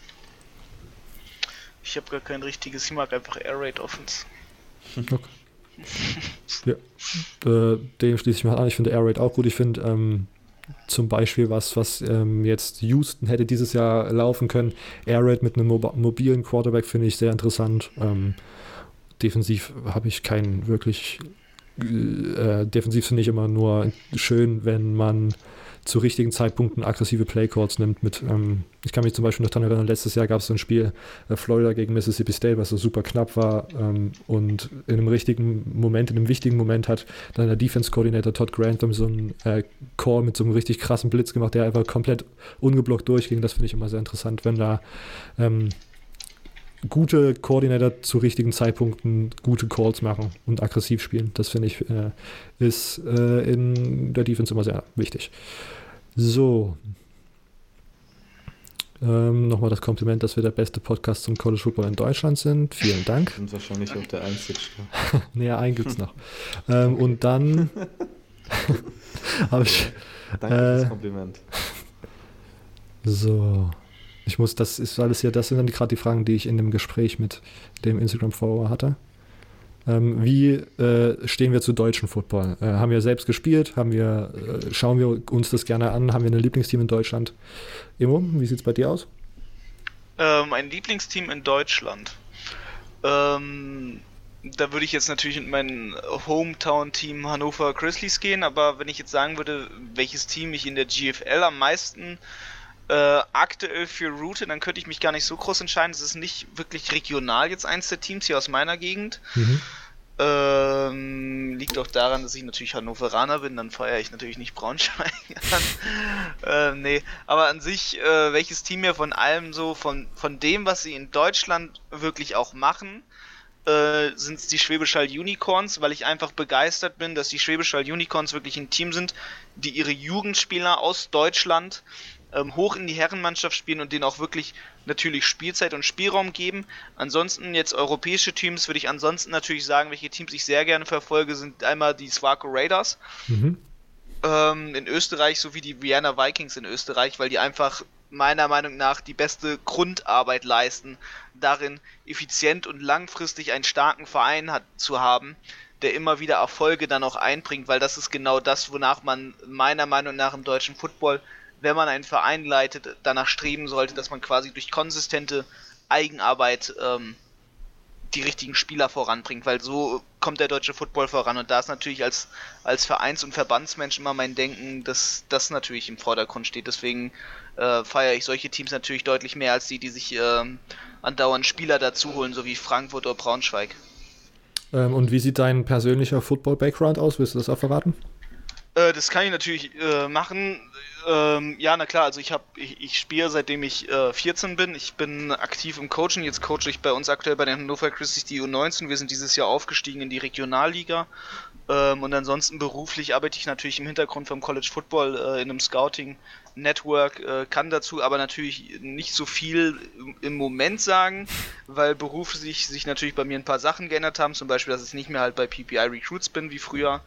ich habe gar kein richtiges, ich mag einfach Air Raid Offense. Okay. Ja, äh, dem schließe ich mal an. Ich finde Air Raid auch gut. Ich finde ähm, zum Beispiel was, was ähm, jetzt Houston hätte dieses Jahr laufen können. Air Raid mit einem mob- mobilen Quarterback finde ich sehr interessant. Ähm, defensiv habe ich keinen wirklich. Äh, defensiv finde ich immer nur schön, wenn man zu richtigen Zeitpunkten aggressive Playcalls nimmt. Mit, ähm, ich kann mich zum Beispiel noch daran erinnern, letztes Jahr gab es so ein Spiel äh, Florida gegen Mississippi State, was so super knapp war ähm, und in einem richtigen Moment, in einem wichtigen Moment hat dann der Defense-Coordinator Todd Grantham so einen äh, Call mit so einem richtig krassen Blitz gemacht, der einfach komplett ungeblockt durchging. Das finde ich immer sehr interessant, wenn da ähm, gute Koordinator zu richtigen Zeitpunkten gute Calls machen und aggressiv spielen. Das finde ich äh, ist äh, in der Defense immer sehr wichtig. So. Ähm, nochmal das Kompliment, dass wir der beste Podcast zum College Football in Deutschland sind. Vielen Dank. Sind wahrscheinlich auch der einzige. Naja, einen gibt es noch. ähm, und dann habe ich. Danke äh, für das Kompliment. So. Ich muss, das ist alles hier, das sind dann gerade die Fragen, die ich in dem Gespräch mit dem Instagram-Follower hatte. Ähm, wie äh, stehen wir zu deutschen Football? Äh, haben wir selbst gespielt? Haben wir, äh, schauen wir uns das gerne an? Haben wir ein Lieblingsteam in Deutschland? Immo, wie sieht es bei dir aus? Ähm, ein Lieblingsteam in Deutschland. Ähm, da würde ich jetzt natürlich in mein Hometown-Team Hannover Grizzlies gehen, aber wenn ich jetzt sagen würde, welches Team ich in der G F L am meisten Äh, aktuell für route, dann könnte ich mich gar nicht so groß entscheiden. Es ist nicht wirklich regional jetzt eins der Teams hier aus meiner Gegend. Mhm. Ähm, liegt auch daran, dass ich natürlich Hannoveraner bin, dann feiere ich natürlich nicht Braunschweig an. ähm, nee, aber an sich, äh, welches Team mir von allem so, von, von dem, was sie in Deutschland wirklich auch machen, äh, sind es die Schwäbisch Hall Unicorns, weil ich einfach begeistert bin, dass die Schwäbisch Hall Unicorns wirklich ein Team sind, die ihre Jugendspieler aus Deutschland ähm, hoch in die Herrenmannschaft spielen und denen auch wirklich natürlich Spielzeit und Spielraum geben. Ansonsten jetzt europäische Teams würde ich ansonsten natürlich sagen, welche Teams ich sehr gerne verfolge, sind einmal die Swarco Raiders mhm. ähm, in Österreich sowie die Vienna Vikings in Österreich, weil die einfach meiner Meinung nach die beste Grundarbeit leisten, darin effizient und langfristig einen starken Verein hat, zu haben, der immer wieder Erfolge dann auch einbringt, weil das ist genau das, wonach man meiner Meinung nach im deutschen Football, wenn man einen Verein leitet, danach streben sollte, dass man quasi durch konsistente Eigenarbeit ähm, die richtigen Spieler voranbringt, weil so kommt der deutsche Football voran und da ist natürlich als, als Vereins- und Verbandsmensch immer mein Denken, dass das natürlich im Vordergrund steht, deswegen äh, feiere ich solche Teams natürlich deutlich mehr als die, die sich äh, andauernd Spieler dazu holen, so wie Frankfurt oder Braunschweig. Ähm, und wie sieht dein persönlicher Football-Background aus? Willst du das auch verraten? Äh, das kann ich natürlich äh, machen. Ähm, ja, na klar, also ich habe, ich, ich spiele seitdem ich äh, vierzehn bin. Ich bin aktiv im Coaching. Jetzt coache ich bei uns aktuell bei den Hannover Christies die U neunzehn. Wir sind dieses Jahr aufgestiegen in die Regionalliga. Ähm, und ansonsten beruflich arbeite ich natürlich im Hintergrund vom College Football äh, in einem Scouting-Network. Äh, kann dazu aber natürlich nicht so viel im, im Moment sagen, weil beruflich sich natürlich bei mir ein paar Sachen geändert haben. Zum Beispiel, dass ich nicht mehr halt bei P P I Recruits bin wie früher.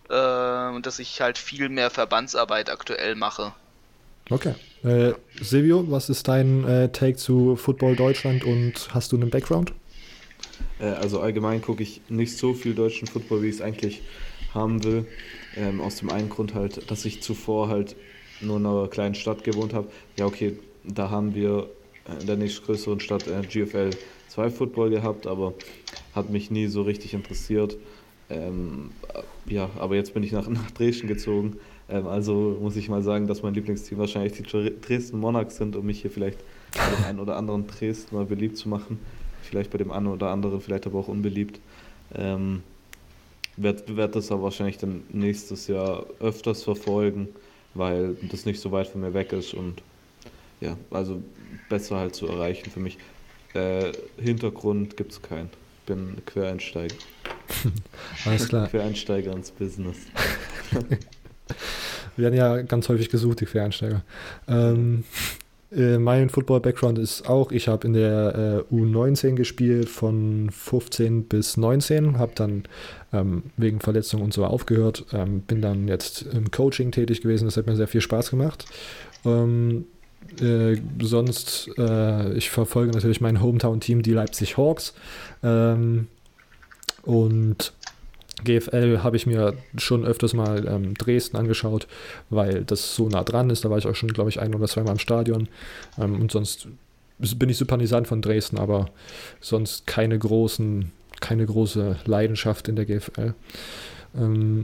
Und dass ich halt viel mehr Verbandsarbeit aktuell mache. Okay. Äh, Silvio, was ist dein äh, Take zu Football Deutschland und hast du einen Background? Äh, also allgemein gucke ich nicht so viel deutschen Football, wie ich es eigentlich haben will. Ähm, aus dem einen Grund halt, dass ich zuvor halt nur in einer kleinen Stadt gewohnt habe. Ja, okay, da haben wir in der nächstgrößeren Stadt äh, G F L zwei Football gehabt, aber hat mich nie so richtig interessiert. Ähm, ja, aber jetzt bin ich nach, nach Dresden gezogen, ähm, also muss ich mal sagen, dass mein Lieblingsteam wahrscheinlich die Dresden Monarchs sind, um mich hier vielleicht bei dem einen oder anderen Dresden mal beliebt zu machen, vielleicht bei dem einen oder anderen vielleicht aber auch unbeliebt. Ähm, werd, werd das aber wahrscheinlich dann nächstes Jahr öfters verfolgen, weil das nicht so weit von mir weg ist und ja, also besser halt zu erreichen für mich. Äh, Hintergrund gibt's keinen, ich bin Quereinsteiger. Alles klar. Quereinsteiger ins Business. Wir werden ja ganz häufig gesucht, die Quereinsteiger. Ähm, äh, mein Football-Background ist auch, ich habe in der äh, U neunzehn gespielt, von fünfzehn bis neunzehn, habe dann ähm, wegen Verletzungen und so aufgehört, ähm, bin dann jetzt im Coaching tätig gewesen, das hat mir sehr viel Spaß gemacht. Ähm, äh, sonst, äh, ich verfolge natürlich mein Hometown-Team, die Leipzig Hawks. Ähm, Und G F L habe ich mir schon öfters mal ähm, Dresden angeschaut, weil das so nah dran ist. Da war ich auch schon, glaube ich, ein oder zweimal im Stadion. Ähm, und sonst bin ich Sympathisant von Dresden, aber sonst keine großen, keine große Leidenschaft in der G F L. Ähm,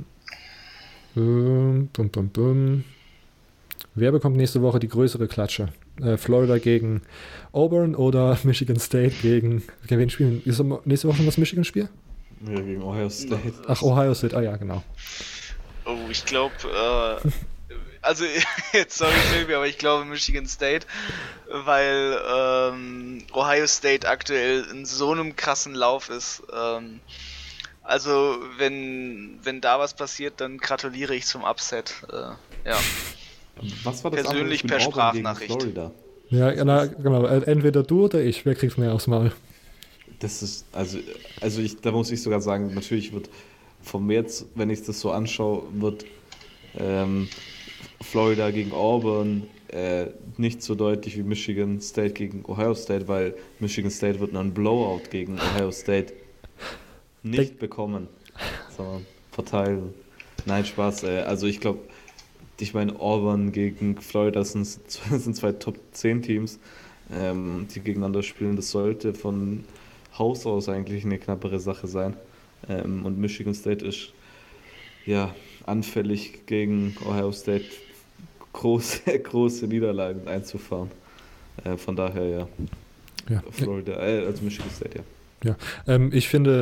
bum, bum, bum, bum. Wer bekommt nächste Woche die größere Klatsche? Äh, Florida gegen Auburn oder Michigan State gegen... Okay, wen spielen? Ist nächste Woche schon das Michigan-Spiel? Ja, gegen Ohio State. Ach, Ohio State, ah ja, genau. Oh, ich glaube, äh, also jetzt sorry Silvia, aber ich glaube Michigan State, weil ähm, Ohio State aktuell in so einem krassen Lauf ist. Ähm, also wenn wenn da was passiert, dann gratuliere ich zum Upset. Äh, ja. Was war das persönlich per Sprachnachricht. Ja, na, genau. Entweder du oder ich. Wer kriegt mehr aufs Maul? Das ist, also, also ich, da muss ich sogar sagen, natürlich wird vom jetzt, wenn ich das so anschaue, wird ähm, Florida gegen Auburn äh, nicht so deutlich wie Michigan State gegen Ohio State, weil Michigan State wird noch einen Blowout gegen Ohio State nicht De- bekommen, sondern verteilen. Nein, Spaß. Äh, also ich glaube, ich meine, Auburn gegen Florida sind, sind zwei Top zehn Teams, ähm, die gegeneinander spielen. Das sollte von Haus aus eigentlich eine knappere Sache sein. Ähm, und Michigan State ist ja anfällig gegen Ohio State große, große Niederlagen einzufahren. Äh, von daher ja, ja. Florida, äh, also Michigan State, ja. Ja, ähm, ich finde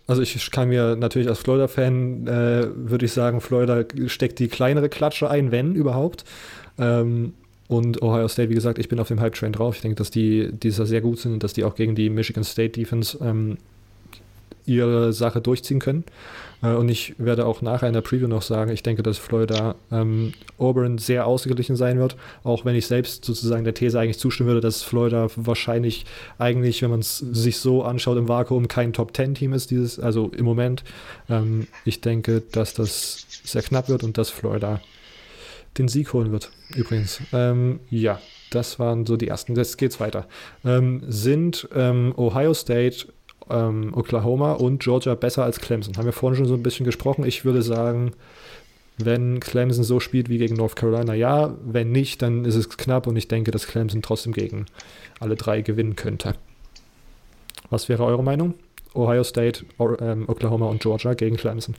also ich kann mir natürlich als Florida-Fan, äh, würde ich sagen, Florida steckt die kleinere Klatsche ein, wenn überhaupt. Ähm, und Ohio State, wie gesagt, ich bin auf dem Hype-Train drauf. Ich denke, dass die dieses Jahr sehr gut sind und dass die auch gegen die Michigan State-Defense ähm, ihre Sache durchziehen können. Äh, und ich werde auch nachher in der Preview noch sagen, ich denke, dass Florida ähm, Auburn sehr ausgeglichen sein wird, auch wenn ich selbst sozusagen der These eigentlich zustimmen würde, dass Florida wahrscheinlich eigentlich, wenn man es sich so anschaut im Vakuum, kein Top-Zehn-Team ist, dieses, also im Moment. Ähm, ich denke, dass das sehr knapp wird und dass Florida den Sieg holen wird, übrigens. Ähm, ja, das waren so die ersten. Jetzt geht's weiter. Ähm, sind ähm, Ohio State, ähm, Oklahoma und Georgia besser als Clemson? Haben wir vorhin schon so ein bisschen gesprochen. Ich würde sagen, wenn Clemson so spielt wie gegen North Carolina, ja. Wenn nicht, dann ist es knapp und ich denke, dass Clemson trotzdem gegen alle drei gewinnen könnte. Was wäre eure Meinung? Ohio State, or, ähm, Oklahoma und Georgia gegen Clemson.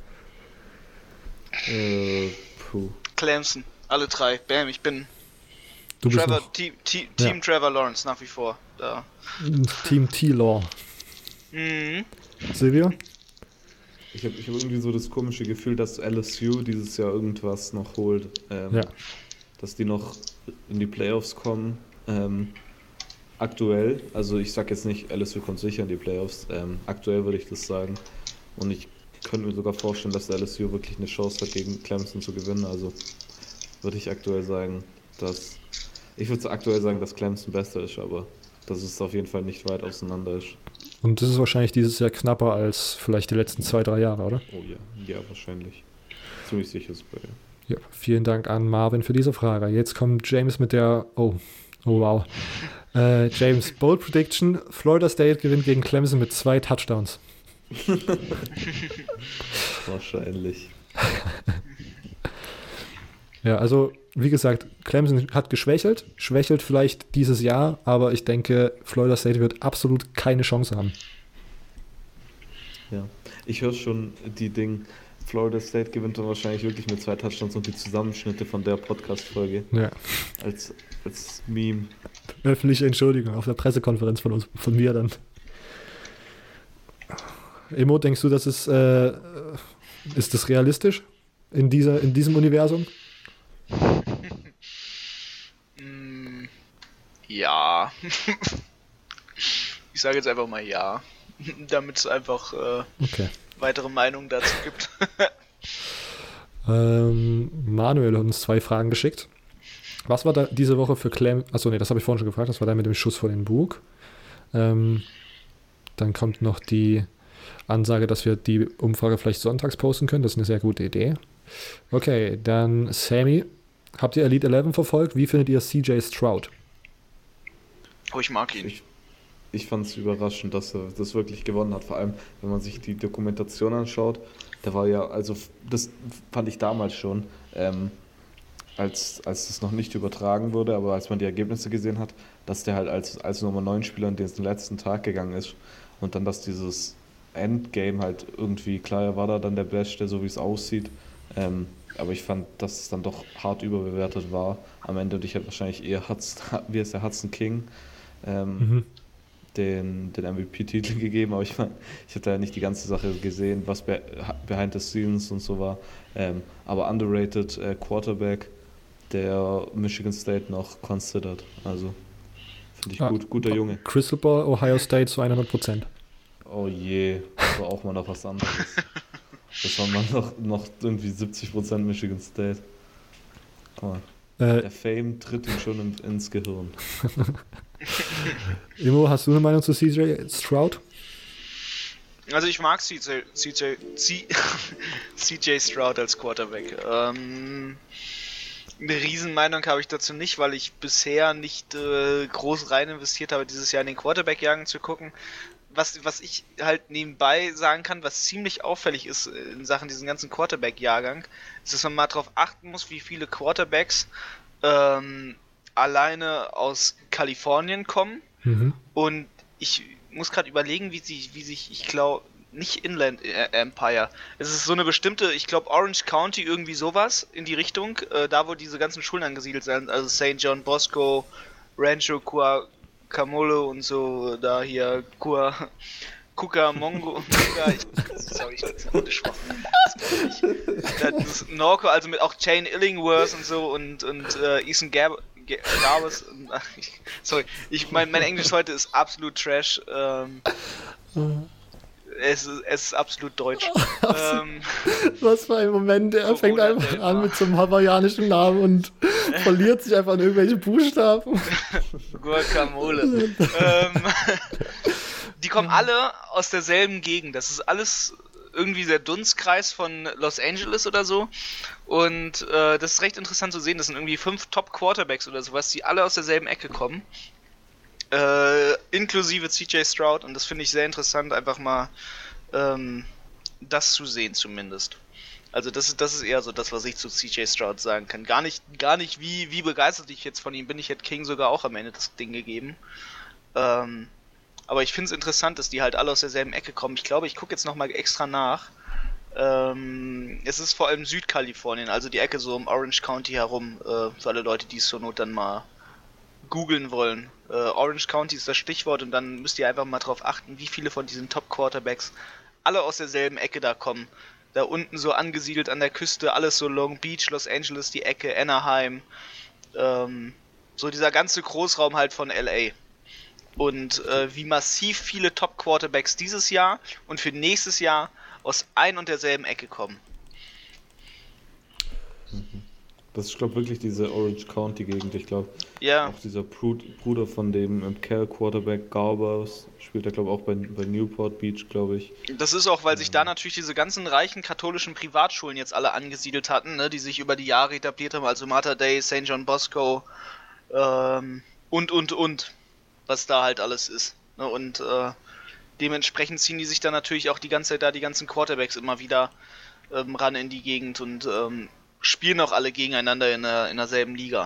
Äh, puh. Clemson, alle drei. Bam, ich bin Du bist Trevor, noch, Team, Team, Ja. Team Trevor Lawrence nach wie vor. Da. Team T-Law. Mhm. Silvio? Ich habe ich hab irgendwie so das komische Gefühl, dass L S U dieses Jahr irgendwas noch holt. Ähm, Ja. Dass die noch in die Playoffs kommen. Ähm, aktuell, also ich sag jetzt nicht, L S U kommt sicher in die Playoffs. Ähm, aktuell würde ich das sagen. Und ich könnte mir sogar vorstellen, dass L S U wirklich eine Chance hat, gegen Clemson zu gewinnen. Also würde ich aktuell sagen, dass... Ich würde aktuell sagen, dass Clemson besser ist, aber dass es auf jeden Fall nicht weit auseinander ist. Und das ist wahrscheinlich dieses Jahr knapper als vielleicht die letzten zwei, drei Jahre, oder? Oh ja, ja, wahrscheinlich. Ziemlich sicher sogar, ja. Ja, vielen Dank an Marvin für diese Frage. Jetzt kommt James mit der, oh, oh wow. Äh, James, Bold Prediction, Florida State gewinnt gegen Clemson mit zwei Touchdowns. Wahrscheinlich. Ja, also wie gesagt, Clemson hat geschwächelt, schwächelt vielleicht dieses Jahr, aber ich denke, Florida State wird absolut keine Chance haben. Ja. Ich höre schon die Ding, Florida State gewinnt dann wahrscheinlich wirklich mit zwei Touchdowns und die Zusammenschnitte von der Podcast-Folge Ja. als, als Meme. Öffentliche Entschuldigung auf der Pressekonferenz von uns, von mir dann. Emo, denkst du, das ist, äh, ist das realistisch in, dieser, in diesem Universum? Mm, ja. Ich sage jetzt einfach mal ja. Damit es einfach äh, Okay. weitere Meinungen dazu gibt. Ähm, Manuel hat uns zwei Fragen geschickt. Was war da diese Woche für Clem... Achso, nee, das habe ich vorhin schon gefragt. Das war da mit dem Schuss vor den Bug. Ähm, dann kommt noch die Ansage, dass wir die Umfrage vielleicht sonntags posten können. Das ist eine sehr gute Idee. Okay, dann Sammy. Habt ihr Elite elf verfolgt? Wie findet ihr C J Stroud? Oh, ich mag ihn. Ich, ich fand es überraschend, dass er das wirklich gewonnen hat. Vor allem, wenn man sich die Dokumentation anschaut. Der war ja, also das fand ich damals schon, ähm, als, als das noch nicht übertragen wurde, aber als man die Ergebnisse gesehen hat, dass der halt als, als Nummer neun Spieler in den letzten Tag gegangen ist und dann, dass dieses Endgame halt irgendwie, klar, er war da dann der Beste, so wie es aussieht, ähm, aber ich fand, dass es dann doch hart überbewertet war am Ende und ich hätte wahrscheinlich eher Hudson, wie ist der Hudson King, ähm, Mhm. den, den M V P-Titel gegeben, aber ich, mein, ich habe da ja nicht die ganze Sache gesehen, was be behind the scenes und so war, ähm, aber underrated äh, Quarterback, der Michigan State noch considered, also finde ich Ah, gut, guter Junge. Crystal Ball, Ohio State zu hundert Prozent. Oh je, das war auch mal noch was anderes. Das war mal noch, noch irgendwie siebzig Prozent Michigan State. Oh, Äh, der Fame tritt ihm schon in, ins Gehirn. Immo, hast du eine Meinung zu C J Stroud? Also ich mag C J, C J, C, C J Stroud als Quarterback. Ähm, eine Riesenmeinung habe ich dazu nicht, weil ich bisher nicht äh, groß rein investiert habe, dieses Jahr in den Quarterback-Jagen zu gucken. Was, was ich halt nebenbei sagen kann, was ziemlich auffällig ist in Sachen diesen ganzen Quarterback-Jahrgang, ist, dass man mal darauf achten muss, wie viele Quarterbacks ähm, alleine aus Kalifornien kommen. Mhm. Und ich muss gerade überlegen, wie sich, wie sich, ich glaube, nicht Inland Empire. Es ist so eine bestimmte, ich glaube Orange County, irgendwie sowas in die Richtung, äh, da wo diese ganzen Schulen angesiedelt sind, also Saint John Bosco, Rancho Cucamonga und so, da hier Cua, Kuka Mongo. Kuka, ich, sorry, ich bin eine gute Schwach. Das kann ich nicht. Das ist Norco, also mit auch Jane Illingworth und so und, und äh, Ethan Gab Garbus. Ach, ich, sorry, ich, mein, mein Englisch heute ist absolut Trash. Ähm, es, ist, es ist absolut deutsch. ähm, Was für ein Moment, er fängt einfach an mit so einem hawaiianischen Namen und verliert sich einfach in irgendwelche Buchstaben. Guacamole. ähm, die kommen alle aus derselben Gegend. Das ist alles irgendwie der Dunstkreis von Los Angeles oder so. Und äh, das ist recht interessant zu sehen. Das sind irgendwie fünf Top-Quarterbacks oder sowas, die alle aus derselben Ecke kommen. Äh, inklusive C J Stroud. Und das finde ich sehr interessant, einfach mal ähm, das zu sehen zumindest. Also das ist, das ist eher so das, was ich zu C J Stroud sagen kann. Gar nicht, gar nicht wie, wie begeistert ich jetzt von ihm bin. Ich hätte King sogar auch am Ende das Ding gegeben. Ähm, aber ich finde es interessant, dass die halt alle aus derselben Ecke kommen. Ich glaube, ich gucke jetzt nochmal extra nach. Ähm, es ist vor allem Südkalifornien, also die Ecke so um Orange County herum, äh, für alle Leute, die es zur Not dann mal googeln wollen. Äh, Orange County ist das Stichwort und dann müsst ihr einfach mal drauf achten, wie viele von diesen Top-Quarterbacks alle aus derselben Ecke da kommen. Da unten so angesiedelt an der Küste, alles so Long Beach, Los Angeles, die Ecke, Anaheim. Ähm, so dieser ganze Großraum halt von L A. Und äh, wie massiv viele Top-Quarterbacks dieses Jahr und für nächstes Jahr aus ein und derselben Ecke kommen. Das ist, glaube ich, wirklich diese Orange County-Gegend. Ich glaube, ja. Auch dieser Bruder von dem M K Quarterback Garbers spielt er, glaube ich, auch bei, bei Newport Beach, glaube ich. Das ist auch, weil sich da natürlich diese ganzen reichen katholischen Privatschulen jetzt alle angesiedelt hatten, ne, die sich über die Jahre etabliert haben, also Mater Dei, Saint John Bosco ähm, und, und, und, was da halt alles ist. Ne, und äh, dementsprechend ziehen die sich dann natürlich auch die ganze Zeit da die ganzen Quarterbacks immer wieder ähm, ran in die Gegend und ähm, spielen auch alle gegeneinander in, der, in derselben Liga.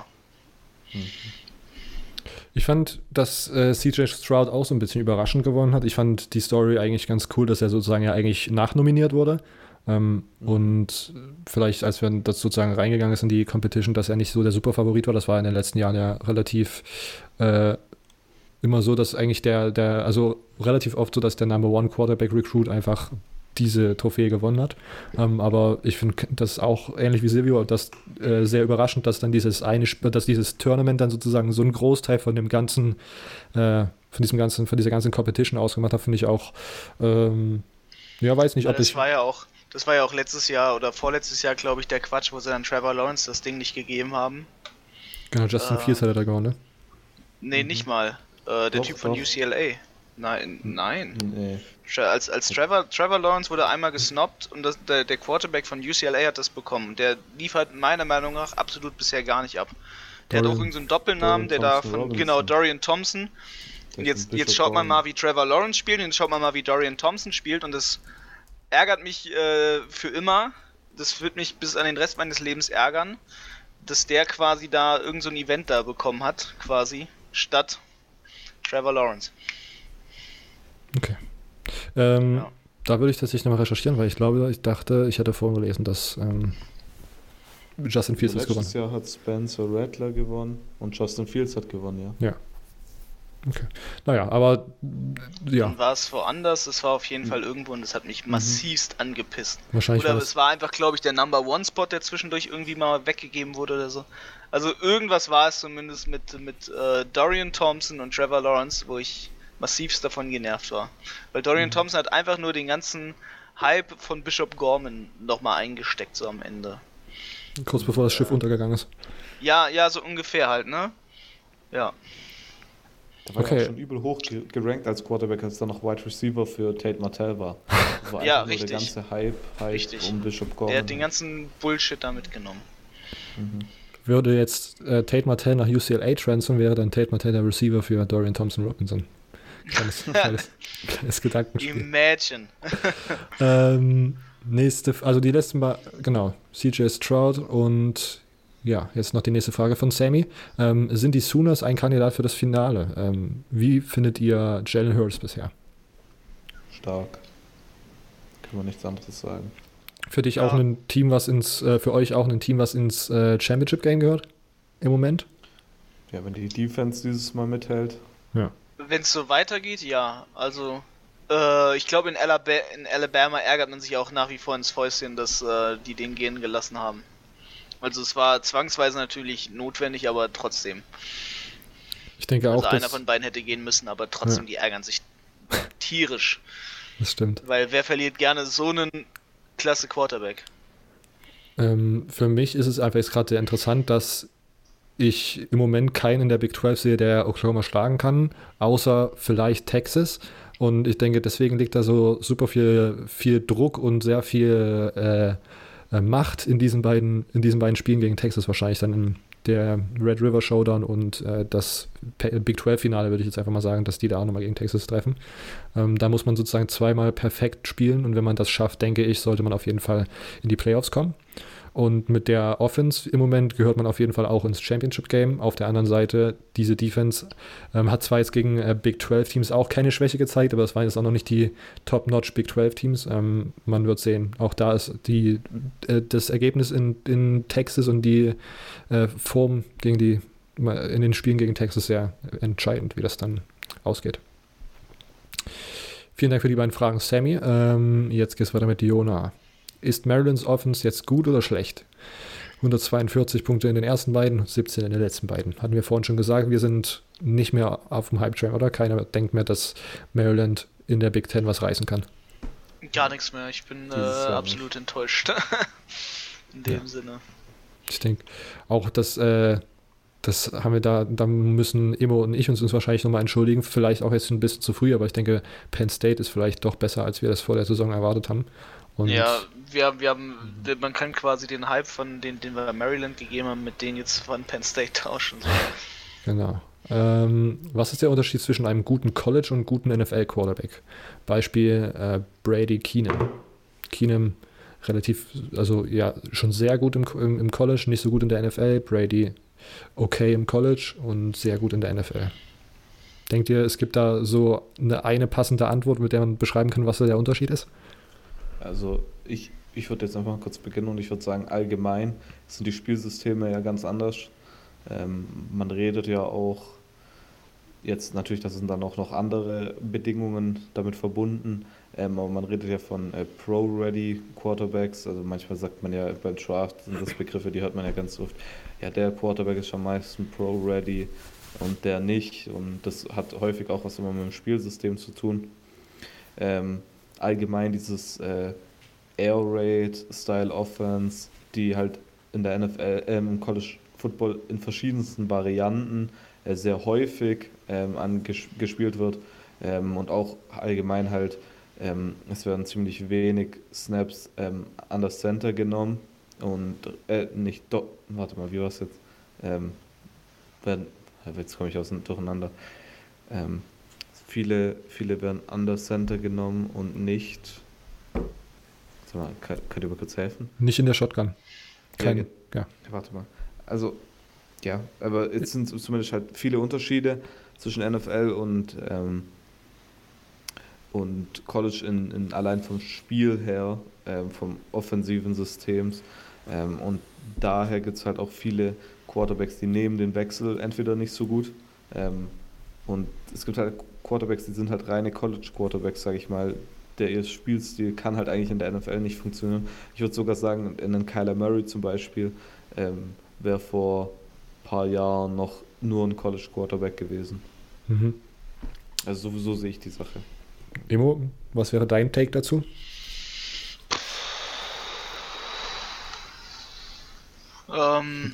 Ich fand, dass äh, C J Stroud auch so ein bisschen überraschend gewonnen hat. Ich fand die Story eigentlich ganz cool, dass er sozusagen ja eigentlich nachnominiert wurde. Ähm, mhm. Und vielleicht, als wir das sozusagen reingegangen ist in die Competition, dass er nicht so der Superfavorit war. Das war in den letzten Jahren ja relativ äh, immer so, dass eigentlich der, der, also relativ oft so, dass der Number One Quarterback Recruit einfach diese Trophäe gewonnen hat. Ähm, aber ich finde das auch ähnlich wie Silvio, das äh, sehr überraschend, dass dann dieses eine, dass dieses Tournament dann sozusagen so einen Großteil von dem ganzen, äh, von diesem ganzen, von dieser ganzen Competition ausgemacht hat, finde ich auch, ähm, ja, weiß nicht, ja, ob das ich. War ja auch, das war ja auch letztes Jahr oder vorletztes Jahr, glaube ich, der Quatsch, wo sie dann Trevor Lawrence das Ding nicht gegeben haben. Genau, Justin äh, Fields hat er da gewonnen, ne? Nee, mhm. nicht mal. Äh, der doch, Typ von doch. U C L A. Nein, nein. Nee. Als, als Trevor, Trevor Lawrence wurde einmal gesnobbt und das, der, der Quarterback von U C L A hat das bekommen. Der lief halt meiner Meinung nach absolut bisher gar nicht ab. Der Dorian, hat auch irgendeinen so Doppelnamen, Dorian der Thompson da von, Robinson. Genau, Dorian Thompson. Und jetzt, jetzt schaut man mal, wie Trevor Lawrence spielt und jetzt schaut man mal, wie Dorian Thompson spielt und das ärgert mich äh, für immer. Das wird mich bis an den Rest meines Lebens ärgern, dass der quasi da irgend so ein Event da bekommen hat, quasi, statt Trevor Lawrence. Okay. Ähm, ja. Da würde ich tatsächlich nochmal recherchieren, weil ich glaube, ich dachte, ich hatte vorhin gelesen, dass ähm, Justin Fields das gewonnen hat. Letztes Jahr hat Spencer Rattler gewonnen und Justin Fields hat gewonnen, ja. Ja. Okay. Naja, aber ja. Dann war es woanders, es war auf jeden mhm. Fall irgendwo und das hat mich massivst mhm. angepisst. Wahrscheinlich oder es war einfach, glaube ich, der Number One Spot, der zwischendurch irgendwie mal weggegeben wurde oder so. Also irgendwas war es zumindest mit, mit äh, Dorian Thompson und Trevor Lawrence, wo ich massivst davon genervt war. Weil Dorian mhm. Thompson hat einfach nur den ganzen Hype von Bishop Gorman nochmal eingesteckt, so am Ende. Kurz bevor das Schiff äh, untergegangen ist. Ja, ja, so ungefähr halt, ne? Ja. Der war okay. ja schon übel hoch gerankt als Quarterback, als dann noch Wide Receiver für Tate Martell war. Das war ja, nur richtig. Der ganze Hype, Hype richtig. um Bishop Gorman. Der hat den ganzen Bullshit da mitgenommen. Mhm. Würde jetzt äh, Tate Martell nach U C L A transfern, wäre dann Tate Martell der Receiver für Dorian Thompson-Robinson. Kleines, kleines, kleines Gedankenspiel. Imagine. ähm, nächste, also die letzten war, genau, C J Stroud und ja, jetzt noch die nächste Frage von Sammy. Ähm, sind die Sooners ein Kandidat für das Finale? Ähm, wie findet ihr Jalen Hurts bisher? Stark. Kann man nichts anderes sagen. Für dich ja. auch ein Team, was ins, äh, für euch auch ein Team, was ins äh, Championship Game gehört? Im Moment? Ja, wenn die Defense dieses Mal mithält. Ja. Wenn es so weitergeht, ja. Also Äh, ich glaube, in, Alaba- in Alabama ärgert man sich auch nach wie vor ins Fäustchen, dass äh, die den gehen gelassen haben. Also es war zwangsweise natürlich notwendig, aber trotzdem. Ich denke Also auch, einer dass... von beiden hätte gehen müssen, aber trotzdem, Ja. die ärgern sich tierisch. Das stimmt. Weil wer verliert gerne so einen klasse Quarterback? Ähm, für mich ist es einfach jetzt gerade sehr interessant, dass ich im Moment keinen in der Big zwölf sehe, der Oklahoma schlagen kann, außer vielleicht Texas. Und ich denke, deswegen liegt da so super viel, viel Druck und sehr viel äh, äh, Macht in diesen beiden, in diesen beiden Spielen gegen Texas wahrscheinlich dann in der Red River Showdown und äh, das Pe- Big zwölf Finale, würde ich jetzt einfach mal sagen, dass die da auch nochmal gegen Texas treffen. Ähm, da muss man sozusagen zweimal perfekt spielen und wenn man das schafft, denke ich, sollte man auf jeden Fall in die Playoffs kommen. Und mit der Offense im Moment gehört man auf jeden Fall auch ins Championship-Game. Auf der anderen Seite, diese Defense ähm, hat zwar jetzt gegen äh, Big zwölf Teams auch keine Schwäche gezeigt, aber es waren jetzt auch noch nicht die Top-Notch Big zwölf Teams. Ähm, man wird sehen. Auch da ist die, äh, das Ergebnis in, in Texas und die äh, Form gegen die, in den Spielen gegen Texas sehr entscheidend, wie das dann ausgeht. Vielen Dank für die beiden Fragen, Sammy. Ähm, jetzt geht es weiter mit Diona. Ist Marylands Offense jetzt gut oder schlecht? hundertzweiundvierzig Punkte in den ersten beiden, siebzehn in den letzten beiden. Hatten wir vorhin schon gesagt, wir sind nicht mehr auf dem Hype-Train, oder? Keiner denkt mehr, dass Maryland in der Big Ten was reißen kann. Gar nichts mehr. Ich bin äh, absolut enttäuscht. In dem ja. Sinne. Ich denke auch, dass äh, das haben wir da, da müssen Immo und ich uns, uns wahrscheinlich nochmal entschuldigen. Vielleicht auch jetzt ein bisschen zu früh, aber ich denke, Penn State ist vielleicht doch besser, als wir das vor der Saison erwartet haben. Und ja, wir, wir haben, man kann quasi den Hype von den, den wir Maryland gegeben haben, mit denen jetzt von Penn State tauschen. So. Genau. Ähm, was ist der Unterschied zwischen einem guten College und guten N F L-Quarterback? Beispiel äh, Brady Keenum. Keenum relativ, also ja, schon sehr gut im, im, im College, nicht so gut in der N F L. Brady okay im College und sehr gut in der N F L. Denkt ihr, es gibt da so eine, eine passende Antwort, mit der man beschreiben kann, was da der Unterschied ist? Also ich, ich würde jetzt einfach mal kurz beginnen und ich würde sagen, allgemein sind die Spielsysteme ja ganz anders. Ähm, man redet ja auch jetzt natürlich, das sind dann auch noch andere Bedingungen damit verbunden, ähm, aber man redet ja von äh, Pro-Ready Quarterbacks, also manchmal sagt man ja beim Draft, sind das Begriffe, die hört man ja ganz oft, ja der Quarterback ist am meisten Pro-Ready und der nicht und das hat häufig auch was immer mit dem Spielsystem zu tun. Ähm, allgemein dieses äh, Air Raid Style Offense, die halt in der N F L, äh, im College Football in verschiedensten Varianten äh, sehr häufig ähm, angespielt wird ähm, und auch allgemein halt, ähm, es werden ziemlich wenig Snaps ähm, an das Center genommen und äh, nicht, do- warte mal, wie war es jetzt? Ähm, werden, jetzt komme ich aus durcheinander. Ähm, Viele, viele werden under Center genommen und nicht. Sag mal, könnt, könnt ihr mir kurz helfen? Nicht in der Shotgun. Kein, ja, ja. Warte mal. Also, ja, aber jetzt sind zumindest halt viele Unterschiede zwischen N F L und, ähm, und College in, in allein vom Spiel her, ähm, vom offensiven Systems. Ähm, und daher gibt es halt auch viele Quarterbacks, die nehmen den Wechsel entweder nicht so gut. Ähm, und es gibt halt Quarterbacks, die sind halt reine College-Quarterbacks, sage ich mal. Der ihr Spielstil kann halt eigentlich in der N F L nicht funktionieren. Ich würde sogar sagen, einen Kyler Murray zum Beispiel ähm, wäre vor ein paar Jahren noch nur ein College-Quarterback gewesen. Mhm. Also sowieso sehe ich die Sache. Immo, was wäre dein Take dazu? Ähm...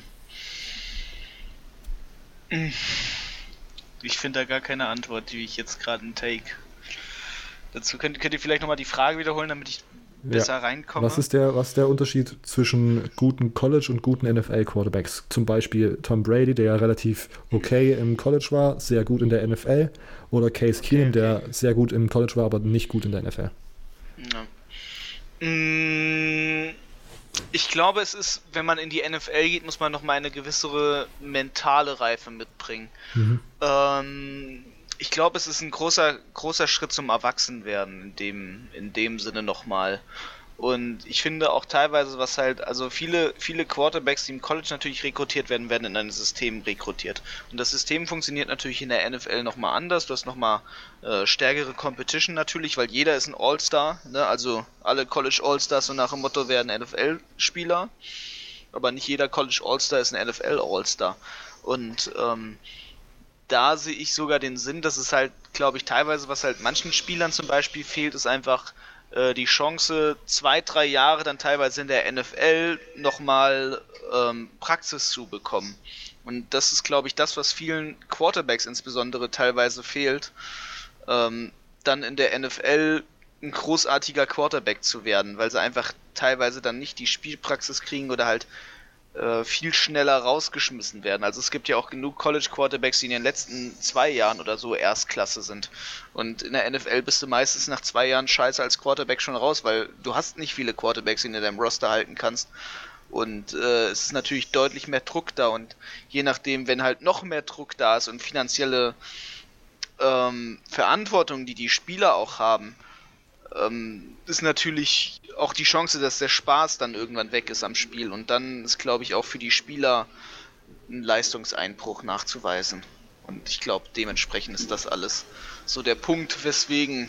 Ich finde da gar keine Antwort, wie ich jetzt gerade einen Take. Dazu könnt, könnt ihr vielleicht nochmal die Frage wiederholen, damit ich besser ja. reinkomme. Was ist, der, was ist der Unterschied zwischen guten College- und guten N F L-Quarterbacks? Zum Beispiel Tom Brady, der ja relativ okay im College war, sehr gut in der N F L. Oder Case okay, Keenum, okay. der sehr gut im College war, aber nicht gut in der N F L. Ja. Mmh. Ich glaube, es ist, wenn man in die N F L geht, muss man noch mal eine gewisse mentale Reife mitbringen. Mhm. Ähm, ich glaube, es ist ein großer, großer Schritt zum Erwachsenwerden in dem, in dem Sinne nochmal. Und ich finde auch teilweise, was halt, also viele, viele Quarterbacks, die im College natürlich rekrutiert werden, werden in ein System rekrutiert. Und das System funktioniert natürlich in der N F L nochmal anders. Du hast nochmal äh, stärkere Competition natürlich, weil jeder ist ein All-Star, ne? Also alle College All-Stars so nach dem Motto werden N F L-Spieler. Aber nicht jeder College All-Star ist ein N F L All-Star. Und ähm, da sehe ich sogar den Sinn, dass es halt, glaube ich, teilweise, was halt manchen Spielern zum Beispiel fehlt, ist einfach äh, die Chance, zwei, drei Jahre dann teilweise in der N F L nochmal ähm, Praxis zu bekommen. Und das ist, glaube ich, das, was vielen Quarterbacks insbesondere teilweise fehlt, ähm, dann in der N F L ein großartiger Quarterback zu werden, weil sie einfach teilweise dann nicht die Spielpraxis kriegen oder halt äh, viel schneller rausgeschmissen werden. Also es gibt ja auch genug College-Quarterbacks, die in den letzten zwei Jahren oder so Erstklasse sind. Und in der N F L bist du meistens nach zwei Jahren scheiße als Quarterback schon raus, weil du hast nicht viele Quarterbacks, die du in deinem Roster halten kannst. Und äh, es ist natürlich deutlich mehr Druck da und je nachdem, wenn halt noch mehr Druck da ist und finanzielle ähm, Verantwortung, die die Spieler auch haben, ähm, ist natürlich auch die Chance, dass der Spaß dann irgendwann weg ist am Spiel. Und dann ist, glaube ich, auch für die Spieler ein Leistungseinbruch nachzuweisen. Und ich glaube, dementsprechend ist das alles so der Punkt, weswegen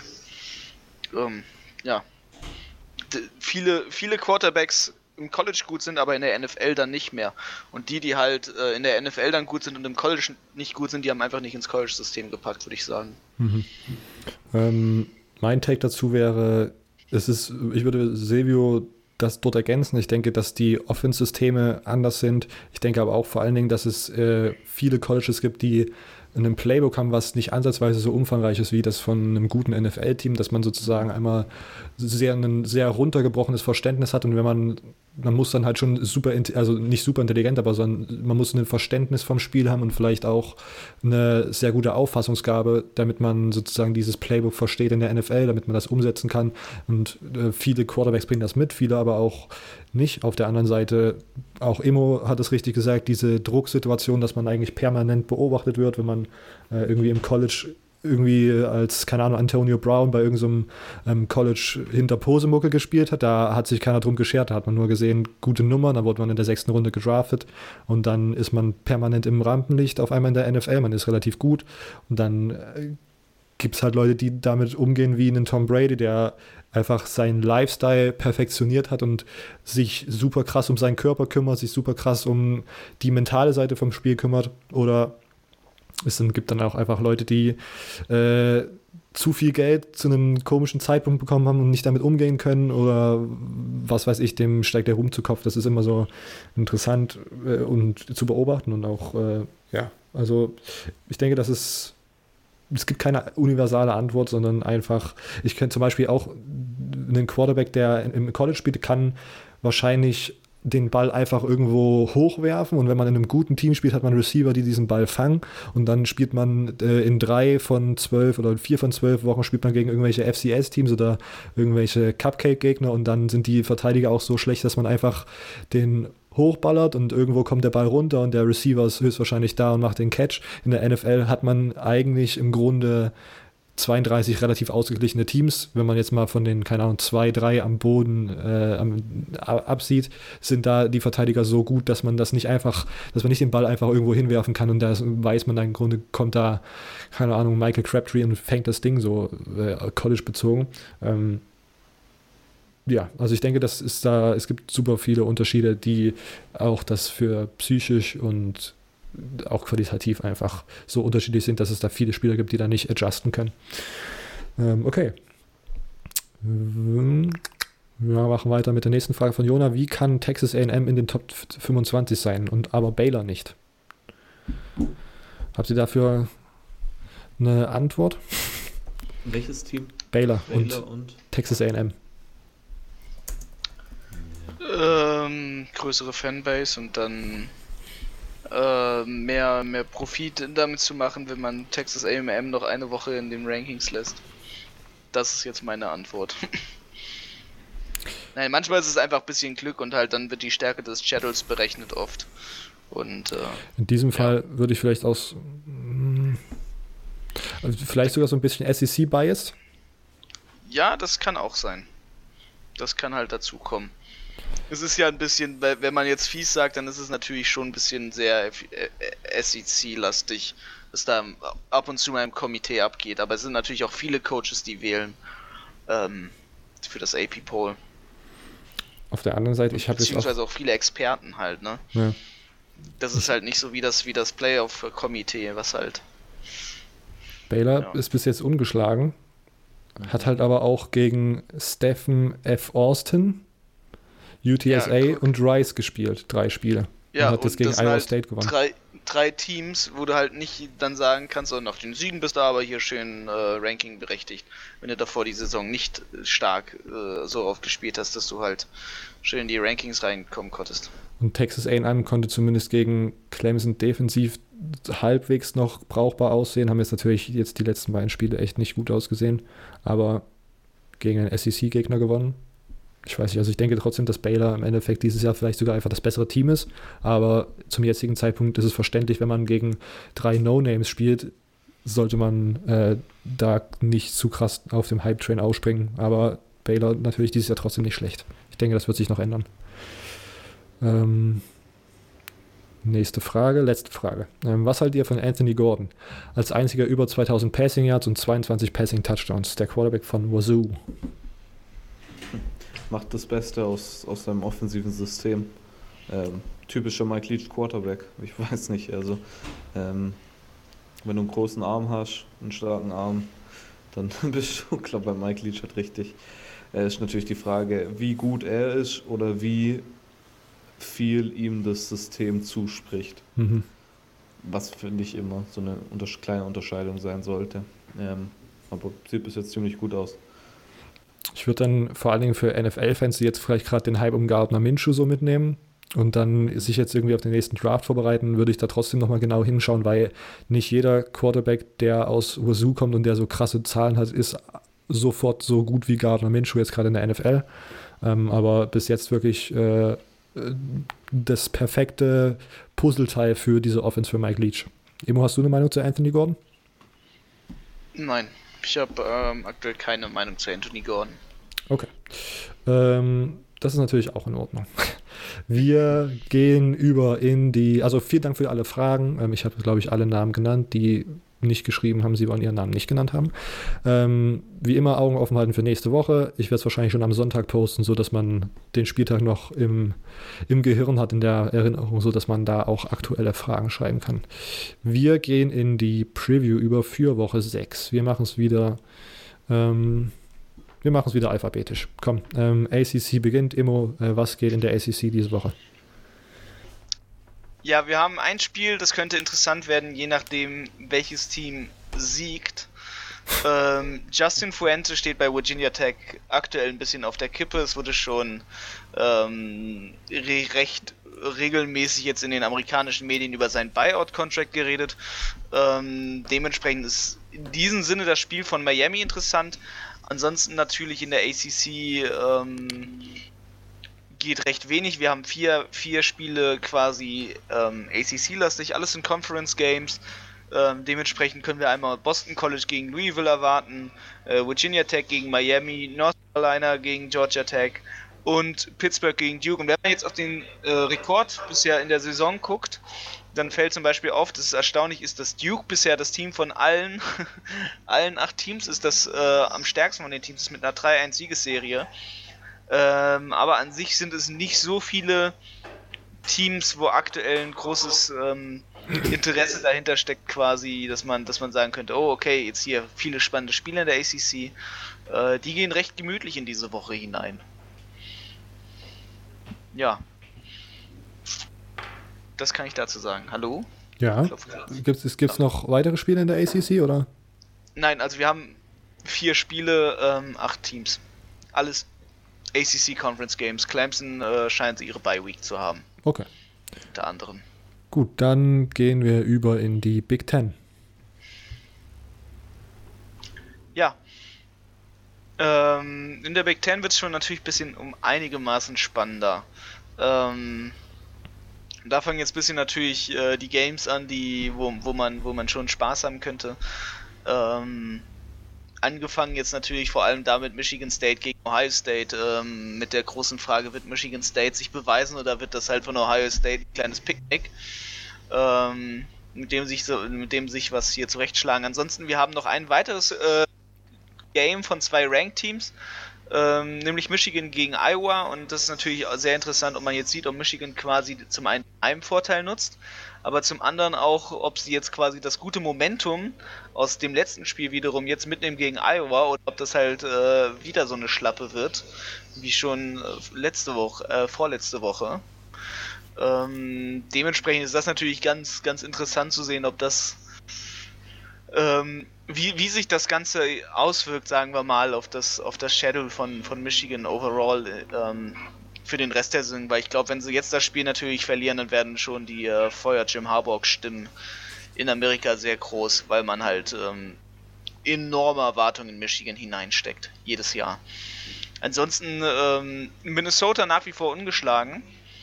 ähm, ja d- viele, viele Quarterbacks im College gut sind, aber in der N F L dann nicht mehr. Und die, die halt äh, in der N F L dann gut sind und im College nicht gut sind, die haben einfach nicht ins College-System gepackt, würde ich sagen. Mhm. Ähm, mein Take dazu wäre, es ist, ich würde Silvio das dort ergänzen. Ich denke, dass die Offense-Systeme anders sind. Ich denke aber auch vor allen Dingen, dass es äh, viele Colleges gibt, die ein Playbook haben, was nicht ansatzweise so umfangreich ist wie das von einem guten N F L-Team, dass man sozusagen einmal sehr ein sehr runtergebrochenes Verständnis hat und wenn man, man muss dann halt schon super, also nicht super intelligent, aber sondern man muss ein Verständnis vom Spiel haben und vielleicht auch eine sehr gute Auffassungsgabe, damit man sozusagen dieses Playbook versteht in der N F L, damit man das umsetzen kann und äh, viele Quarterbacks bringen das mit, viele aber auch nicht. Auf der anderen Seite, auch Immo hat es richtig gesagt, diese Drucksituation, dass man eigentlich permanent beobachtet wird, wenn man äh, irgendwie im College irgendwie als, keine Ahnung, Antonio Brown bei irgendeinem so ähm, College hinter Posemucke gespielt hat, da hat sich keiner drum geschert, da hat man nur gesehen, gute Nummern, dann wurde man in der sechsten Runde gedraftet und dann ist man permanent im Rampenlicht auf einmal in der N F L, man ist relativ gut und dann äh, gibt es halt Leute, die damit umgehen wie einen Tom Brady, der einfach seinen Lifestyle perfektioniert hat und sich super krass um seinen Körper kümmert, sich super krass um die mentale Seite vom Spiel kümmert. Oder es gibt dann auch einfach Leute, die äh, zu viel Geld zu einem komischen Zeitpunkt bekommen haben und nicht damit umgehen können oder was weiß ich, dem steigt der Ruhm zu Kopf. Das ist immer so interessant äh, und zu beobachten und auch, äh, ja, also ich denke, dass es es gibt keine universale Antwort, sondern einfach, ich kenne zum Beispiel auch einen Quarterback, der im College spielt, kann wahrscheinlich den Ball einfach irgendwo hochwerfen und wenn man in einem guten Team spielt, hat man Receiver, die diesen Ball fangen und dann spielt man äh, in drei von zwölf oder vier von zwölf Wochen spielt man gegen irgendwelche F C S-Teams oder irgendwelche Cupcake-Gegner und dann sind die Verteidiger auch so schlecht, dass man einfach den hochballert und irgendwo kommt der Ball runter und der Receiver ist höchstwahrscheinlich da und macht den Catch. In der N F L hat man eigentlich im Grunde zweiunddreißig relativ ausgeglichene Teams. Wenn man jetzt mal von den, keine Ahnung, zwei, drei am Boden äh, am, absieht, sind da die Verteidiger so gut, dass man das nicht einfach, dass man nicht den Ball einfach irgendwo hinwerfen kann und da weiß man dann im Grunde, kommt da, keine Ahnung, Michael Crabtree und fängt das Ding so äh, College bezogen. Ähm, Ja, also ich denke, das ist da, es gibt super viele Unterschiede, die auch das für psychisch und auch qualitativ einfach so unterschiedlich sind, dass es da viele Spieler gibt, die da nicht adjusten können. Ähm, okay. Wir machen weiter mit der nächsten Frage von Jona. Wie kann Texas A und M in den Top fünfundzwanzig sein und aber Baylor nicht? Habt ihr dafür eine Antwort? Welches Team? Baylor, Baylor und, und Texas A und M. Ähm, größere Fanbase und dann äh, mehr, mehr Profit damit zu machen, wenn man Texas A und M noch eine Woche in den Rankings lässt. Das ist jetzt meine Antwort. Nein, manchmal ist es einfach ein bisschen Glück und halt dann wird die Stärke des Schedules berechnet oft. Und äh, in diesem ja. Fall würde ich vielleicht aus also vielleicht sogar so ein bisschen S E C-Biased. Ja, das kann auch sein. Das kann halt dazu kommen. Es ist ja ein bisschen, wenn man jetzt fies sagt, dann ist es natürlich schon ein bisschen sehr S E C-lastig, dass da ab und zu mal im Komitee abgeht. Aber es sind natürlich auch viele Coaches, die wählen ähm, für das A P-Poll. Auf der anderen Seite, ich habe jetzt auch... Beziehungsweise auch viele Experten halt, ne? Ja. Das ist halt nicht so wie das, wie das Playoff-Komitee, was halt... Baylor ja. ist bis jetzt ungeschlagen, hat halt aber auch gegen Stephen F. Austin, U T S A ja, und Rice gespielt, drei Spiele. Ja, und hat das gegen das Iowa halt State gewonnen. Drei, drei Teams, wo du halt nicht dann sagen kannst, oh, nach den Siegen bist du aber hier schön äh, Ranking berechtigt, wenn du davor die Saison nicht stark äh, so oft gespielt hast, dass du halt schön in die Rankings reinkommen konntest. Und Texas A und M konnte zumindest gegen Clemson defensiv halbwegs noch brauchbar aussehen, haben jetzt natürlich jetzt die letzten beiden Spiele echt nicht gut ausgesehen, aber gegen einen S E C-Gegner gewonnen. Ich weiß nicht, also ich denke trotzdem, dass Baylor im Endeffekt dieses Jahr vielleicht sogar einfach das bessere Team ist, aber zum jetzigen Zeitpunkt ist es verständlich, wenn man gegen drei No-Names spielt, sollte man äh, da nicht zu krass auf dem Hype-Train ausspringen, aber Baylor natürlich dieses Jahr trotzdem nicht schlecht. Ich denke, das wird sich noch ändern. Ähm, nächste Frage, letzte Frage. Ähm, was haltet ihr von Anthony Gordon? Als einziger über zweitausend Passing Yards und zweiundzwanzig Passing Touchdowns, der Quarterback von Wazoo. Macht das Beste aus, aus seinem offensiven System. Ähm, typischer Mike Leach Quarterback, ich weiß nicht, also ähm, wenn du einen großen Arm hast, einen starken Arm, dann bist du, glaube ich, bei Mike Leach halt richtig. Es ist natürlich die Frage, wie gut er ist oder wie viel ihm das System zuspricht. Mhm. Was, finde ich, immer so eine unter- kleine Unterscheidung sein sollte. Ähm, aber sieht bis jetzt ziemlich gut aus. Ich würde dann vor allen Dingen für N F L-Fans, die jetzt vielleicht gerade den Hype um Gardner Minshew so mitnehmen und dann sich jetzt irgendwie auf den nächsten Draft vorbereiten, würde ich da trotzdem nochmal genau hinschauen, weil nicht jeder Quarterback, der aus Wazoo kommt und der so krasse Zahlen hat, ist sofort so gut wie Gardner Minshew jetzt gerade in der N F L. Ähm, aber bis jetzt wirklich äh, das perfekte Puzzleteil für diese Offense für Mike Leach. Emo, hast du eine Meinung zu Anthony Gordon? Nein, ich habe ähm, aktuell keine Meinung zu Anthony Gordon. Okay. Ähm, das ist natürlich auch in Ordnung. Wir gehen über in die, also vielen Dank für alle Fragen. Ähm, ich habe, glaube ich, alle Namen genannt, die nicht geschrieben haben, sie wollen ihren Namen nicht genannt haben. Ähm, wie immer Augen offen halten für nächste Woche. Ich werde es wahrscheinlich schon am Sonntag posten, sodass man den Spieltag noch im, im Gehirn hat, in der Erinnerung, sodass man da auch aktuelle Fragen schreiben kann. Wir gehen in die Preview über für Woche sechs. Wir machen es wieder ähm, wir machen es wieder alphabetisch. Komm, ähm, A C C beginnt. Immo, äh, was geht in der A C C diese Woche? Ja, wir haben ein Spiel, das könnte interessant werden, je nachdem, welches Team siegt. Ähm, Justin Fuente steht bei Virginia Tech aktuell ein bisschen auf der Kippe. Es wurde schon ähm, re- recht regelmäßig jetzt in den amerikanischen Medien über seinen Buyout-Contract geredet. Ähm, dementsprechend ist in diesem Sinne das Spiel von Miami interessant. Ansonsten natürlich in der A C C ähm, geht recht wenig. Wir haben vier, vier Spiele quasi ähm, A C C-lastig, alles sind Conference-Games. Ähm, dementsprechend können wir einmal Boston College gegen Louisville erwarten, äh, Virginia Tech gegen Miami, North Carolina gegen Georgia Tech und Pittsburgh gegen Duke. Und wenn man jetzt auf den äh, Rekord bisher in der Saison guckt, dann fällt zum Beispiel auf, dass es erstaunlich ist, dass Duke bisher das Team von allen, allen acht Teams ist, das äh, am stärksten von den Teams ist mit einer drei eins Siegesserie. Ähm, aber an sich sind es nicht so viele Teams, wo aktuell ein großes ähm, Interesse dahinter steckt, quasi, dass man, dass man sagen könnte, oh okay, jetzt hier viele spannende Spiele in der A C C. Äh, die gehen recht gemütlich in diese Woche hinein. Ja. Das kann ich dazu sagen. Hallo? Ja. Gibt es gibt's noch weitere Spiele in der A C C, oder? Nein, also wir haben vier Spiele, ähm, acht Teams. Alles A C C Conference Games. Clemson äh, scheint ihre Bye Week zu haben. Okay. Unter anderem. Gut, dann gehen wir über in die Big Ten. Ja. Ähm, in der Big Ten wird es schon natürlich ein bisschen um einigermaßen spannender. Ähm, da fangen jetzt ein bisschen natürlich äh, die Games an, die, wo, wo man, wo man schon Spaß haben könnte. Ähm, angefangen jetzt natürlich vor allem damit Michigan State gegen Ohio State, ähm, mit der großen Frage, wird Michigan State sich beweisen oder wird das halt von Ohio State ein kleines Picknick, ähm, mit dem sich so, mit dem sich was hier zurechtschlagen. Ansonsten, wir haben noch ein weiteres äh, Game von zwei Ranked-Teams, ähm, nämlich Michigan gegen Iowa, und das ist natürlich auch sehr interessant, ob man jetzt sieht, ob Michigan quasi zum einen einen Vorteil nutzt, aber zum anderen auch, ob sie jetzt quasi das gute Momentum aus dem letzten Spiel wiederum jetzt mitnehmen gegen Iowa oder ob das halt äh, wieder so eine Schlappe wird, wie schon äh, letzte Woche, äh, vorletzte Woche. Ähm, dementsprechend ist das natürlich ganz, ganz interessant zu sehen, ob das ähm, wie, wie sich das Ganze auswirkt, sagen wir mal, auf das, auf das Schedule von, von Michigan overall ähm, für den Rest der Saison, weil ich glaube, wenn sie jetzt das Spiel natürlich verlieren, dann werden schon die äh, Feuer Jim Harbaugh-Stimmen in Amerika sehr groß, weil man halt ähm, enorme Erwartungen in Michigan hineinsteckt, jedes Jahr. Ansonsten ähm, Minnesota nach wie vor ungeschlagen.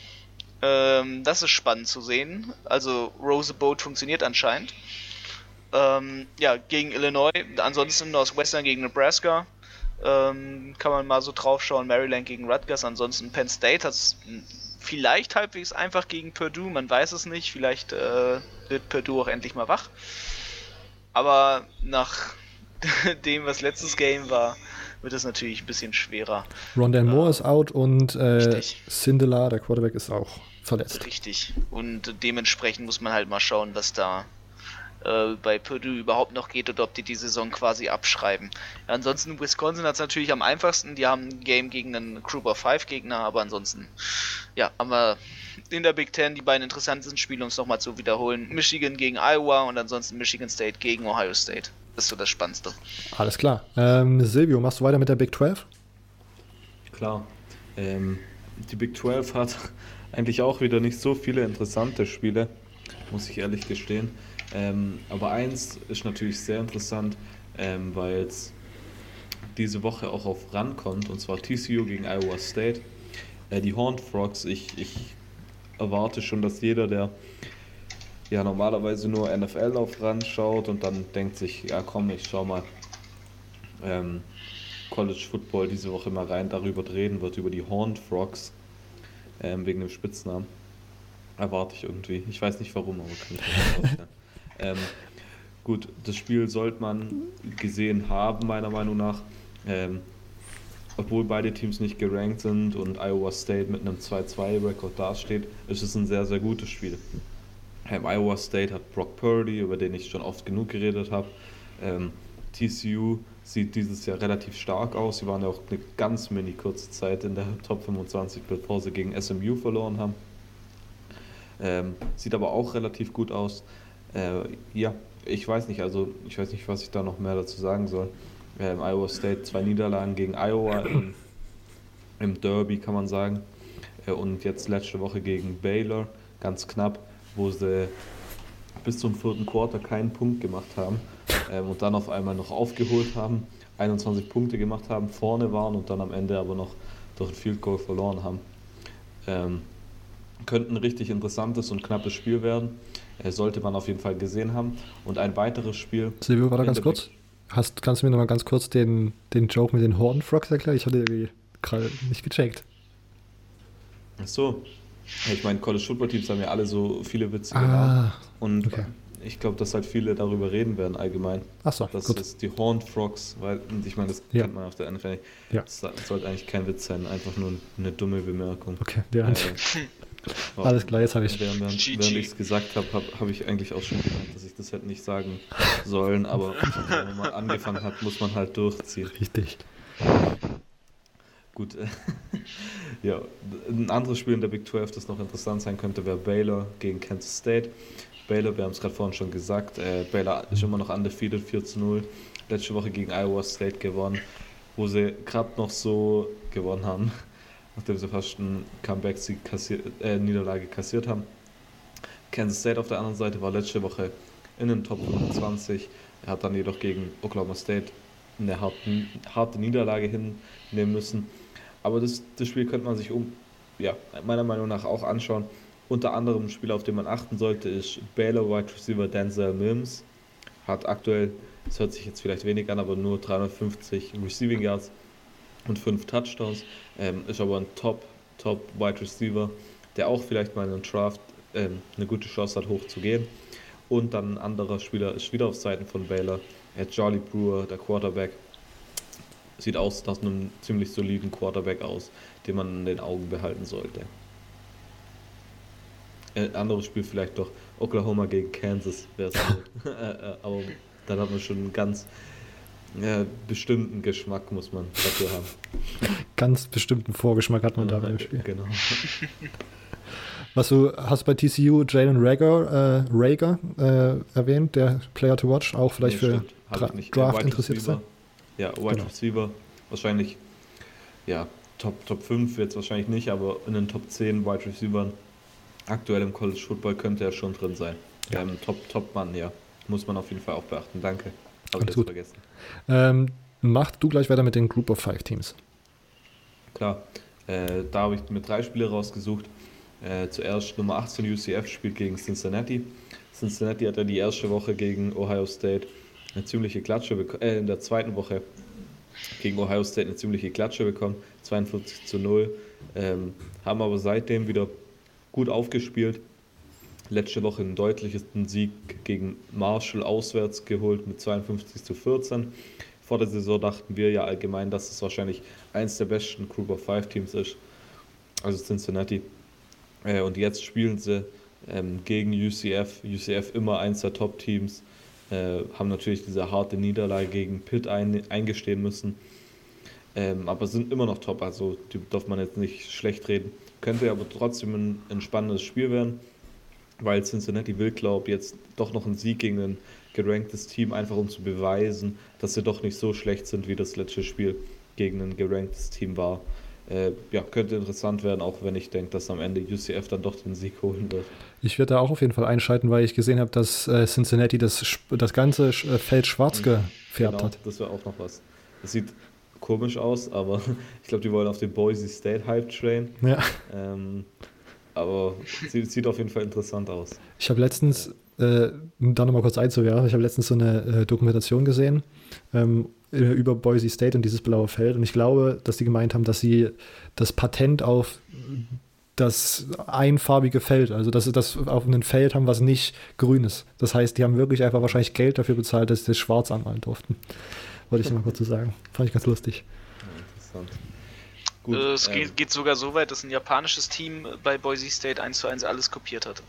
Ähm, das ist spannend zu sehen. Also Rose Bowl funktioniert anscheinend. Ähm, ja, gegen Illinois, ansonsten Northwestern gegen Nebraska. Ähm, kann man mal so drauf schauen, Maryland gegen Rutgers, ansonsten Penn State hat es vielleicht halbwegs einfach gegen Purdue, man weiß es nicht, vielleicht äh, wird Purdue auch endlich mal wach, aber nach dem, was letztes Game war, wird es natürlich ein bisschen schwerer. Rondale Moore äh, ist out und äh, richtig. Sindelar, der Quarterback, ist auch verletzt. Richtig, und dementsprechend muss man halt mal schauen, was da bei Purdue überhaupt noch geht oder ob die die Saison quasi abschreiben. Ja, ansonsten Wisconsin hat es natürlich am einfachsten, die haben ein Game gegen einen Group of Five Gegner, aber ansonsten ja, haben wir in der Big Ten die beiden interessantesten Spiele, um es nochmal zu wiederholen. Michigan gegen Iowa und ansonsten Michigan State gegen Ohio State. Das ist so das Spannendste. Alles klar. Ähm, Silvio, machst du weiter mit der Big zwölf? Klar. Ähm, die Big zwölf hat eigentlich auch wieder nicht so viele interessante Spiele, muss ich ehrlich gestehen. Ähm, aber eins ist natürlich sehr interessant, ähm, weil es diese Woche auch auf rankommt, und zwar T C U gegen Iowa State. Äh, die Horned Frogs, ich, ich erwarte schon, dass jeder, der ja normalerweise nur N F L auf ran schaut und dann denkt sich, ja komm, ich schau mal ähm, College Football diese Woche mal rein, darüber reden wird, über die Horned Frogs, ähm, wegen dem Spitznamen. Erwarte ich irgendwie. Ich weiß nicht warum, aber kann ich mir nicht vorstellen. Ähm, gut, das Spiel sollte man gesehen haben, meiner Meinung nach. Ähm, obwohl beide Teams nicht gerankt sind und Iowa State mit einem zwei zwei Rekord dasteht, ist es ein sehr, sehr gutes Spiel. Ähm, Iowa State hat Brock Purdy, über den ich schon oft genug geredet habe. Ähm, T C U sieht dieses Jahr relativ stark aus. Sie waren ja auch eine ganz mini kurze Zeit in der Top fünfundzwanzig, bevor sie gegen S M U verloren haben. Ähm, sieht aber auch relativ gut aus. Äh, ja, ich weiß nicht, also ich weiß nicht, was ich da noch mehr dazu sagen soll. Ähm, Iowa State, zwei Niederlagen gegen Iowa im, im Derby, kann man sagen. Äh, und jetzt letzte Woche gegen Baylor, ganz knapp, wo sie bis zum vierten Quarter keinen Punkt gemacht haben ähm, und dann auf einmal noch aufgeholt haben, einundzwanzig Punkte gemacht haben, vorne waren und dann am Ende aber noch durch ein Field Goal verloren haben. Ähm, könnte ein richtig interessantes und knappes Spiel werden. Äh, sollte man auf jeden Fall gesehen haben. Und ein weiteres Spiel... Silvio, warte ganz kurz. Hast, kannst du mir noch mal ganz kurz den, den Joke mit den Horned Frogs erklären? Ich hatte irgendwie gerade nicht gecheckt. Ach so. Ich meine, College Football Teams haben ja alle so viele witzige Ah, Namen. Und okay. ich glaube, dass halt viele darüber reden werden allgemein. Ach so, das gut. ist die Horned Frogs, weil ich meine, das Ja. kennt man auf der N F L nicht. Ja. Das sollte eigentlich kein Witz sein, einfach nur eine dumme Bemerkung. Okay, der Hand. Äh, Alles klar, jetzt habe ich. Während, während, G G. während ich es gesagt habe, habe hab ich eigentlich auch schon gemerkt, dass ich das hätte nicht sagen sollen, aber wenn man angefangen hat, muss man halt durchziehen. Richtig. Gut, äh, ja, ein anderes Spiel in der Big zwölf, das noch interessant sein könnte, wäre Baylor gegen Kansas State. Baylor, wir haben es gerade vorhin schon gesagt, äh, Baylor ist immer noch undefeated, vier zu null, letzte Woche gegen Iowa State gewonnen, wo sie gerade noch so gewonnen haben, nachdem sie fast einen Comeback-Sieg kassiert, äh, Niederlage kassiert haben. Kansas State auf der anderen Seite war letzte Woche in den Top fünfundzwanzig, er hat dann jedoch gegen Oklahoma State eine harte, harte Niederlage hinnehmen müssen. Aber das, das Spiel könnte man sich um, ja, meiner Meinung nach auch anschauen. Unter anderem ein Spiel, auf den man achten sollte, ist Baylor Wide Receiver Denzel Mims. Hat aktuell das hört sich jetzt vielleicht wenig an, aber nur dreihundertfünfzig Receiving Yards und fünf Touchdowns. Ähm, ist aber ein Top, Top Wide Receiver, der auch vielleicht mal in einem Draft ähm, eine gute Chance hat, hoch zu gehen. Und dann ein anderer Spieler ist wieder auf Seiten von Baylor. Er hat Charlie Brewer, der Quarterback. Sieht aus nach einem ziemlich soliden Quarterback aus, den man in den Augen behalten sollte. Ein anderes Spiel vielleicht doch Oklahoma gegen Kansas. Aber dann hat man schon einen ganz ja, bestimmten Geschmack, muss man dafür haben. Ganz bestimmten Vorgeschmack hat man da beim Spiel. Genau. Was du hast bei T C U Jalen Rager, äh, Rager äh, erwähnt, der Player to watch, auch vielleicht nee, für Dra- Draft Wide interessiert ist. Ja, Wide Genau. Receiver, wahrscheinlich, ja, Top, Top fünf jetzt wahrscheinlich nicht, aber in den Top zehn Wide Receivern aktuell im College Football könnte er schon drin sein. Ja. Ähm, Top, Top Mann, ja. Muss man auf jeden Fall auch beachten. Danke. Habe ich jetzt gut. vergessen. Ähm, mach du gleich weiter mit den Group of Five Teams. Klar, äh, da habe ich mir drei Spiele rausgesucht. Äh, zuerst Nummer achtzehn U C F spielt gegen Cincinnati. Cincinnati hat ja die erste Woche gegen Ohio State eine ziemliche Klatsche bekommen, äh, in der zweiten Woche gegen Ohio State eine ziemliche Klatsche bekommen, zweiundvierzig zu null, ähm, haben aber seitdem wieder gut aufgespielt. Letzte Woche einen deutlichen Sieg gegen Marshall auswärts geholt mit zweiundfünfzig zu vierzehn. Vor der Saison dachten wir ja allgemein, dass es wahrscheinlich eins der besten Group of Five Teams ist, also Cincinnati. Äh, und jetzt spielen sie ähm, gegen U C F. U C F immer eins der Top-Teams. Äh, haben natürlich diese harte Niederlage gegen Pitt ein, eingestehen müssen. Ähm, aber sind immer noch top, also die darf man jetzt nicht schlecht reden. Könnte aber trotzdem ein, ein spannendes Spiel werden, weil Cincinnati will, glaube ich, jetzt doch noch einen Sieg gegen ein geranktes Team, einfach um zu beweisen, dass sie doch nicht so schlecht sind, wie das letzte Spiel gegen ein geranktes Team war. Äh, ja, könnte interessant werden, auch wenn ich denke, dass am Ende U C F dann doch den Sieg holen wird. Ich werde da auch auf jeden Fall einschalten, weil ich gesehen habe, dass äh, Cincinnati das, das ganze äh, Feld schwarz gefärbt genau, hat. Das wäre auch noch was. Das sieht komisch aus, aber ich glaube, die wollen auf den Boise State Hype Train. Ja. Ähm, aber sieht, sieht auf jeden Fall interessant aus. Ich habe letztens, äh, um da nochmal kurz einzuwerfen, ich habe letztens so eine äh, Dokumentation gesehen ähm, über Boise State und dieses blaue Feld. Und ich glaube, dass die gemeint haben, dass sie das Patent auf das einfarbige Feld, also dass sie das auf einem Feld haben, was nicht grün ist. Das heißt, die haben wirklich einfach wahrscheinlich Geld dafür bezahlt, dass sie das schwarz anmalen durften. Wollte ich noch mal kurz so sagen. Fand ich ganz lustig. Ja, interessant. Gut, äh, es ähm, geht, geht sogar so weit, dass ein japanisches Team bei Boise State eins zu eins alles kopiert hat.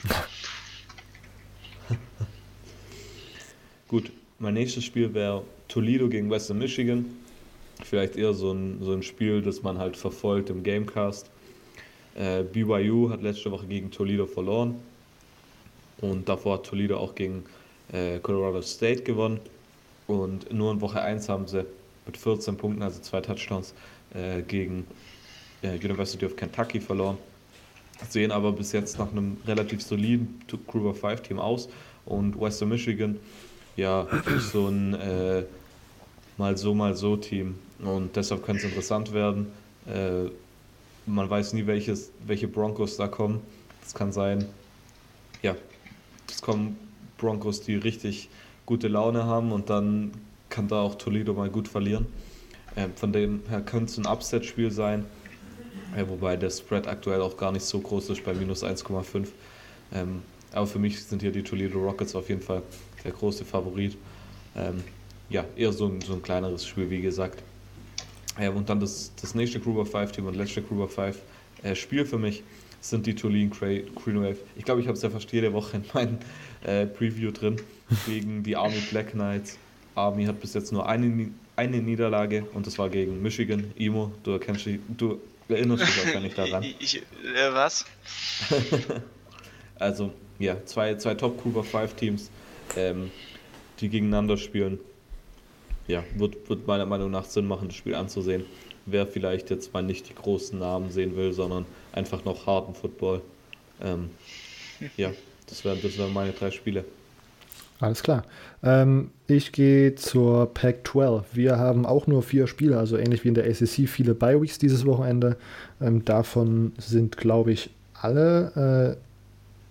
Gut, mein nächstes Spiel wäre Toledo gegen Western Michigan. Vielleicht eher so ein, so ein Spiel, das man halt verfolgt im Gamecast. Äh, B Y U hat letzte Woche gegen Toledo verloren. Und davor hat Toledo auch gegen äh, Colorado State gewonnen. Und nur in Woche eins haben sie mit vierzehn Punkten, also zwei Touchdowns, äh, gegen äh, University of Kentucky verloren. Sehen aber bis jetzt nach einem relativ soliden Group of Five Team aus. Und Western Michigan, ja, ist so ein äh, mal so, mal so Team. Und deshalb könnte es interessant werden. Äh, man weiß nie, welches, welche Broncos da kommen. Das kann sein, ja, es kommen Broncos, die richtig gute Laune haben und dann kann da auch Toledo mal gut verlieren. Äh, von dem her könnte es ein Upset-Spiel sein, äh, wobei der Spread aktuell auch gar nicht so groß ist, bei minus eins Komma fünf. Ähm, aber für mich sind hier die Toledo Rockets auf jeden Fall der große Favorit. Ähm, ja, eher so ein, so ein kleineres Spiel, wie gesagt. Äh, und dann das, das nächste Group of Five Team und letzte Group of Five äh, Spiel für mich sind die Tulane Green Wave. Ich glaube, ich habe es ja fast jede Woche in meinem äh, Preview drin, gegen die Army Black Knights. Army hat bis jetzt nur eine, eine Niederlage und das war gegen Michigan. Imo, du erkennst dich, du erinnerst dich wahrscheinlich daran. Ich, äh, was? Also, ja, zwei, zwei Top Group of Five Teams, ähm, die gegeneinander spielen. Ja, wird, wird meiner Meinung nach Sinn machen, das Spiel anzusehen. Wer vielleicht jetzt mal nicht die großen Namen sehen will, sondern einfach noch harten Football. Ähm, ja, das wären das wären meine drei Spiele. Alles klar. Ähm, ich gehe zur Pac zwölf. Wir haben auch nur vier Spiele, also ähnlich wie in der A C C, viele Bye-Weeks dieses Wochenende. Ähm, davon sind, glaube ich, alle äh,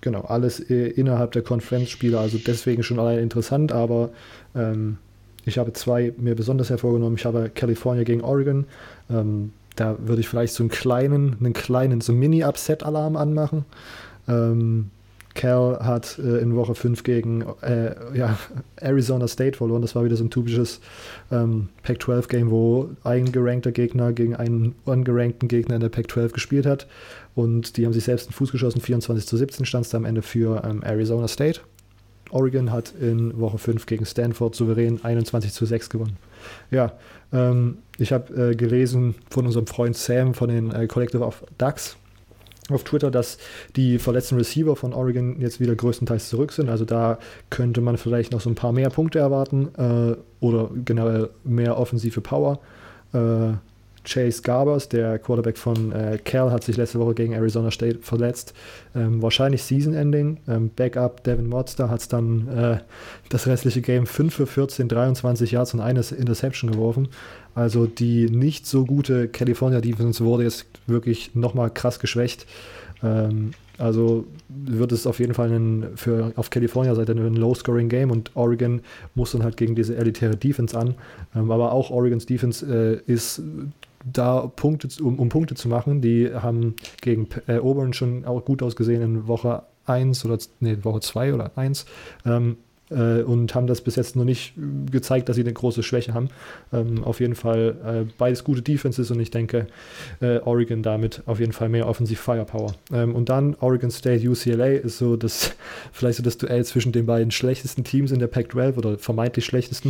genau, alles äh, innerhalb der Konferenzspiele, also deswegen schon allein interessant, aber ähm, ich habe zwei mir besonders hervorgenommen. Ich habe California gegen Oregon. Ähm, da würde ich vielleicht so einen kleinen, einen kleinen, so Mini-Upset-Alarm anmachen. Ähm, Cal hat äh, in Woche fünf gegen äh, ja, Arizona State verloren. Das war wieder so ein typisches ähm, Pac zwölf Game, wo ein gerankter Gegner gegen einen ungerankten Gegner in der Pac zwölf gespielt hat. Und die haben sich selbst den Fuß geschossen. vierundzwanzig zu siebzehn stand es da am Ende für ähm, Arizona State. Oregon hat in Woche fünf gegen Stanford souverän einundzwanzig zu sechs gewonnen. Ja, ähm, ich habe äh, gelesen von unserem Freund Sam von den äh, Collective of Ducks auf Twitter, dass die verletzten Receiver von Oregon jetzt wieder größtenteils zurück sind. Also da könnte man vielleicht noch so ein paar mehr Punkte erwarten äh, oder generell mehr offensive Power. Äh, Chase Garbers, der Quarterback von äh, Cal, hat sich letzte Woche gegen Arizona State verletzt. Ähm, wahrscheinlich Season-Ending. Ähm, Backup Devin Modster hat dann äh, das restliche Game fünf für vierzehn, dreiundzwanzig Yards und eine Interception geworfen. Also die nicht so gute California Defense wurde jetzt wirklich nochmal krass geschwächt. Ähm, also wird es auf jeden Fall ein, für, auf California-Seite ein Low-Scoring-Game und Oregon muss dann halt gegen diese elitäre Defense an. Ähm, aber auch Oregons Defense äh, ist da Punkte, um, um Punkte zu machen. Die haben gegen äh, Auburn schon auch gut ausgesehen in Woche eins oder nee, Woche zwei oder eins ähm, äh, und haben das bis jetzt noch nicht gezeigt, dass sie eine große Schwäche haben. Ähm, auf jeden Fall äh, beides gute Defenses und ich denke äh, Oregon damit auf jeden Fall mehr Offensive Firepower. Ähm, und dann Oregon State U C L A ist so das vielleicht so das Duell zwischen den beiden schlechtesten Teams in der Pac zwölf oder vermeintlich schlechtesten.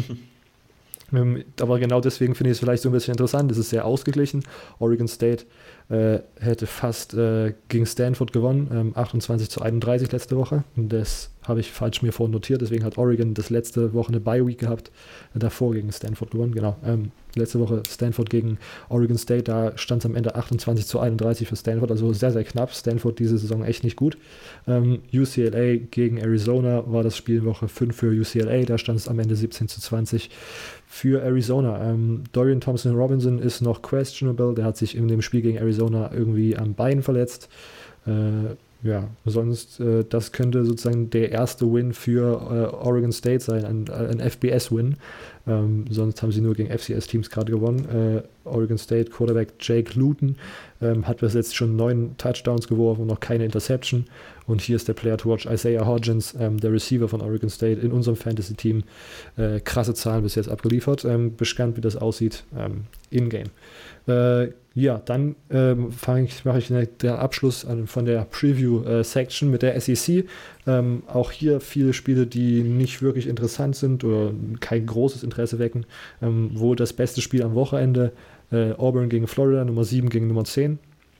Ähm, aber genau deswegen finde ich es vielleicht so ein bisschen interessant. Es ist sehr ausgeglichen. Oregon State äh, hätte fast äh, gegen Stanford gewonnen, ähm, achtundzwanzig zu einunddreißig letzte Woche. Und das habe ich falsch mir vorhin notiert. Deswegen hat Oregon das letzte Woche eine Bye-Week gehabt, äh, davor gegen Stanford gewonnen. Genau. Ähm, letzte Woche Stanford gegen Oregon State, da stand es am Ende achtundzwanzig zu einunddreißig für Stanford, also sehr, sehr knapp. Stanford diese Saison echt nicht gut. Ähm, U C L A gegen Arizona war das Spiel in Woche fünf für U C L A, da stand es am Ende siebzehn zu zwanzig für Arizona. Ähm, Dorian Thompson-Robinson ist noch questionable, der hat sich in dem Spiel gegen Arizona irgendwie am Bein verletzt. Äh, ja, sonst, äh, das könnte sozusagen der erste Win für äh, Oregon State sein, ein, ein F B S-Win. Ähm, sonst haben sie nur gegen F C S-Teams gerade gewonnen. Äh, Oregon State Quarterback Jake Luton ähm, hat bis jetzt schon neun Touchdowns geworfen und noch keine Interception. Und hier ist der Player to watch, Isaiah Hodgins, ähm, der Receiver von Oregon State in unserem Fantasy-Team. Äh, krasse Zahlen bis jetzt abgeliefert. Ähm, gespannt, wie das aussieht ähm, in-game. Äh, ja, dann ähm, ich, mache ich den, den Abschluss an, von der Preview-Section äh, mit der S E C. Ähm, auch hier viele Spiele, die nicht wirklich interessant sind oder kein großes Interesse wecken. Ähm, wohl das beste Spiel am Wochenende, äh, Auburn gegen Florida, Nummer sieben gegen Nummer zehn.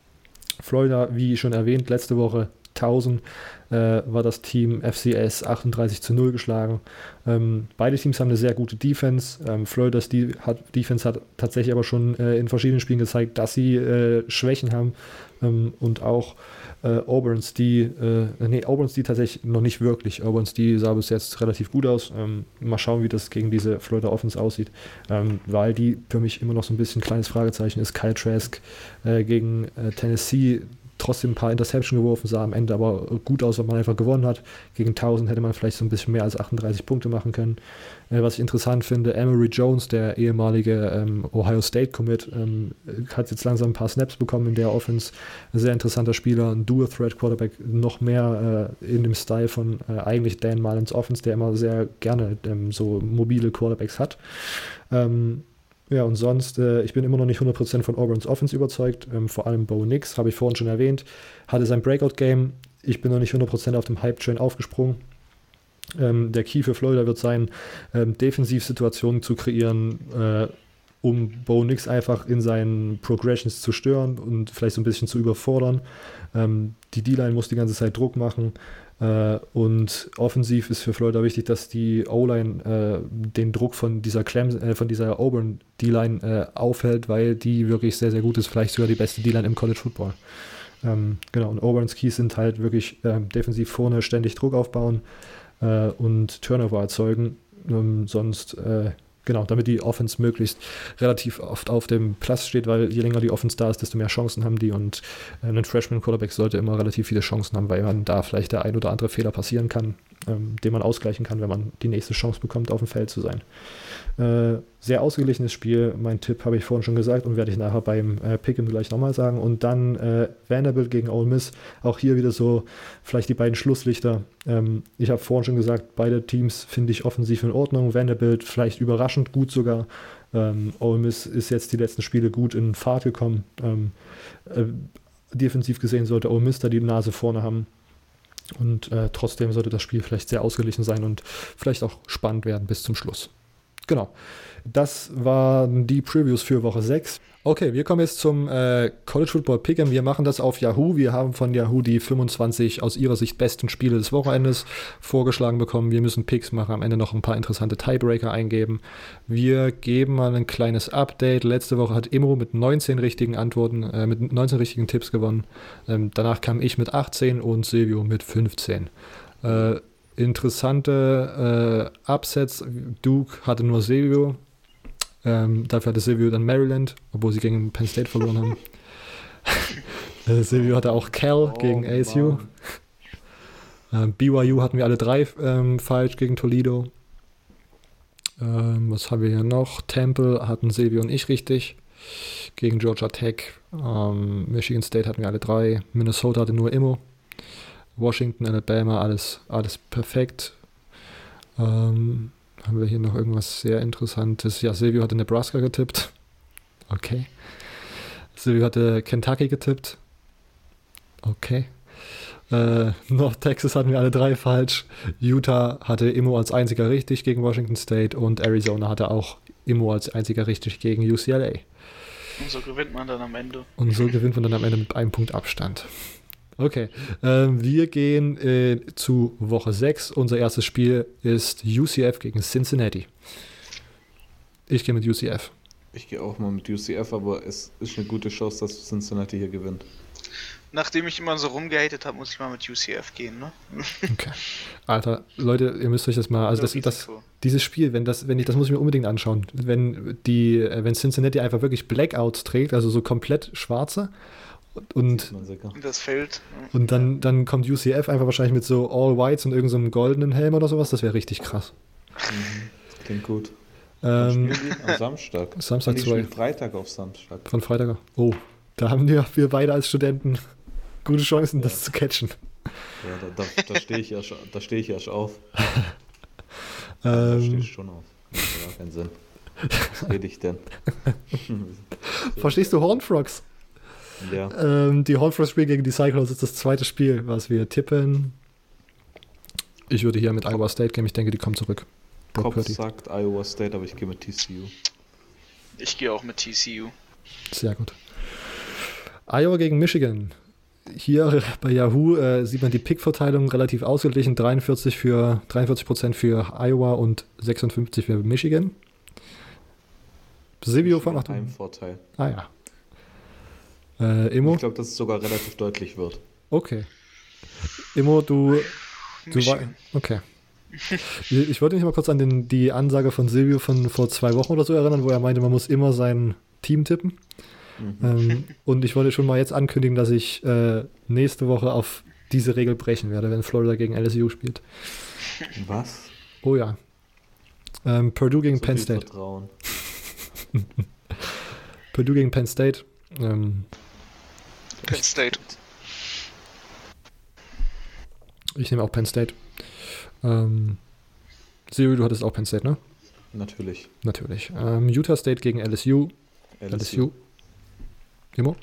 Florida, wie schon erwähnt, letzte Woche tausend äh, war das Team F C S achtunddreißig zu null geschlagen. Ähm, beide Teams haben eine sehr gute Defense. Ähm, Floridas die hat, Defense hat tatsächlich aber schon äh, in verschiedenen Spielen gezeigt, dass sie äh, Schwächen haben. Ähm, und auch äh, Auburns, die, äh, nee, Auburns, die tatsächlich noch nicht wirklich. Auburns, die sah bis jetzt relativ gut aus. Ähm, mal schauen, wie das gegen diese Florida Offense aussieht. Ähm, weil die für mich immer noch so ein bisschen ein kleines Fragezeichen ist. Kyle Trask äh, gegen äh, Tennessee trotzdem ein paar Interception geworfen, sah am Ende aber gut aus, weil man einfach gewonnen hat. Gegen tausend hätte man vielleicht so ein bisschen mehr als achtunddreißig Punkte machen können. Äh, was ich interessant finde, Emory Jones, der ehemalige ähm, Ohio State Commit, ähm, hat jetzt langsam ein paar Snaps bekommen in der Offense. Ein sehr interessanter Spieler, ein Dual-Threat-Quarterback, noch mehr äh, in dem Style von äh, eigentlich Dan Marlins Offense, der immer sehr gerne ähm, so mobile Quarterbacks hat. Ähm, Ja, und sonst, äh, ich bin immer noch nicht hundert Prozent von Auburns Offense überzeugt, ähm, vor allem Bo Nix, habe ich vorhin schon erwähnt, hatte sein Breakout-Game, ich bin noch nicht hundert Prozent auf dem Hype-Train aufgesprungen. Ähm, der Key für Florida wird sein, ähm, Defensivsituationen zu kreieren, äh, um Bo Nix einfach in seinen Progressions zu stören und vielleicht so ein bisschen zu überfordern. Ähm, die D-Line muss die ganze Zeit Druck machen. Uh, und offensiv ist für Florida wichtig, dass die O-Line uh, den Druck von dieser Clem, äh, von dieser Auburn D-Line äh, aufhält, weil die wirklich sehr, sehr gut ist, vielleicht sogar die beste D-Line im College Football. Ähm, genau, und Auburns Keys sind halt wirklich ähm, defensiv vorne ständig Druck aufbauen äh, und Turnover erzeugen. Ähm, sonst äh, Genau, damit die Offense möglichst relativ oft auf dem Platz steht, weil je länger die Offense da ist, desto mehr Chancen haben die und äh, ein Freshman-Quarterback sollte immer relativ viele Chancen haben, weil man da vielleicht der ein oder andere Fehler passieren kann, ähm, den man ausgleichen kann, wenn man die nächste Chance bekommt, auf dem Feld zu sein. Äh, sehr ausgeglichenes Spiel, mein Tipp habe ich vorhin schon gesagt und werde ich nachher beim äh, Pick'em gleich nochmal sagen. Und dann äh, Vanderbilt gegen Ole Miss, auch hier wieder so vielleicht die beiden Schlusslichter. Ähm, ich habe vorhin schon gesagt, beide Teams finde ich offensiv in Ordnung. Vanderbilt vielleicht überraschend gut sogar. Ähm, Ole Miss ist jetzt die letzten Spiele gut in Fahrt gekommen. Ähm, äh, defensiv gesehen sollte Ole Miss da die Nase vorne haben. Und äh, trotzdem sollte das Spiel vielleicht sehr ausgeglichen sein und vielleicht auch spannend werden bis zum Schluss. Genau, das waren die Previews für Woche sechs. Okay, wir kommen jetzt zum äh, College Football Pick'em. Wir machen das auf Yahoo. Wir haben von Yahoo die fünfundzwanzig aus ihrer Sicht besten Spiele des Wochenendes vorgeschlagen bekommen. Wir müssen Picks machen, am Ende noch ein paar interessante Tiebreaker eingeben. Wir geben mal ein kleines Update. Letzte Woche hat Immo mit neunzehn richtigen Antworten, äh, mit neunzehn richtigen Tipps gewonnen. Ähm, danach kam ich mit achtzehn und Silvio mit fünfzehn. Äh, Interessante äh, Upsets. Duke hatte nur Silvio. Ähm, dafür hatte Silvio dann Maryland, obwohl sie gegen Penn State verloren haben. äh, Silvio hatte auch Cal oh, gegen A S U. Ähm, B Y U hatten wir alle drei ähm, falsch gegen Toledo. Ähm, was haben wir hier noch? Temple hatten Silvio und ich richtig. Gegen Georgia Tech. Ähm, Michigan State hatten wir alle drei. Minnesota hatte nur Immo. Washington, Alabama, alles, alles perfekt. Ähm, haben wir hier noch irgendwas sehr Interessantes? Ja, Silvio hatte Nebraska getippt. Okay. Silvio hatte Kentucky getippt. Okay. Äh, North Texas hatten wir alle drei falsch. Utah hatte Immo als einziger richtig gegen Washington State und Arizona hatte auch Immo als einziger richtig gegen U C L A. Und so gewinnt man dann am Ende. Und so gewinnt man dann am Ende mit einem Punkt Abstand. Okay, ähm, wir gehen äh, zu Woche sechs. Unser erstes Spiel ist U C F gegen Cincinnati. Ich gehe mit U C F. Ich gehe auch mal mit U C F, aber es ist eine gute Chance, dass Cincinnati hier gewinnt. Nachdem ich immer so rumgehatet habe, muss ich mal mit U C F gehen, ne? Okay. Alter, Leute, ihr müsst euch das mal, also das, das, dieses Spiel, wenn das, wenn ich, das muss ich mir unbedingt anschauen. Wenn die, wenn Cincinnati einfach wirklich Blackouts trägt, also so komplett schwarze, und das Feld. Und dann, dann kommt U C F einfach wahrscheinlich mit so All Whites und irgendeinem so goldenen Helm oder sowas. Das wäre richtig krass. Mhm, das klingt gut. Ähm, am Samstag. Samstag zwei. Freitag auf Samstag. Von Freitag. Oh, da haben wir, wir beide als Studenten gute Chancen, ja. das zu catchen. Ja, da, da, da stehe ich ja da stehe ich erst auf. ähm, da stehe ich schon auf. Das macht ja keinen Sinn. Was rede ich denn? Verstehst du Hornfrogs? Ja. Ähm, die Hornfrogs Spiel gegen die Cyclones ist das zweite Spiel, was wir tippen. Ich würde hier mit Iowa State gehen. Ich denke, die kommen zurück. Kopf sagt Iowa State, aber ich gehe mit T C U. Ich gehe auch mit T C U. Sehr gut. Iowa gegen Michigan. Hier bei Yahoo äh, sieht man die Pick-Verteilung relativ ausgeglichen. dreiundvierzig für dreiundvierzig Prozent für Iowa und sechsundfünfzig für Michigan. Silvio von Achtung. Ein Vorteil. Ah ja. Äh, Immo? Ich glaube, dass es sogar relativ deutlich wird. Okay. Immo, du... du war, okay. Ich wollte mich mal kurz an den, die Ansage von Silvio von vor zwei Wochen oder so erinnern, wo er meinte, man muss immer sein Team tippen. Mhm. Ähm, und ich wollte schon mal jetzt ankündigen, dass ich äh, nächste Woche auf diese Regel brechen werde, wenn Florida gegen L S U spielt. Was? Oh ja. Ähm, Purdue gegen so Penn State. Purdue gegen Penn State. Ähm, Penn State. Ich nehme auch Penn State. Ähm, Siri, du hattest auch Penn State, ne? Natürlich. Natürlich. Ähm, Utah State gegen L S U. L S U. L S U. Timo?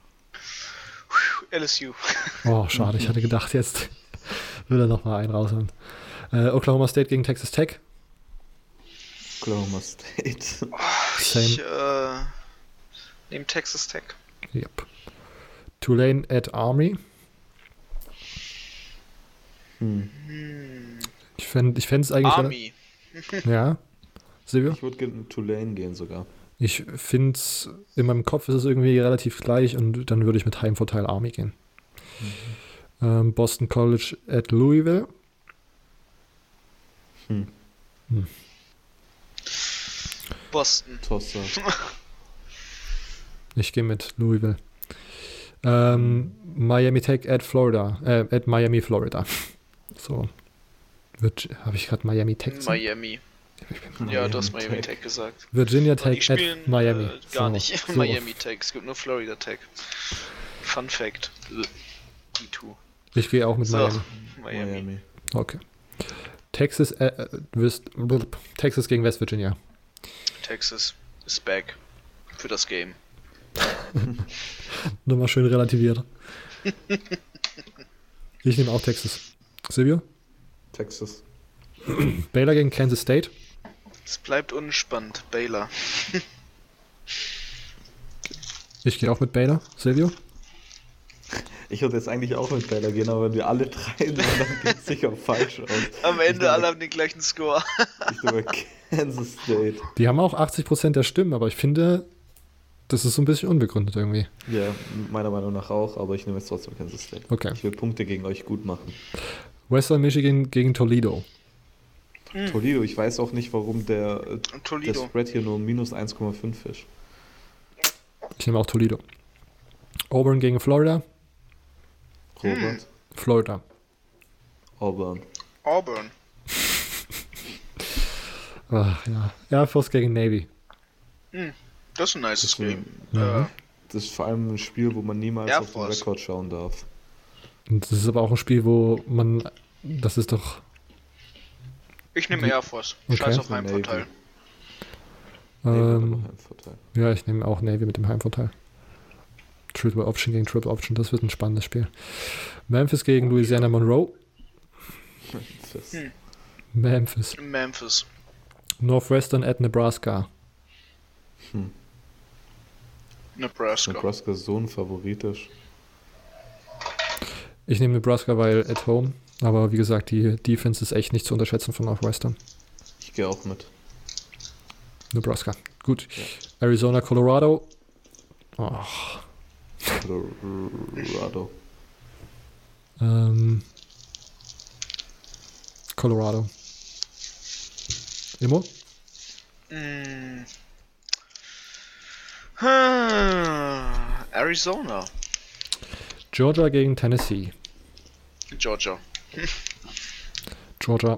L S U. Oh, schade. Ich hatte gedacht, jetzt will er nochmal einen raushauen. Äh, Oklahoma State gegen Texas Tech. Oklahoma State. Oh, ich äh, nehme Texas Tech. Yep. Tulane at Army. Hm. Ich fände ich es eigentlich... Army. Ja. Silvio? Ich würde mit Tulane gehen sogar. Ich finde es, in meinem Kopf ist es irgendwie relativ gleich und dann würde ich mit Heimvorteil Army gehen. Mhm. Ähm, Boston College at Louisville. Hm. Hm. Boston. Tosser. Ich gehe mit Louisville. Ähm, Miami Tech at Florida. Äh, at Miami, Florida. So. Habe ich gerade Miami Tech gesagt? Miami. Ja, du hast Miami Tech gesagt. Virginia Aber die Tech at spielen Miami. äh, gar So, nicht so. Miami Tech, es gibt nur Florida Tech. Fun Fact. Äh, die two. Ich gehe auch mit So, Miami. Miami. Miami. Okay. Texas, äh, äh, West, blub, Texas gegen West Virginia. Texas ist back für das Game. Nur mal schön relativiert. Ich nehme auch Texas. Silvio? Texas. Baylor gegen Kansas State. Es bleibt unspannend. Baylor. Ich gehe auch mit Baylor. Silvio? Ich würde jetzt eigentlich auch mit Baylor gehen, aber wenn wir alle drei sind, dann geht es sicher falsch aus. Am Ich Ende nehme- alle haben den gleichen Score. Ich nehme Kansas State. Die haben auch achtzig Prozent der Stimmen, aber ich finde, das ist so ein bisschen unbegründet irgendwie. Ja, meiner Meinung nach auch, aber ich nehme jetzt trotzdem Kansas State. Okay. Ich will Punkte gegen euch gut machen. Western Michigan gegen Toledo. Hm. Toledo, ich weiß auch nicht, warum der, äh, der Toledo. Spread hier nur minus eins Komma fünf ist. Ich nehme auch Toledo. Auburn gegen Florida. Robert, Florida. Auburn. Auburn. Ach, ja. Air Force gegen Navy. Das ist ein nices Das ist Game. Mhm. Äh, Das ist vor allem ein Spiel, wo man niemals Air auf den Force. Rekord schauen darf. Und das ist aber auch ein Spiel, wo man. Das ist doch. ich nehme Die- Air Force. Okay. Scheiß auf Navy. Heimvorteil. Nee, aber Ähm, noch ein Vorteil. ja, ich nehme auch Navy mit dem Heimvorteil. Triple Option gegen Triple Option, das wird ein spannendes Spiel. Memphis gegen Louisiana Monroe. Fest. Hm. Memphis. Memphis. Northwestern at Nebraska. Hm. Nebraska. Nebraska ist so ein favoritisch. Ich nehme Nebraska, weil at home. Aber wie gesagt, die Defense ist echt nicht zu unterschätzen von Northwestern. Ich gehe auch mit. Nebraska. Gut. Ja. Arizona, Colorado. Ach, Colorado. ähm, Colorado. Immo? Mm. Ah, Arizona. Georgia gegen Tennessee. Georgia. Georgia.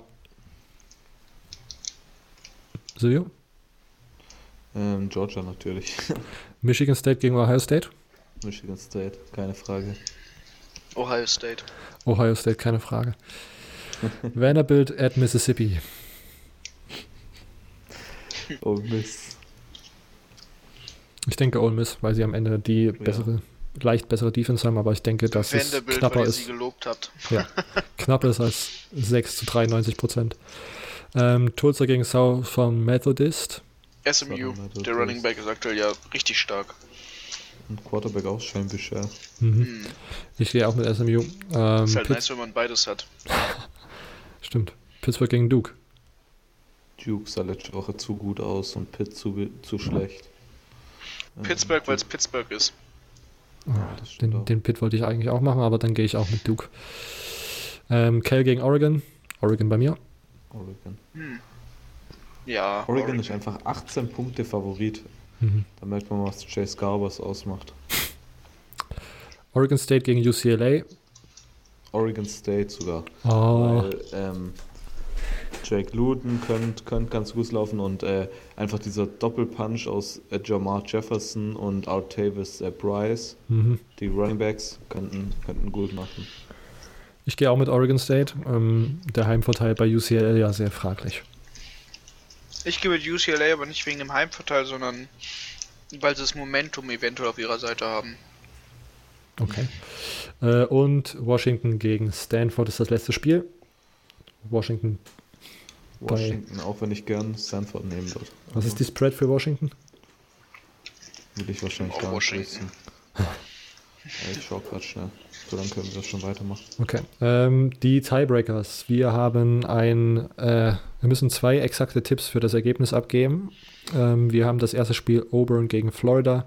Silvio? Ähm, Georgia natürlich. Michigan State gegen Ohio State. Michigan State, keine Frage. Ohio State. Ohio State, keine Frage. Vanderbilt at Mississippi. Oh Mist. Ich denke Ole Miss, weil sie am Ende die bessere, leicht bessere Defense haben, aber ich denke, dass es Vanderbilt, knapper weil ihr ist. sie gelobt habt. Ja, knapper ist als sechs zu dreiundneunzig Prozent. Ähm, Tulsa gegen Southern Methodist. S M U. Southern Der Running Back ist aktuell ja richtig stark. Und Quarterback auch Shane Bichelle. Mhm. Hm. Ich gehe auch mit S M U. Ähm, Ist halt Pitts- nice, wenn man beides hat. Stimmt. Pittsburgh gegen Duke. Duke sah letzte Woche zu gut aus und Pitt zu, zu schlecht. Ähm, Pittsburgh, weil es Duke- Pittsburgh ist. Ja, das stimmt Den, auch. den Pitt wollte ich eigentlich auch machen, aber dann gehe ich auch mit Duke. Ähm, Cal gegen Oregon. Oregon bei mir. Oregon. Hm. Ja. Oregon ist einfach achtzehn Punkte Favorit. Mhm. Da merkt man, was Chase Garbers ausmacht. Oregon State gegen U C L A. Oregon State sogar. Oh, Weil ähm, Jake Luton könnte könnt ganz gut laufen und äh, einfach dieser Doppelpunch aus äh, Jamar Jefferson und Artavis äh, Bryce, mhm. die Running Backs, könnten, könnten gut machen. Ich gehe auch mit Oregon State. Ähm, der Heimvorteil bei U C L A ja sehr fraglich. Ich gehe mit U C L A, aber nicht wegen dem Heimvorteil, sondern weil sie das Momentum eventuell auf ihrer Seite haben. Okay. Äh, und Washington gegen Stanford ist das letzte Spiel. Washington. Bei- Washington, auch wenn ich gern Stanford nehmen würde. Was ist die Spread für Washington? Würde ich wahrscheinlich Auch gar nicht Washington. wissen. Ja, ich schau grad schnell. So, dann können wir das schon weitermachen. Okay. Ähm, die Tiebreakers. Wir haben ein, äh, wir müssen zwei exakte Tipps für das Ergebnis abgeben. Ähm, wir haben das erste Spiel Auburn gegen Florida.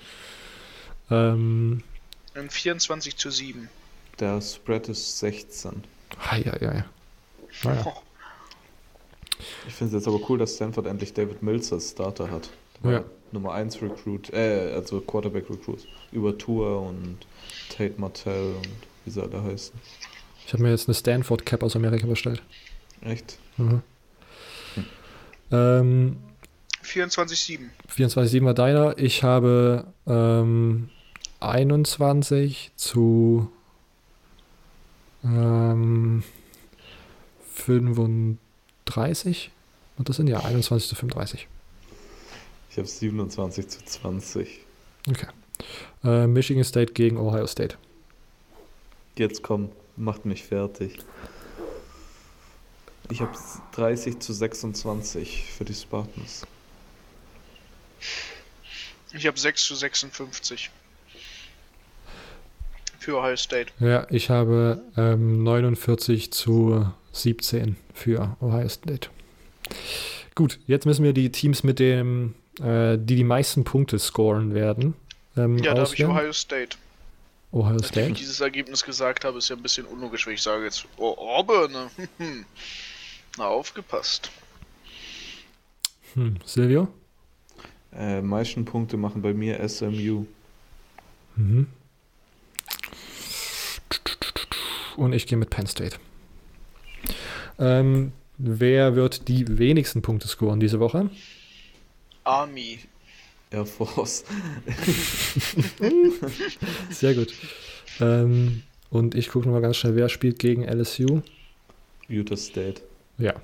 Ähm, Ein vierundzwanzig zu sieben. Der Spread ist sechzehn. hei, hei, hei. Naja. Ich finde es jetzt aber cool, dass Stanford endlich David Mills als Starter hat. Der Ja. war Nummer eins Recruit, äh, also Quarterback Recruit. Über Tour und Tate Martell und wie sie alle heißen. Ich habe mir jetzt eine Stanford Cap aus Amerika bestellt. Echt? Mhm. Ähm, vierundzwanzig sieben. vierundzwanzig sieben war deiner. Ich habe ähm, einundzwanzig zu ähm, fünfunddreißig. Und das sind ja einundzwanzig zu fünfunddreißig. Ich habe siebenundzwanzig zu zwanzig. Okay. Äh, Michigan State gegen Ohio State. Jetzt komm, macht mich fertig. Ich habe dreißig zu sechsundzwanzig für die Spartans. Ich habe sechs zu sechsundfünfzig. Für Ohio State. Ja, ich habe ähm, neunundvierzig zu siebzehn für Ohio State. Gut, jetzt müssen wir die Teams mit dem, äh, die die meisten Punkte scoren werden. Ähm, Ja, da habe ich auswählen. Ohio State. Ohio Nachdem State. ich dieses Ergebnis gesagt habe, ist ja ein bisschen unlogisch, wenn ich sage jetzt, oh, Auburn, ne? Na, aufgepasst. Hm, Silvio? Äh, meisten Punkte machen bei mir S M U. Mhm. Und ich gehe mit Penn State. Ähm, wer wird die wenigsten Punkte scoren diese Woche? Army. Air Force. Sehr gut. Ähm, und ich gucke nochmal ganz schnell, wer spielt gegen L S U? Utah State. Ja.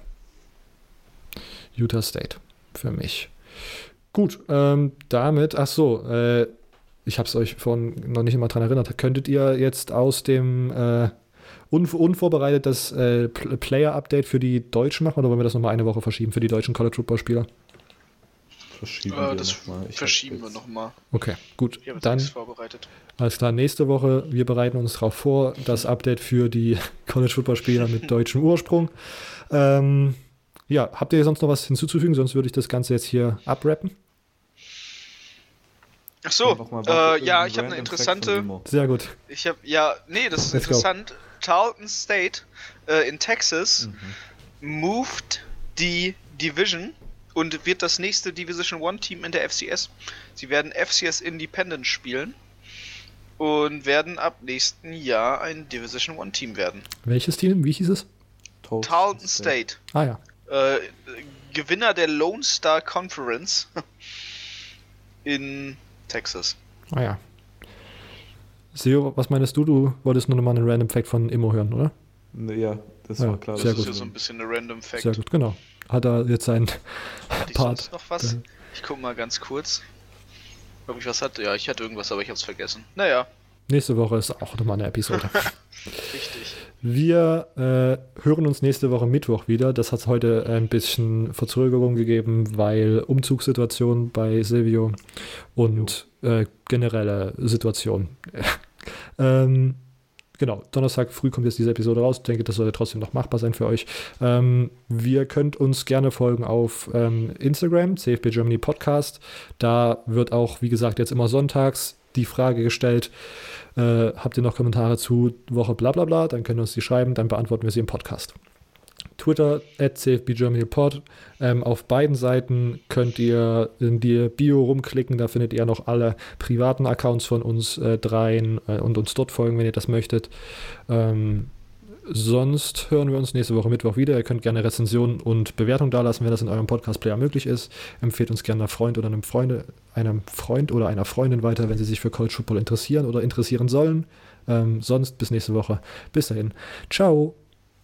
Utah State für mich. Gut, ähm, damit, ach so, äh, ich habe es euch vorhin noch nicht immer dran erinnert, könntet ihr jetzt aus dem äh, un unvorbereitet das äh, Player-Update für die Deutschen machen oder wollen wir das nochmal eine Woche verschieben für die deutschen College-Football-Spieler? Verschieben Äh, wir das nochmal. verschieben wir nochmal. Okay, gut. Ich habe jetzt Dann, nichts vorbereitet. alles klar, nächste Woche, wir bereiten uns darauf vor, das Update für die College-Football-Spieler mit deutschem Ursprung. Ähm, ja, habt ihr sonst noch was hinzuzufügen? Sonst würde ich das Ganze jetzt hier abrappen. Ach so, Einfach mal äh, ja, irgendein ich habe eine random Fact interessante, von Imo. Sehr gut. ich habe, ja, nee, das ist Let's go. interessant. Tarleton State äh, in Texas Mhm. moved die Division und wird das nächste Division One Team in der F C S. Sie werden F C S Independent spielen und werden ab nächsten Jahr ein Division One Team werden. Welches Team? Wie hieß es? Tarleton State, Ah ja. äh, Gewinner der Lone Star Conference in Texas. Ah ja. Seo, was meinst du? Du wolltest nur nochmal einen Random Fact von Immo hören, oder? Ne, Ja, das Ja, war klar. sehr Das ist gut. ja so ein bisschen eine Random Fact. Sehr gut, genau. Hat er jetzt seinen Hatte ich Part. sonst noch was? Ich guck mal ganz kurz. Ob ich was hatte? Ja, ich hatte irgendwas, aber ich hab's vergessen. Naja, Nächste Woche ist auch nochmal eine Episode. richtig. Wir äh, hören uns nächste Woche Mittwoch wieder. Das hat heute ein bisschen Verzögerung gegeben, weil Umzugssituation bei Silvio und äh, generelle Situation. ähm, genau, Donnerstag früh kommt jetzt diese Episode raus. Ich denke, das sollte trotzdem noch machbar sein für euch. Ähm, wir könnt uns gerne folgen auf ähm, Instagram, C F B Germany Podcast. Da wird auch, wie gesagt, jetzt immer sonntags die Frage gestellt, äh, habt ihr noch Kommentare zu Woche bla bla bla, dann könnt ihr uns die schreiben, dann beantworten wir sie im Podcast. Twitter at C F B Germany Pod. Ähm, auf beiden Seiten könnt ihr in die Bio rumklicken, da findet ihr noch alle privaten Accounts von uns äh, dreien äh, und uns dort folgen, wenn ihr das möchtet. Ähm, sonst hören wir uns nächste Woche Mittwoch wieder. Ihr könnt gerne Rezensionen und Bewertungen dalassen, wenn das in eurem Podcast-Player möglich ist. Empfehlt uns gerne einem Freund oder einem Freunde, einem Freund oder einer Freundin weiter, wenn sie sich für College Football interessieren oder interessieren sollen. Ähm, sonst bis nächste Woche. Bis dahin. Ciao.